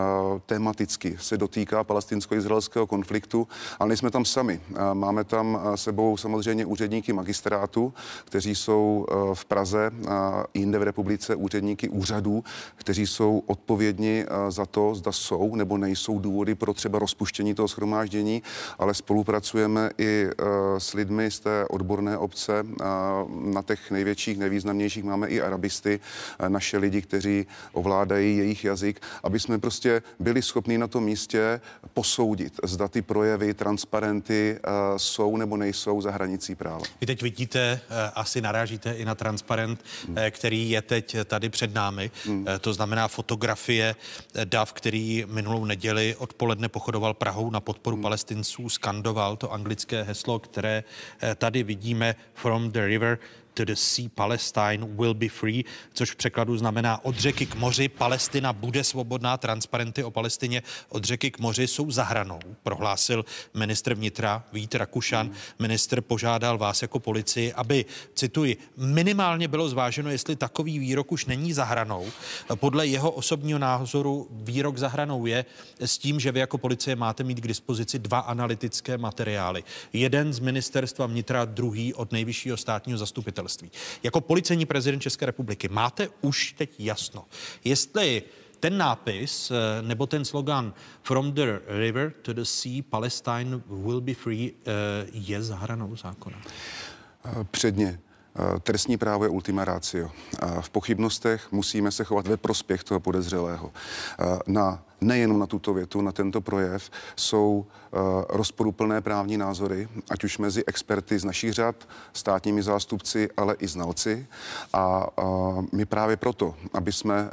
tematicky se dotýká palestinsko-izraelského konfliktu, ale nejsme tam sami. Máme tam sebou samozřejmě úředníky magistrátu, kteří jsou v Praze a jinde v republice úředníky úřadů, kteří jsou odpovědní za to, zda jsou nebo nejsou důvody pro třeba rozpuštění toho shromáždění, ale spolupracujeme i s lidmi z té odborné obce. Na těch největších, nejvýznamnějších máme i arabisty, naše lidi, kteří ovládají jejich jazyk, aby jsme prostě byli schopni na tom místě posoudit, zda ty projevy, transparenty jsou nebo nejsou za hranicí práva. Vy teď vidíte, asi narážíte i na transparent, hmm. který je teď tady před námi. Hmm. To znamená fotografie dav, který minulou neděli odpoledne pochodoval Prahou na podporu hmm. Palestinců, skandoval to anglické heslo, které tady vidíme, From the river to the sea, Palestine will be free, což v překladu znamená od řeky k moři, Palestina bude svobodná, transparenty o Palestině od řeky k moři jsou za hranou, prohlásil ministr vnitra Vít Rakušan. Hmm. Ministr požádal vás jako policii, aby, cituji, minimálně bylo zváženo, jestli takový výrok už není za hranou. Podle jeho osobního názoru výrok za hranou je s tím, že vy jako policie máte mít k dispozici dva analytické materiály. Jeden z ministerstva vnitra, druhý od nejvyššího státního zastupitelství. Jako policejní prezident České republiky máte už teď jasno, jestli ten nápis nebo ten slogan From the river to the sea, Palestine will be free je za hranou zákona? Předně. Trestní právo je ultima ratio. V pochybnostech musíme se chovat ve prospěch toho podezřelého. Na nejenom na tuto větu, na tento projev jsou uh, rozporuplné právní názory, ať už mezi experty z našich řad, státními zástupci, ale i znalci. A uh, my právě proto, aby jsme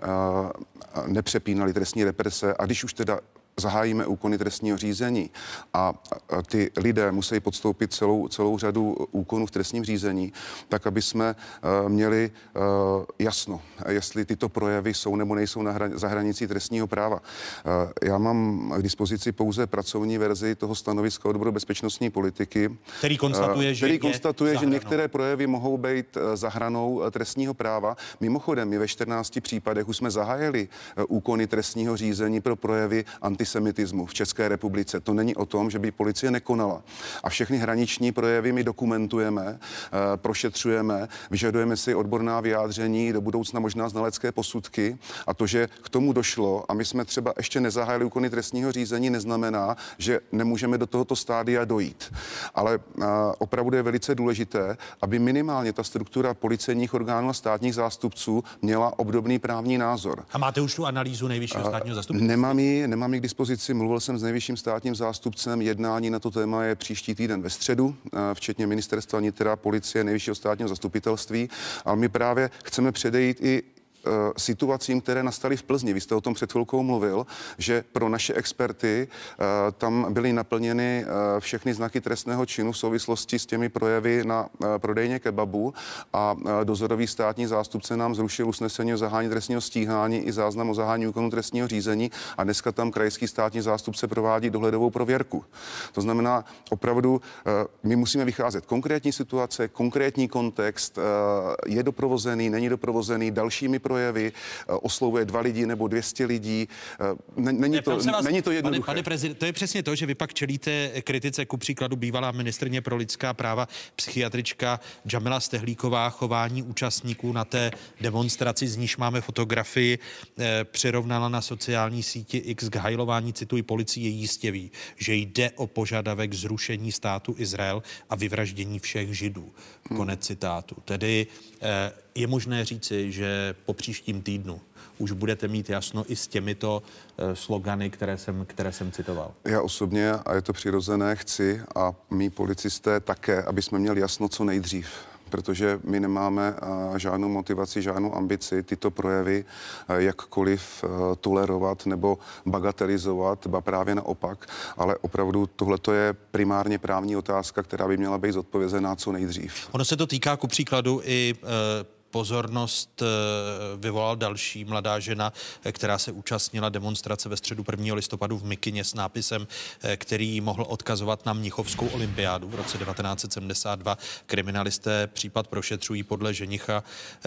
uh, nepřepínali trestní represe, a když už teda zahájíme úkony trestního řízení a ty lidé musí podstoupit celou, celou řadu úkonů v trestním řízení, tak aby jsme uh, měli uh, jasno, jestli tyto projevy jsou nebo nejsou na hra, za hranicí trestního práva. Uh, já mám k dispozici pouze pracovní verzi toho stanoviska odboru bezpečnostní politiky, který konstatuje, uh, že, který konstatuje že některé projevy mohou být uh, za hranou uh, trestního práva. Mimochodem, my ve čtrnácti případech už jsme zahájili uh, úkony trestního řízení pro projevy anti antisemitismu v České republice. To není o tom, že by policie nekonala. A všechny hraniční projevy my dokumentujeme, prošetřujeme, vyžadujeme si odborná vyjádření, do budoucna možná znalecké posudky, a to, že k tomu došlo a my jsme třeba ještě nezahájili úkony trestního řízení, neznamená, že nemůžeme do tohoto stádia dojít. Ale opravdu je velice důležité, aby minimálně ta struktura policejních orgánů a státních zástupců měla obdobný právní názor. A máte už tu analýzu nejvyššího státního zastupitelství? Nemám ji, nemám ji k dispozici. Mluvil jsem s nejvyšším státním zástupcem. Jednání na to téma je příští týden ve středu, včetně ministerstva vnitra, policie, nejvyššího státního zastupitelství. Ale my právě chceme předejít i situacím, které nastaly v Plzni. Vy jste o tom před chvilkou mluvil, že pro naše experty tam byly naplněny všechny znaky trestného činu v souvislosti s těmi projevy na prodejně kebabu a dozorový státní zástupce nám zrušil usnesení o zahájení trestního stíhání i záznam o zahájení úkonu trestního řízení a dneska tam krajský státní zástupce provádí dohledovou prověrku. To znamená, opravdu my musíme vycházet konkrétní situace, konkrétní kontext, je doprovozený, není doprovozený dalšími projevy, projevy, oslovuje dva lidi nebo dvě stě lidí. Není to, vás, není to jednoduché. Pane, pane prezident, to je přesně to, že vy pak čelíte kritice, ku příkladu bývalá ministryně pro lidská práva, psychiatrička Džamila Stehlíková, chování účastníků na té demonstraci, z níž máme fotografii, eh, přirovnala na sociální síti X k hajlování, cituji, policie jistě ví, že jde o požadavek zrušení státu Izrael a vyvraždění všech Židů. Hmm. Konec citátu. Tedy eh, je možné říci, že po příštím týdnu už budete mít jasno i s těmito uh, slogany, které jsem, které jsem citoval? Já osobně, a je to přirozené, chci a mí policisté také, aby jsme měli jasno co nejdřív. Protože my nemáme uh, žádnou motivaci, žádnou ambici tyto projevy uh, jakkoliv uh, tolerovat nebo bagatelizovat, ba právě naopak, ale opravdu tohleto je primárně právní otázka, která by měla být zodpovězená co nejdřív. Ono se to týká ku příkladu i uh, pozornost vyvolal další mladá žena, která se účastnila demonstrace ve středu prvního listopadu v Mikyně s nápisem, který mohl odkazovat na Mnichovskou olympiádu v roce devatenáct set sedmdesát dva. Kriminalisté případ prošetřují podle ženicha,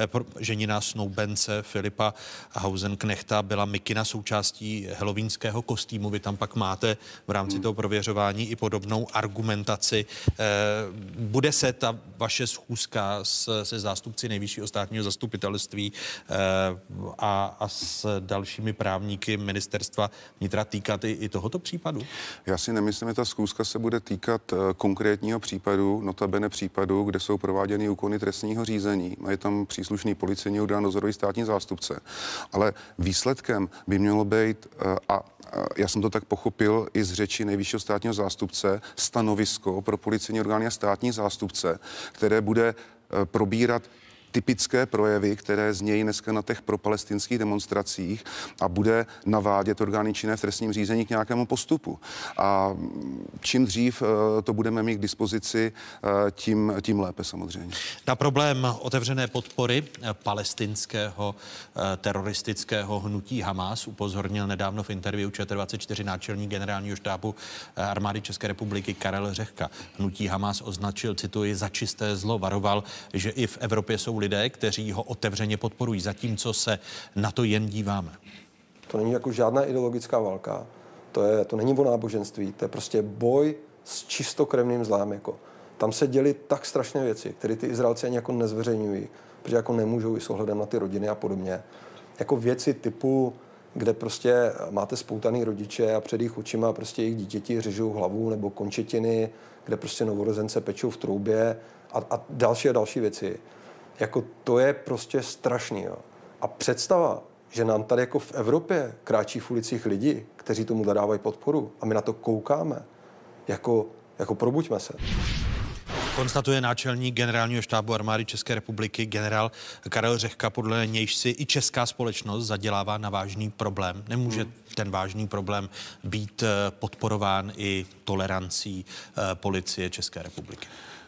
ženina snoubence Filipa Hausenknechta. Byla Mikyna součástí halloweenského kostýmu. Vy tam pak máte v rámci hmm. toho prověřování i podobnou argumentaci. Bude se ta vaše schůzka se zástupci nejvyššího státního zastupitelství eh, a, a s dalšími právníky ministerstva vnitra týkat i, i tohoto případu? Já si nemyslím, že ta schůzka se bude týkat uh, konkrétního případu, notabene případu, kde jsou prováděny úkony trestního řízení. A je tam příslušný policejní orgán, dozorový státní zástupce. Ale výsledkem by mělo být, uh, a já jsem to tak pochopil i z řeči nejvyššího státního zástupce, stanovisko pro policejní orgány a státní zástupce, které bude uh, probírat typické projevy, které znějí dneska na těch propalestinských demonstracích a bude navádět orgány činné v trestním řízení k nějakému postupu. A čím dřív to budeme mít k dispozici, tím, tím lépe samozřejmě. Na problém otevřené podpory palestinského teroristického hnutí Hamas upozornil nedávno v interview Č T dvacet čtyři náčelník generálního štábu armády České republiky Karel Řehka. Hnutí Hamas označil, cituji, za čisté zlo, varoval, že i v Evropě jsou lidé, kteří ho otevřeně podporují, zatímco se na to jen díváme. To není jako žádná ideologická válka, to, je, to není o náboženství, to je prostě boj s čistokrevným zlem. Jako. Tam se děly tak strašné věci, které ty Izraelci ani jako nezveřejňují, protože jako nemůžou i s ohledem na ty rodiny a podobně. Jako věci typu, kde prostě máte spoutaný rodiče a před jejich očima prostě jejich dítěti řežou hlavu nebo končetiny, kde prostě novorozence pečou v troubě a, a další a další věci. Jako to je prostě strašný. Jo. A představa, že nám tady jako v Evropě kráčí v ulicích lidi, kteří tomu dávají podporu a my na to koukáme, jako, jako probuďme se. Konstatuje náčelník generálního štábu armády České republiky generál Karel Řehka, podle nějž si i česká společnost zadělává na vážný problém. Nemůže hmm. ten vážný problém být podporován i tolerancí policie České republiky?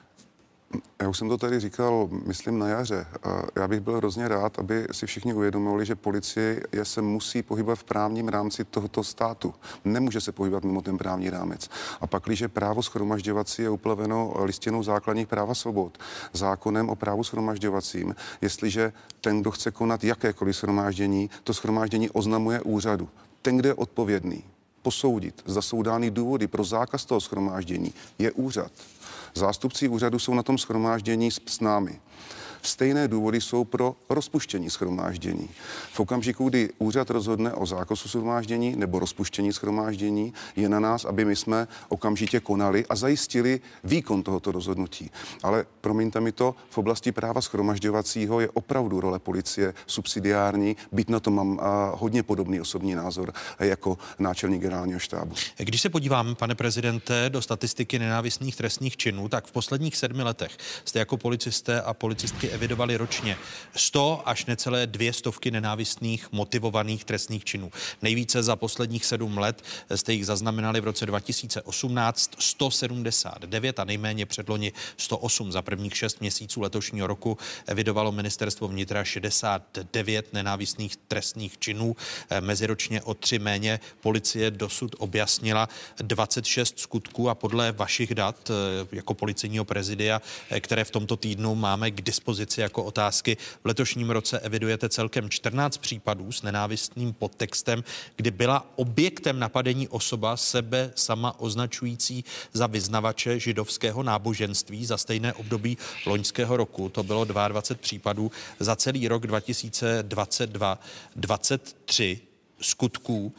Já už jsem to tady říkal, myslím, na jaře. Já bych byl hrozně rád, aby si všichni uvědomili, že policie je, se musí pohybovat v právním rámci tohoto státu. Nemůže se pohybovat mimo ten právní rámec. A pak, když právo shromažďovací je uplaveno listinou základních práv a svobod, zákonem o právu shromažďovacím, jestliže ten, kdo chce konat jakékoliv shromáždění, to shromáždění oznamuje úřadu. Ten, kde je odpovědný posoudit, zda jsou dány důvody pro zákaz toho shromáždění, je úřad. Zástupci úřadu jsou na tom shromáždění s, s námi. Stejné důvody jsou pro rozpuštění shromáždění. V okamžiku, kdy úřad rozhodne o zákazu shromáždění nebo rozpuštění shromáždění, je na nás, aby my jsme okamžitě konali a zajistili výkon tohoto rozhodnutí. Ale promiňte mi to, v oblasti práva shromažďovacího je opravdu role policie subsidiární, byť na to mám uh, hodně podobný osobní názor jako náčelník generálního štábu. Když se podíváme, pane prezidente, do statistiky nenávistných trestných činů, tak v posledních sedmi letech jste jako policisté a policistky evidovali ročně sto až necelé dvě stovky nenávistných motivovaných trestných činů. Nejvíce za posledních sedm let jste jich zaznamenali v roce dva tisíce osmnáct sto sedmdesát devět a nejméně předloni sto osm. Za prvních šest měsíců letošního roku evidovalo ministerstvo vnitra šedesát devět nenávistných trestných činů. Meziročně o tři méně. Policie dosud objasnila dvacet šest skutků a podle vašich dat jako policejního prezidia, které v tomto týdnu máme k dispozici jako otázky, v letošním roce evidujete celkem čtrnáct případů s nenávistným podtextem, kdy byla objektem napadení osoba sebe sama označující za vyznavače židovského náboženství. Za stejné období loňského roku to bylo dvacet dva případů. Za celý rok dva tisíce dvacet dva dvacet tři skutků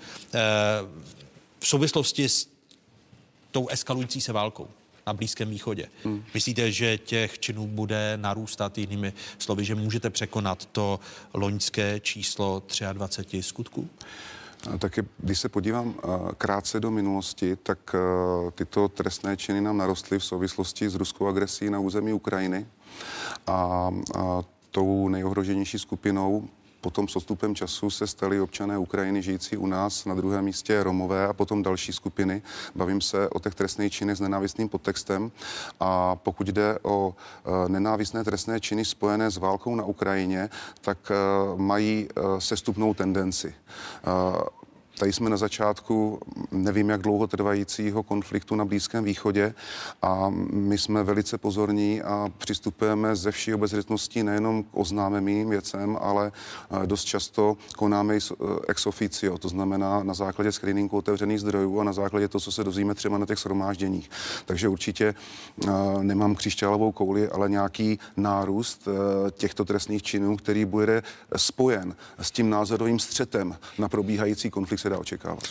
v souvislosti s tou eskalující se válkou na Blízkém východě. Hmm. Myslíte, že těch činů bude narůstat, jinými slovy, že můžete překonat to loňské číslo dvacet tři skutků? Taky, když se podívám krátce do minulosti, tak tyto trestné činy nám narostly v souvislosti s ruskou agresí na území Ukrajiny a, a tou nejohroženější skupinou potom s odstupem času se stali občané Ukrajiny žijící u nás, na druhém místě Romové a potom další skupiny. Bavím se o těch trestných činech s nenávistným podtextem a pokud jde o e, nenávistné trestné činy spojené s válkou na Ukrajině, tak e, mají e, sestupnou tendenci. E, Tady jsme na začátku, nevím jak dlouho trvajícího konfliktu na Blízkém východě a my jsme velice pozorní a přistupujeme ze vší obezřetností nejenom k oznámeným věcem, ale dost často konáme ex officio, to znamená na základě screeningu otevřených zdrojů a na základě toho, co se dozvíme třeba na těch shromážděních. Takže určitě nemám křišťálovou kouli, ale nějaký nárůst těchto trestných činů, který bude spojen s tím názorovým střetem na probíhající konflikt, se dá očekávat.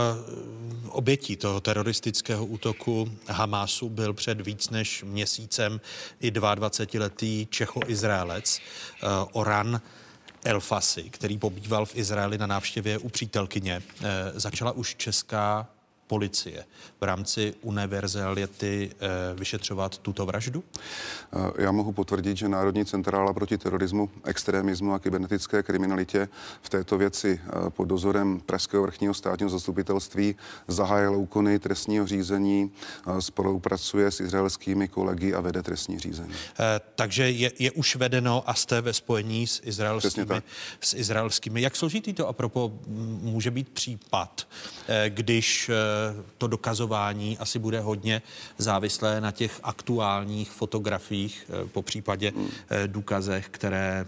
Uh, obětí toho teroristického útoku Hamásu byl před víc než měsícem i dvaadvacetiletý Čecho-Izraelec uh, Oran Elfasi, který pobýval v Izraeli na návštěvě u přítelkyně. Uh, začala už česká policie v rámci univerzality eh, vyšetřovat tuto vraždu? Já mohu potvrdit, že Národní centrála proti terorismu, extremismu a kybernetické kriminalitě v této věci eh, pod dozorem Pražského vrchního státního zastupitelství zahájila úkony trestního řízení, eh, spolupracuje s izraelskými kolegy a vede trestní řízení. Eh, takže je, je už vedeno a jste ve spojení s izraelskými, s izraelskými. Jak složitý to apropo může být případ, eh, když eh, to dokazování asi bude hodně závislé na těch aktuálních fotografiích, po případě mm. důkazech, které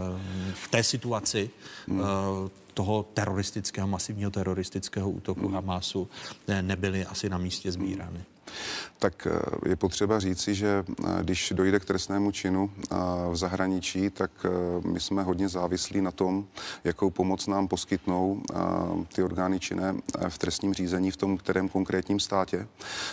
v té situaci mm. toho teroristického, masivního teroristického útoku mm. Hamásu nebyly asi na místě sbírány. Tak je potřeba říci, že když dojde k trestnému činu v zahraničí, tak my jsme hodně závislí na tom, jakou pomoc nám poskytnou ty orgány činné v trestním řízení v tom kterém konkrétním státě,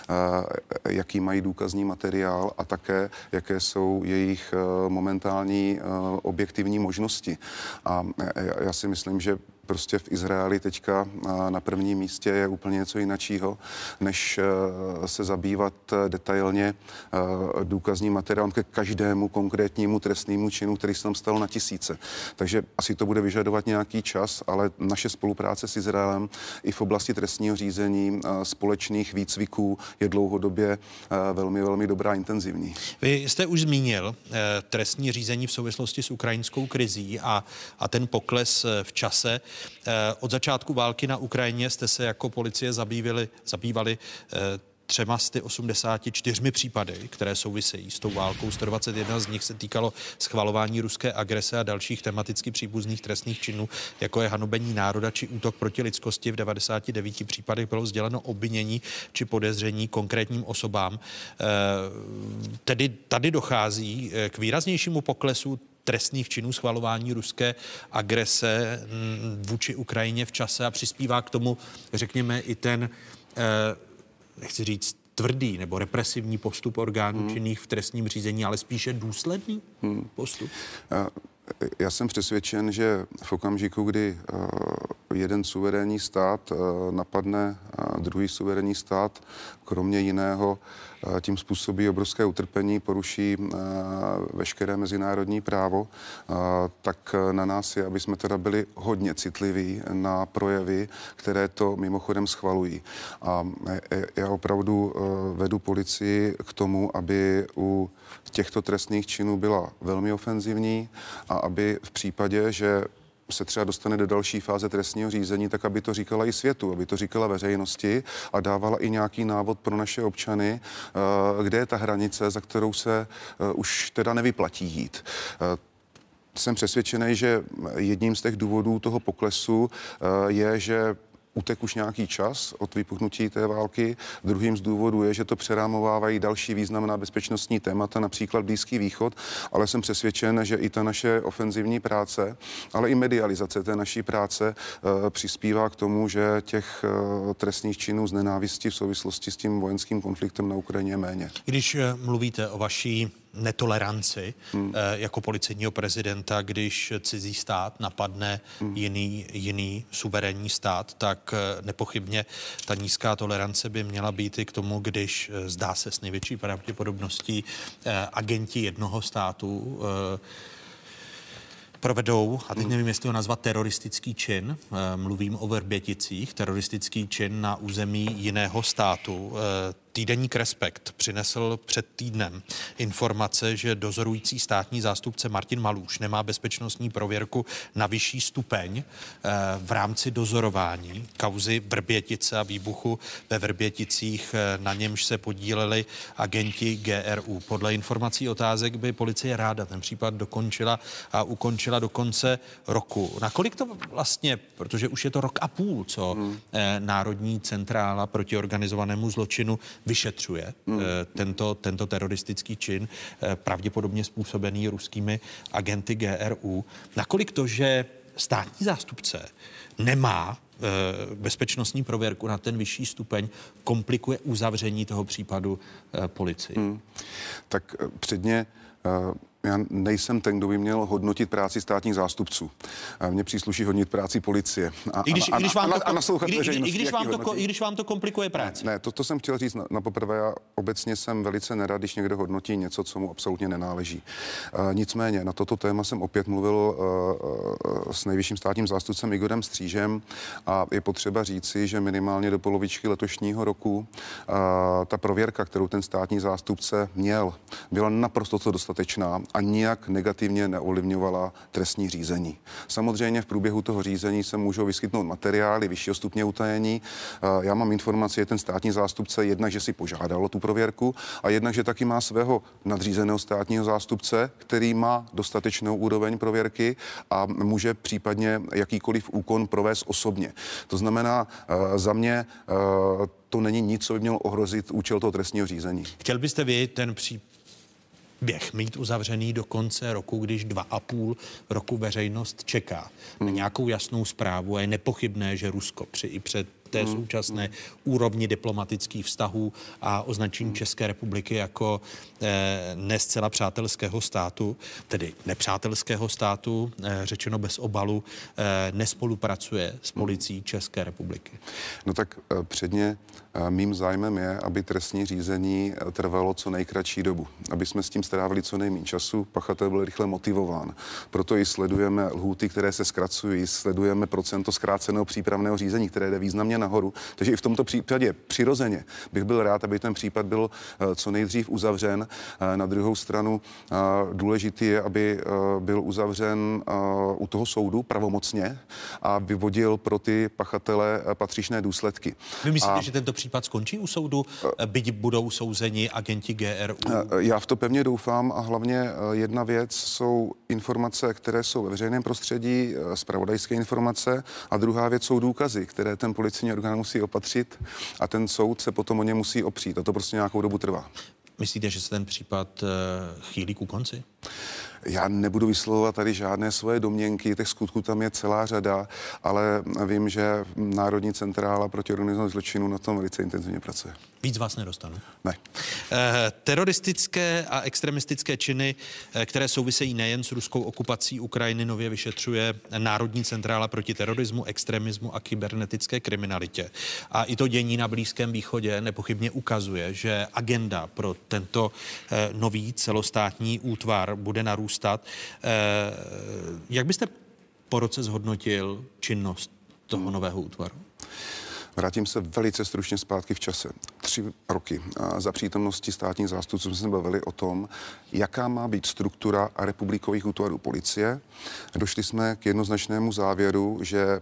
jaký mají důkazní materiál a také, jaké jsou jejich momentální objektivní možnosti. A já si myslím, že prostě v Izraeli teďka na prvním místě je úplně něco jiného, než se zabývat detailně důkazním materiálem ke každému konkrétnímu trestnému činu, který se tam stal na tisíce. Takže asi to bude vyžadovat nějaký čas, ale naše spolupráce s Izraelem i v oblasti trestního řízení, společných výcviků je dlouhodobě velmi, velmi dobrá, intenzivní. Vy jste už zmínil trestní řízení v souvislosti s ukrajinskou krizí a, a ten pokles v čase. Od začátku války na Ukrajině jste se jako policie zabývali, zabývali třema z osmdesáti čtyřmi případy, které souvisejí s tou válkou. sto dvacet jedna z nich se týkalo schvalování ruské agrese a dalších tematicky příbuzných trestných činů, jako je hanobení národa či útok proti lidskosti. V devadesáti devíti případech bylo sděleno obvinění či podezření konkrétním osobám. Tedy tady dochází k výraznějšímu poklesu trestných činů schvalování ruské agrese vůči Ukrajině v čase a přispívá k tomu, řekněme, i ten, nechci říct, tvrdý nebo represivní postup orgánů hmm. činných v trestním řízení, ale spíše důsledný hmm. postup? Já jsem přesvědčen, že v okamžiku, kdy jeden suverénní stát napadne druhý suverénní stát, kromě jiného tím způsobí obrovské utrpení, poruší veškeré mezinárodní právo, tak na nás je, aby jsme teda byli hodně citliví na projevy, které to mimochodem schvalují. A já opravdu vedu policii k tomu, aby u těchto trestných činů byla velmi ofenzivní a aby v případě, že se třeba dostane do další fáze trestního řízení, tak aby to říkala i světu, aby to říkala veřejnosti a dávala i nějaký návod pro naše občany, kde je ta hranice, za kterou se už teda nevyplatí jít. Jsem přesvědčený, že jedním z těch důvodů toho poklesu je, že utek už nějaký čas od vypuknutí té války. Druhým z důvodů je, že to přerámovávají další významná bezpečnostní témata, například Blízký východ, ale jsem přesvědčen, že i ta naše ofenzivní práce, ale i medializace té naší práce e, přispívá k tomu, že těch e, trestných činů z nenávisti v souvislosti s tím vojenským konfliktem na Ukrajině je méně. Když mluvíte o vaší netoleranci hmm. jako policejního prezidenta, když cizí stát napadne hmm. jiný, jiný suverénní stát, tak nepochybně ta nízká tolerance by měla být i k tomu, když zdá se s největší pravděpodobností agenti jednoho státu provedou, a teď nevím, jestli ho nazvat teroristický čin, mluvím o Vrběticích, teroristický čin na území jiného státu. Týdeník Respekt přinesl před týdnem informace, že dozorující státní zástupce Martin Malůš nemá bezpečnostní prověrku na vyšší stupeň v rámci dozorování kauzy Vrbětice a výbuchu ve Vrběticích, na němž se podíleli agenti G R U. Podle informací otázek by policie ráda ten případ dokončila a ukončila do konce roku. Nakolik to vlastně, protože už je to rok a půl, co hmm. Národní centrála proti organizovanému zločinu vyšetřuje hmm. tento, tento teroristický čin, pravděpodobně způsobený ruskými agenty G R U. Nakolik to, že státní zástupce nemá bezpečnostní prověrku na ten vyšší stupeň, komplikuje uzavření toho případu policii? Hmm. Tak předně já nejsem ten, kdo by měl hodnotit práci státních zástupců. Mně přísluší hodnotit práci policie a, I když, a, i když vám a, to, a naslouchat i, veřejnosti. I když, vám to, I když vám to komplikuje práci. Ne, to, to jsem chtěl říct na, na poprvé. Já obecně jsem velice nerad, když někdo hodnotí něco, co mu absolutně nenáleží. Uh, nicméně, na toto téma jsem opět mluvil uh, uh, s nejvyšším státním zástupcem Igorem Střížem a je potřeba říci, že minimálně do polovičky letošního roku uh, ta prověrka, kterou ten státní zástupce měl, byla naprosto dostatečná a nijak negativně neovlivňovala trestní řízení. Samozřejmě v průběhu toho řízení se můžou vyskytnout materiály vyššího stupně utajení. Já mám informaci, že ten státní zástupce jednak, že si požádal o tu prověrku a jednak, že taky má svého nadřízeného státního zástupce, který má dostatečnou úroveň prověrky a může případně jakýkoliv úkon provést osobně. To znamená, za mě to není nic, co by mělo ohrozit účel toho trestního řízení. Chtěl byste vy ten příběh mít uzavřený do konce roku, když dva a půl roku veřejnost čeká hmm. na nějakou jasnou zprávu a je nepochybné, že Rusko při i před té hmm. současné úrovni diplomatických vztahů a označení České republiky jako eh, ne zcela přátelského státu, tedy nepřátelského státu, eh, řečeno bez obalu, eh, nespolupracuje s policií České republiky. No tak eh, předně eh, mým zájmem je, aby trestní řízení trvalo co nejkratší dobu, aby jsme s tím strávili co nejméně času, pachatel byl rychle motivován. Proto i sledujeme lhůty, které se zkracují, sledujeme procento zkráceného přípravného řízení, které jde významně nahoru. Takže i v tomto případě přirozeně bych byl rád, aby ten případ byl co nejdřív uzavřen. Na druhou stranu důležitý je, aby byl uzavřen u toho soudu pravomocně a vyvodil pro ty pachatele patřičné důsledky. Vy myslíte, a... že tento případ skončí u soudu, byť budou souzeni agenti G R U? Já v to pevně doufám a hlavně jedna věc jsou informace, které jsou ve veřejném prostředí, zpravodajské informace a druhá věc jsou důkazy, které ten policejní orgán musí opatřit a ten soud se potom o ně musí opřít a to prostě nějakou dobu trvá. Myslíte, že se ten případ chýlí ku konci? Já nebudu vyslovovat tady žádné svoje domněnky, těch skutků tam je celá řada, ale vím, že Národní centrála proti organizovanému zločinu na tom velice intenzivně pracuje. Víc vás nedostanu? Ne. Eh, teroristické a extremistické činy, eh, které souvisejí nejen s ruskou okupací Ukrajiny, nově vyšetřuje Národní centrála proti terorismu, extremismu a kybernetické kriminalitě. A i to dění na Blízkém východě nepochybně ukazuje, že agenda pro tento eh, nový celostátní útvar bude narůstat. Eh, jak byste po roce zhodnotil činnost toho nového útvaru? Vrátím se velice stručně zpátky v čase. Tři roky za přítomnosti státních zástupců jsme se bavili o tom, jaká má být struktura republikových útvarů policie. Došli jsme k jednoznačnému závěru, že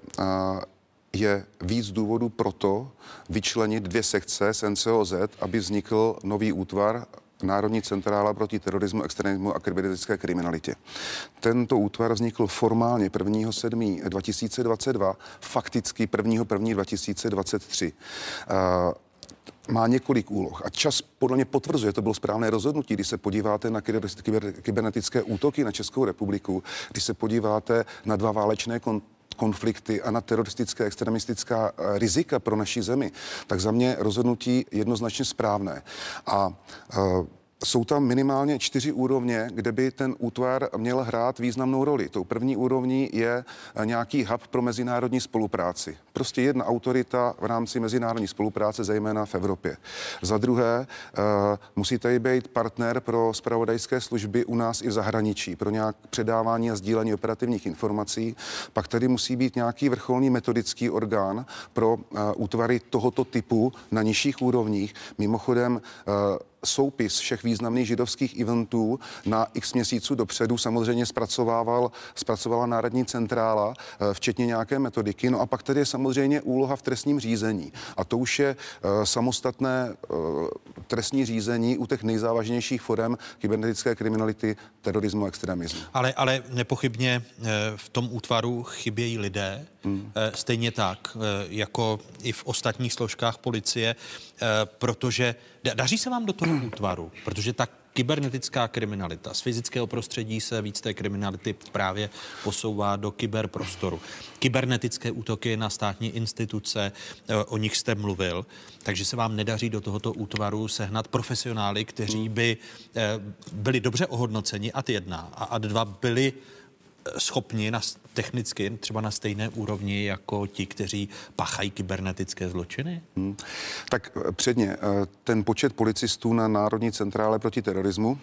je víc důvodů pro to vyčlenit dvě sekce z N C O Z, aby vznikl nový útvar Národní centrála proti terorismu, extremismu a kybernetické kriminalitě. Tento útvar vznikl formálně prvního sedmého dva tisíce dvacet dva, fakticky prvního prvního dva tisíce dvacet tři. Uh, má několik úloh a čas podle mě potvrzuje, to bylo správné rozhodnutí, když se podíváte na kybernetické útoky na Českou republiku, když se podíváte na dva válečné kon- konflikty a na teroristické, extremistická rizika pro naši zemi, tak za mě rozhodnutí jednoznačně správné. A uh, jsou tam minimálně čtyři úrovně, kde by ten útvar měl hrát významnou roli. Tou první úrovní je nějaký hub pro mezinárodní spolupráci. Prostě jedna autorita v rámci mezinárodní spolupráce, zejména v Evropě. Za druhé, uh, musí tady být partner pro zpravodajské služby u nás i v zahraničí, pro nějak předávání a sdílení operativních informací. Pak tady musí být nějaký vrcholný metodický orgán pro uh, útvary tohoto typu na nižších úrovních. Mimochodem, uh, soupis všech významných židovských eventů na x měsíců dopředu samozřejmě zpracovával, zpracovala Národní centrála, včetně nějaké metodiky. No a pak tady je samozřejmě úloha v trestním řízení. A to už je uh, samostatné uh, trestní řízení u těch nejzávažnějších forem kybernetické kriminality, terorismu a extremismu. Ale, ale nepochybně uh, v tom útvaru chybějí lidé, hmm. uh, stejně tak, uh, jako i v ostatních složkách policie, uh, protože daří se vám do toho útvaru, protože ta kybernetická kriminalita z fyzického prostředí se víc té kriminality právě posouvá do kyberprostoru. Kybernetické útoky na státní instituce, o nich jste mluvil, takže se vám nedaří do tohoto útvaru sehnat profesionály, kteří by byli dobře ohodnoceni, ad jedna a ad dva byli schopni na, technicky třeba na stejné úrovni jako ti, kteří páchají kybernetické zločiny? Hmm. Tak předně, ten počet policistů na Národní centrále proti terorismu,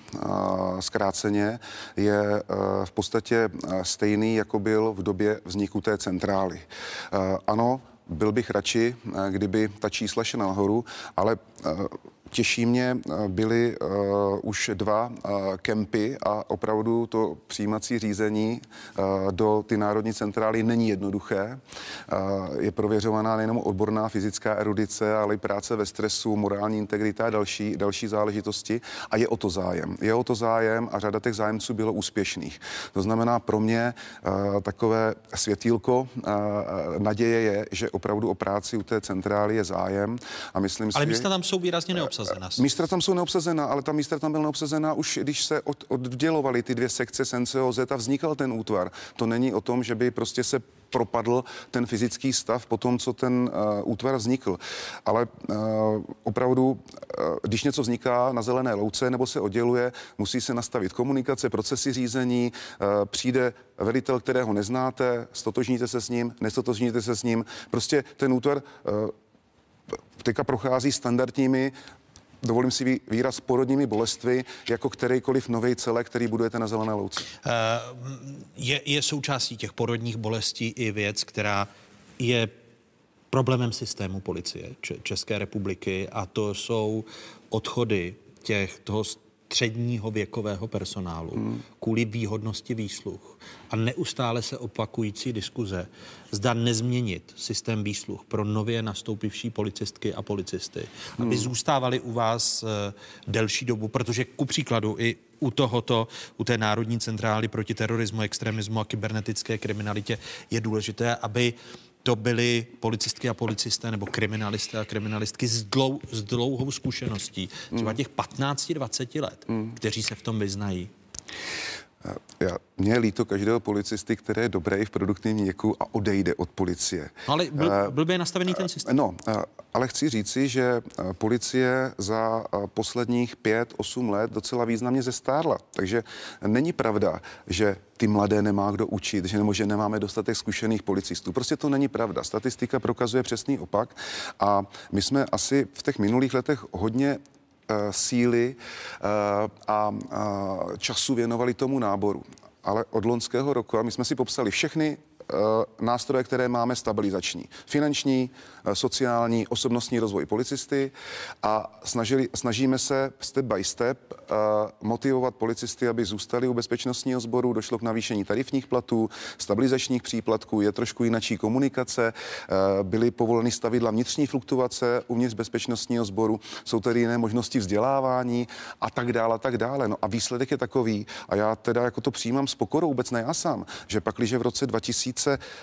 zkráceně, je v podstatě stejný, jako byl v době vzniku té centrály. Ano, byl bych radši, kdyby ta čísla šla nahoru, ale Těší mě, byly uh, už dva uh, kempy a opravdu to přijímací řízení uh, do ty národní centrály není jednoduché. Uh, je prověřovaná nejenom odborná fyzická erudice, ale i práce ve stresu, morální integrita a další, další záležitosti. A je o to zájem. Je o to zájem a řada těch zájemců bylo úspěšných. To znamená pro mě uh, takové světýlko uh, naděje je, že opravdu o práci u té centrály je zájem. A myslím ale si, místa tam jsou výrazně neobsazená. Místa tam jsou neobsazená, ale ta místa tam byla neobsazená už, když se od, oddělovaly ty dvě sekce S N C O Z a vznikal ten útvar. To není o tom, že by prostě se propadl ten fyzický stav po tom, co ten uh, útvar vznikl. Ale uh, opravdu, uh, když něco vzniká na zelené louce nebo se odděluje, musí se nastavit komunikace, procesy řízení, uh, přijde velitel, kterého neznáte, stotožníte se s ním, nestotožníte se s ním. Prostě ten útvar uh, teďka prochází standardními, dovolím si výraz, porodními bolestvy, jako kterýkoliv nový celek, který budujete na zelené louce. Je, je součástí těch porodních bolestí i věc, která je problémem systému policie České republiky, a to jsou odchody těch, toho středního věkového personálu hmm. kvůli výhodnosti výsluh a neustále se opakující diskuze, zda nezměnit systém výsluh pro nově nastoupivší policistky a policisty, hmm. aby zůstávali u vás uh, delší dobu, protože ku příkladu i u tohoto, u té Národní centrály proti terorismu, extremismu a kybernetické kriminalitě je důležité, aby to byli policistky a policisté nebo kriminalisté a kriminalistky s, dlou, s dlouhou zkušeností, třeba těch patnáct dvacet let, mm. kteří se v tom vyznají. Já, mně je líto každého policisty, který je dobrý v produktivním věku a odejde od policie. No, ale byl, byl by nastavený ten systém. No, ale chci říci, že policie za posledních pět, osm let docela významně zestárla. Takže není pravda, že ty mladé nemá kdo učit, že, nebo že nemáme dostatek zkušených policistů. Prostě to není pravda. Statistika prokazuje přesný opak a my jsme asi v těch minulých letech hodně síly a času věnovali tomu náboru. Ale od loňského roku, a my jsme si popsali všechny nástroje, které máme stabilizační. Finanční, sociální, osobnostní rozvoj policisty a snažili, snažíme se step by step uh, motivovat policisty, aby zůstali u bezpečnostního sboru, došlo k navýšení tarifních platů, stabilizačních příplatků, je trošku jinačí komunikace, uh, byly povoleny stavidla vnitřní fluktuace uvnitř bezpečnostního sboru, jsou tady jiné možnosti vzdělávání a tak dále, a tak dále. No a výsledek je takový, a já teda jako to přijímám s pokorou, vůbec ne já sám, že pakliže v roce dva tisíce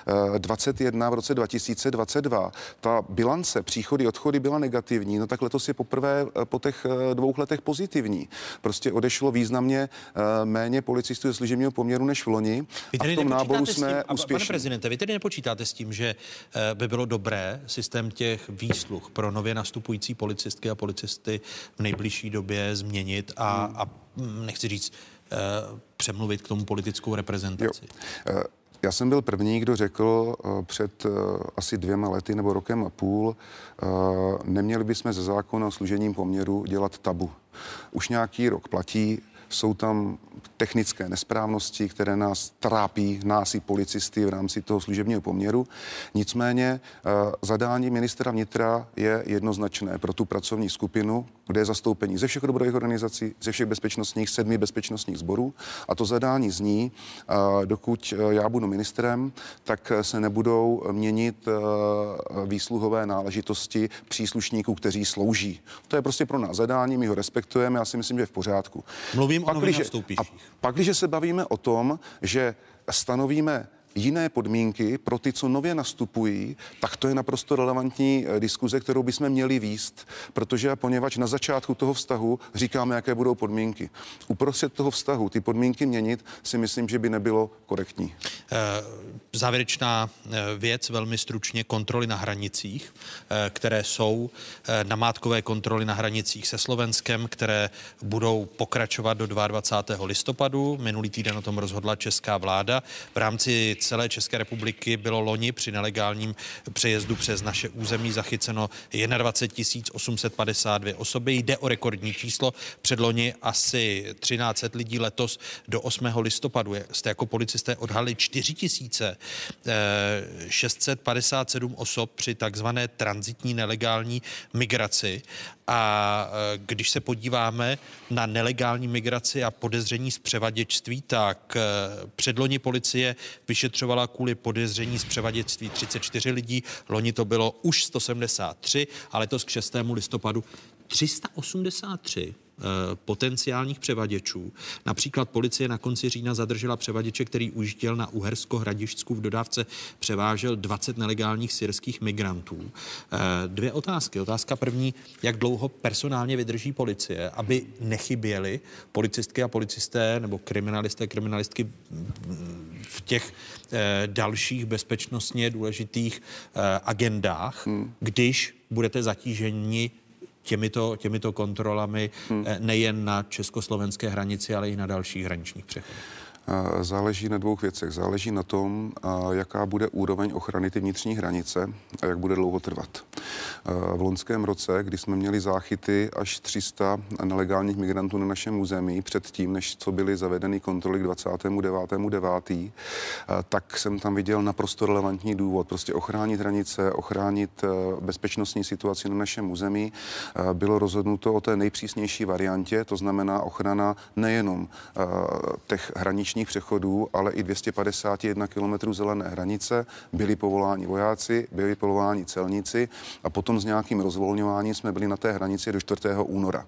dvacet jedna, v roce dva tisíce dvacet dva ta bilance příchody, odchody byla negativní, no tak letos je poprvé po těch dvou letech pozitivní. Prostě odešlo významně méně policistů ze služebního poměru než v loni a v tom náboru jsme tím, úspěšní. Pane prezidente, vy tedy nepočítáte s tím, že by bylo dobré systém těch výsluh pro nově nastupující policistky a policisty v nejbližší době změnit a, hmm. a nechci říct, přemluvit k tomu politickou reprezentaci? Jo. Já jsem byl první, kdo řekl uh, před uh, asi dvěma lety nebo rokem a půl, uh, neměli bychom ze zákona o služebním poměru dělat tabu. Už nějaký rok platí, jsou tam technické nesprávnosti, které nás trápí, nás i policisty v rámci toho služebního poměru. Nicméně uh, zadání ministra vnitra je jednoznačné pro tu pracovní skupinu, kde je zastoupení ze všech odborových organizací, ze všech bezpečnostních, sedmi bezpečnostních sborů. A to zadání zní, uh, dokud já budu ministrem, tak se nebudou měnit uh, výsluhové náležitosti příslušníků, kteří slouží. To je prostě pro nás zadání, my ho respektujeme, já si myslím, že je v pořádku. Mluvím pak, o nově nastoupících. A pak, když se bavíme o tom, že stanovíme jiné podmínky pro ty, co nově nastupují, tak to je naprosto relevantní diskuze, kterou bychom měli vést, protože a poněvadž na začátku toho vztahu říkáme, jaké budou podmínky. Uprostřed toho vztahu ty podmínky měnit si myslím, že by nebylo korektní. Závěrečná věc, velmi stručně, kontroly na hranicích, které jsou namátkové kontroly na hranicích se Slovenskem, které budou pokračovat do dvacátého druhého listopadu. Minulý týden o tom rozhodla česká vláda. V rámci celé České republiky bylo loni při nelegálním přejezdu přes naše území zachyceno dvacet jedna tisíc osm set padesát dvě osoby. Jde o rekordní číslo. Předloni asi třináct set lidí, letos do osmého listopadu jste jako policisté odhalili čtyři tisíce šest set padesát sedm osob při takzvané tranzitní nelegální migraci. A když se podíváme na nelegální migraci a podezření z převaděčství, tak předloni policie vyšetřovala kvůli podezření z převaděčství třicet čtyři lidí, loni to bylo už sto sedmdesát tři, ale letos k šestému listopadu tři sta osmdesát tři potenciálních převaděčů. Například policie na konci října zadržela převaděče, který ujížděl na Uhersko-Hradišťsku, v dodávce převážel dvacet nelegálních syrských migrantů. Dvě otázky. Otázka první, jak dlouho personálně vydrží policie, aby nechyběli policistky a policisté nebo kriminalisté, kriminalistky v těch dalších bezpečnostně důležitých agendách, hmm. když budete zatíženi Těmito, těmito kontrolami hmm. nejen na československé hranici, ale i na dalších hraničních přechodech? Záleží na dvou věcech. Záleží na tom, jaká bude úroveň ochrany ty vnitřní hranice a jak bude dlouho trvat. V loňském roce, kdy jsme měli záchyty až tři sta nelegálních migrantů na našem území, předtím, než co byly zavedeny kontroly k dvacátému devátého devátého tak jsem tam viděl naprosto relevantní důvod. Prostě ochránit hranice, ochránit bezpečnostní situaci na našem území. Bylo rozhodnuto o té nejpřísnější variantě, to znamená ochrana nejenom těch hraničních přechodů, ale i dvě stě padesát jedna kilometrů zelené hranice. Byli povoláni vojáci, byli povoláni celníci a potom s nějakým rozvolňováním jsme byli na té hranici do čtvrtého února.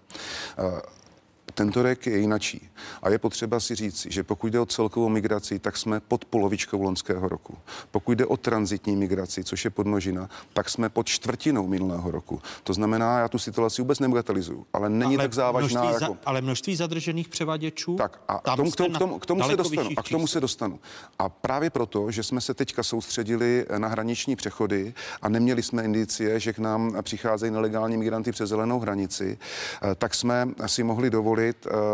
Tento rok je jinačí. A je potřeba si říct, že pokud jde o celkovou migraci, tak jsme pod polovičkou loňského roku. Pokud jde o tranzitní migraci, což je podmnožina, tak jsme pod čtvrtinou minulého roku. To znamená, já tu situaci vůbec nebagatelizuju, ale není ale tak závažná množství jako... Za, ale množství zadržených převaděčů? Tak a k tomu, k tomu, k tomu, k tomu se dostanu. A k tomu se dostanu. A právě proto, že jsme se teďka soustředili na hraniční přechody a neměli jsme indicie, že k nám přicházejí nelegální migranty přes zelenou hranici, tak jsme si mohli dovolit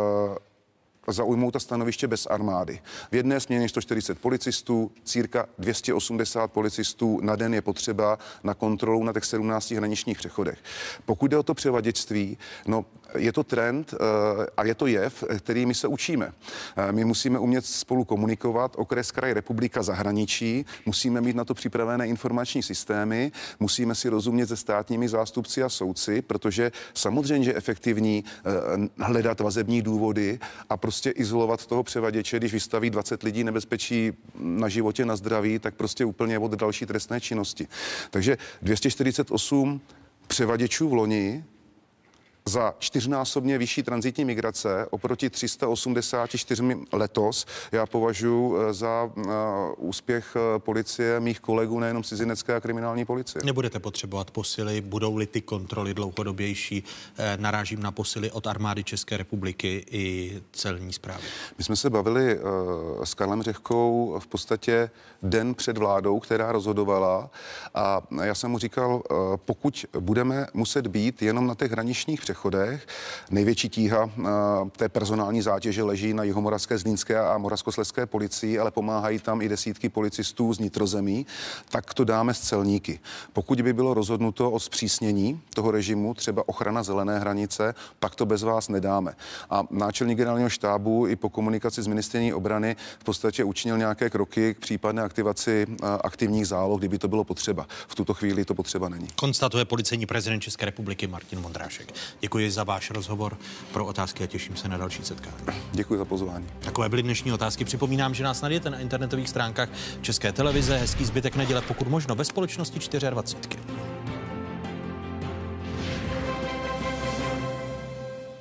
zaujmout ta stanoviště bez armády. V jedné směně sto čtyřicet policistů, círka dvě stě osmdesát policistů na den je potřeba na kontrolu na těch sedmnácti hraničních přechodech. Pokud jde o to převaděčství, no je to trend a je to jev, který my se učíme. My musíme umět spolu komunikovat, okres, kraj, republika, zahraničí, musíme mít na to připravené informační systémy, musíme si rozumět se státními zástupci a soudci, protože samozřejmě, že je efektivní hledat vazební důvody a prostě izolovat toho převaděče, když vystaví dvacet lidí nebezpečí na životě, na zdraví, tak prostě úplně od další trestné činnosti. Takže dvě stě čtyřicet osm převaděčů v loni za čtyřnásobně vyšší tranzitní migrace oproti tři sta osmdesát čtyři letos já považuji za uh, úspěch policie, mých kolegů, nejenom cizinecké a kriminální policie. Nebudete potřebovat posily, budou-li ty kontroly dlouhodobější? Narážím na posily od armády České republiky i celní správy. My jsme se bavili uh, s Karlem Řehkou v podstatě den před vládou, která rozhodovala a já jsem mu říkal, uh, pokud budeme muset být jenom na těch hraničních přechodech, největší tíha té personální zátěže leží na jihomoravské, zlínské a moravskoslezské policii, ale pomáhají tam i desítky policistů z nitrozemí, tak to dáme z celníky. Pokud by bylo rozhodnuto o zpřísnění toho režimu, třeba ochrana zelené hranice, pak to bez vás nedáme. A náčelník generálního štábu i po komunikaci s ministryní obrany v podstatě učinil nějaké kroky k případné aktivaci aktivních záloh, kdyby to bylo potřeba. V tuto chvíli to potřeba není. Konstatuje policejní prezident České republiky Martin Vondrášek. Děkuji za váš rozhovor, pro otázky a těším se na další setkání. Děkuji za pozvání. Takové byly dnešní otázky. Připomínám, že nás najdete na internetových stránkách České televize. Hezký zbytek neděle, pokud možno ve společnosti dvacet čtyři.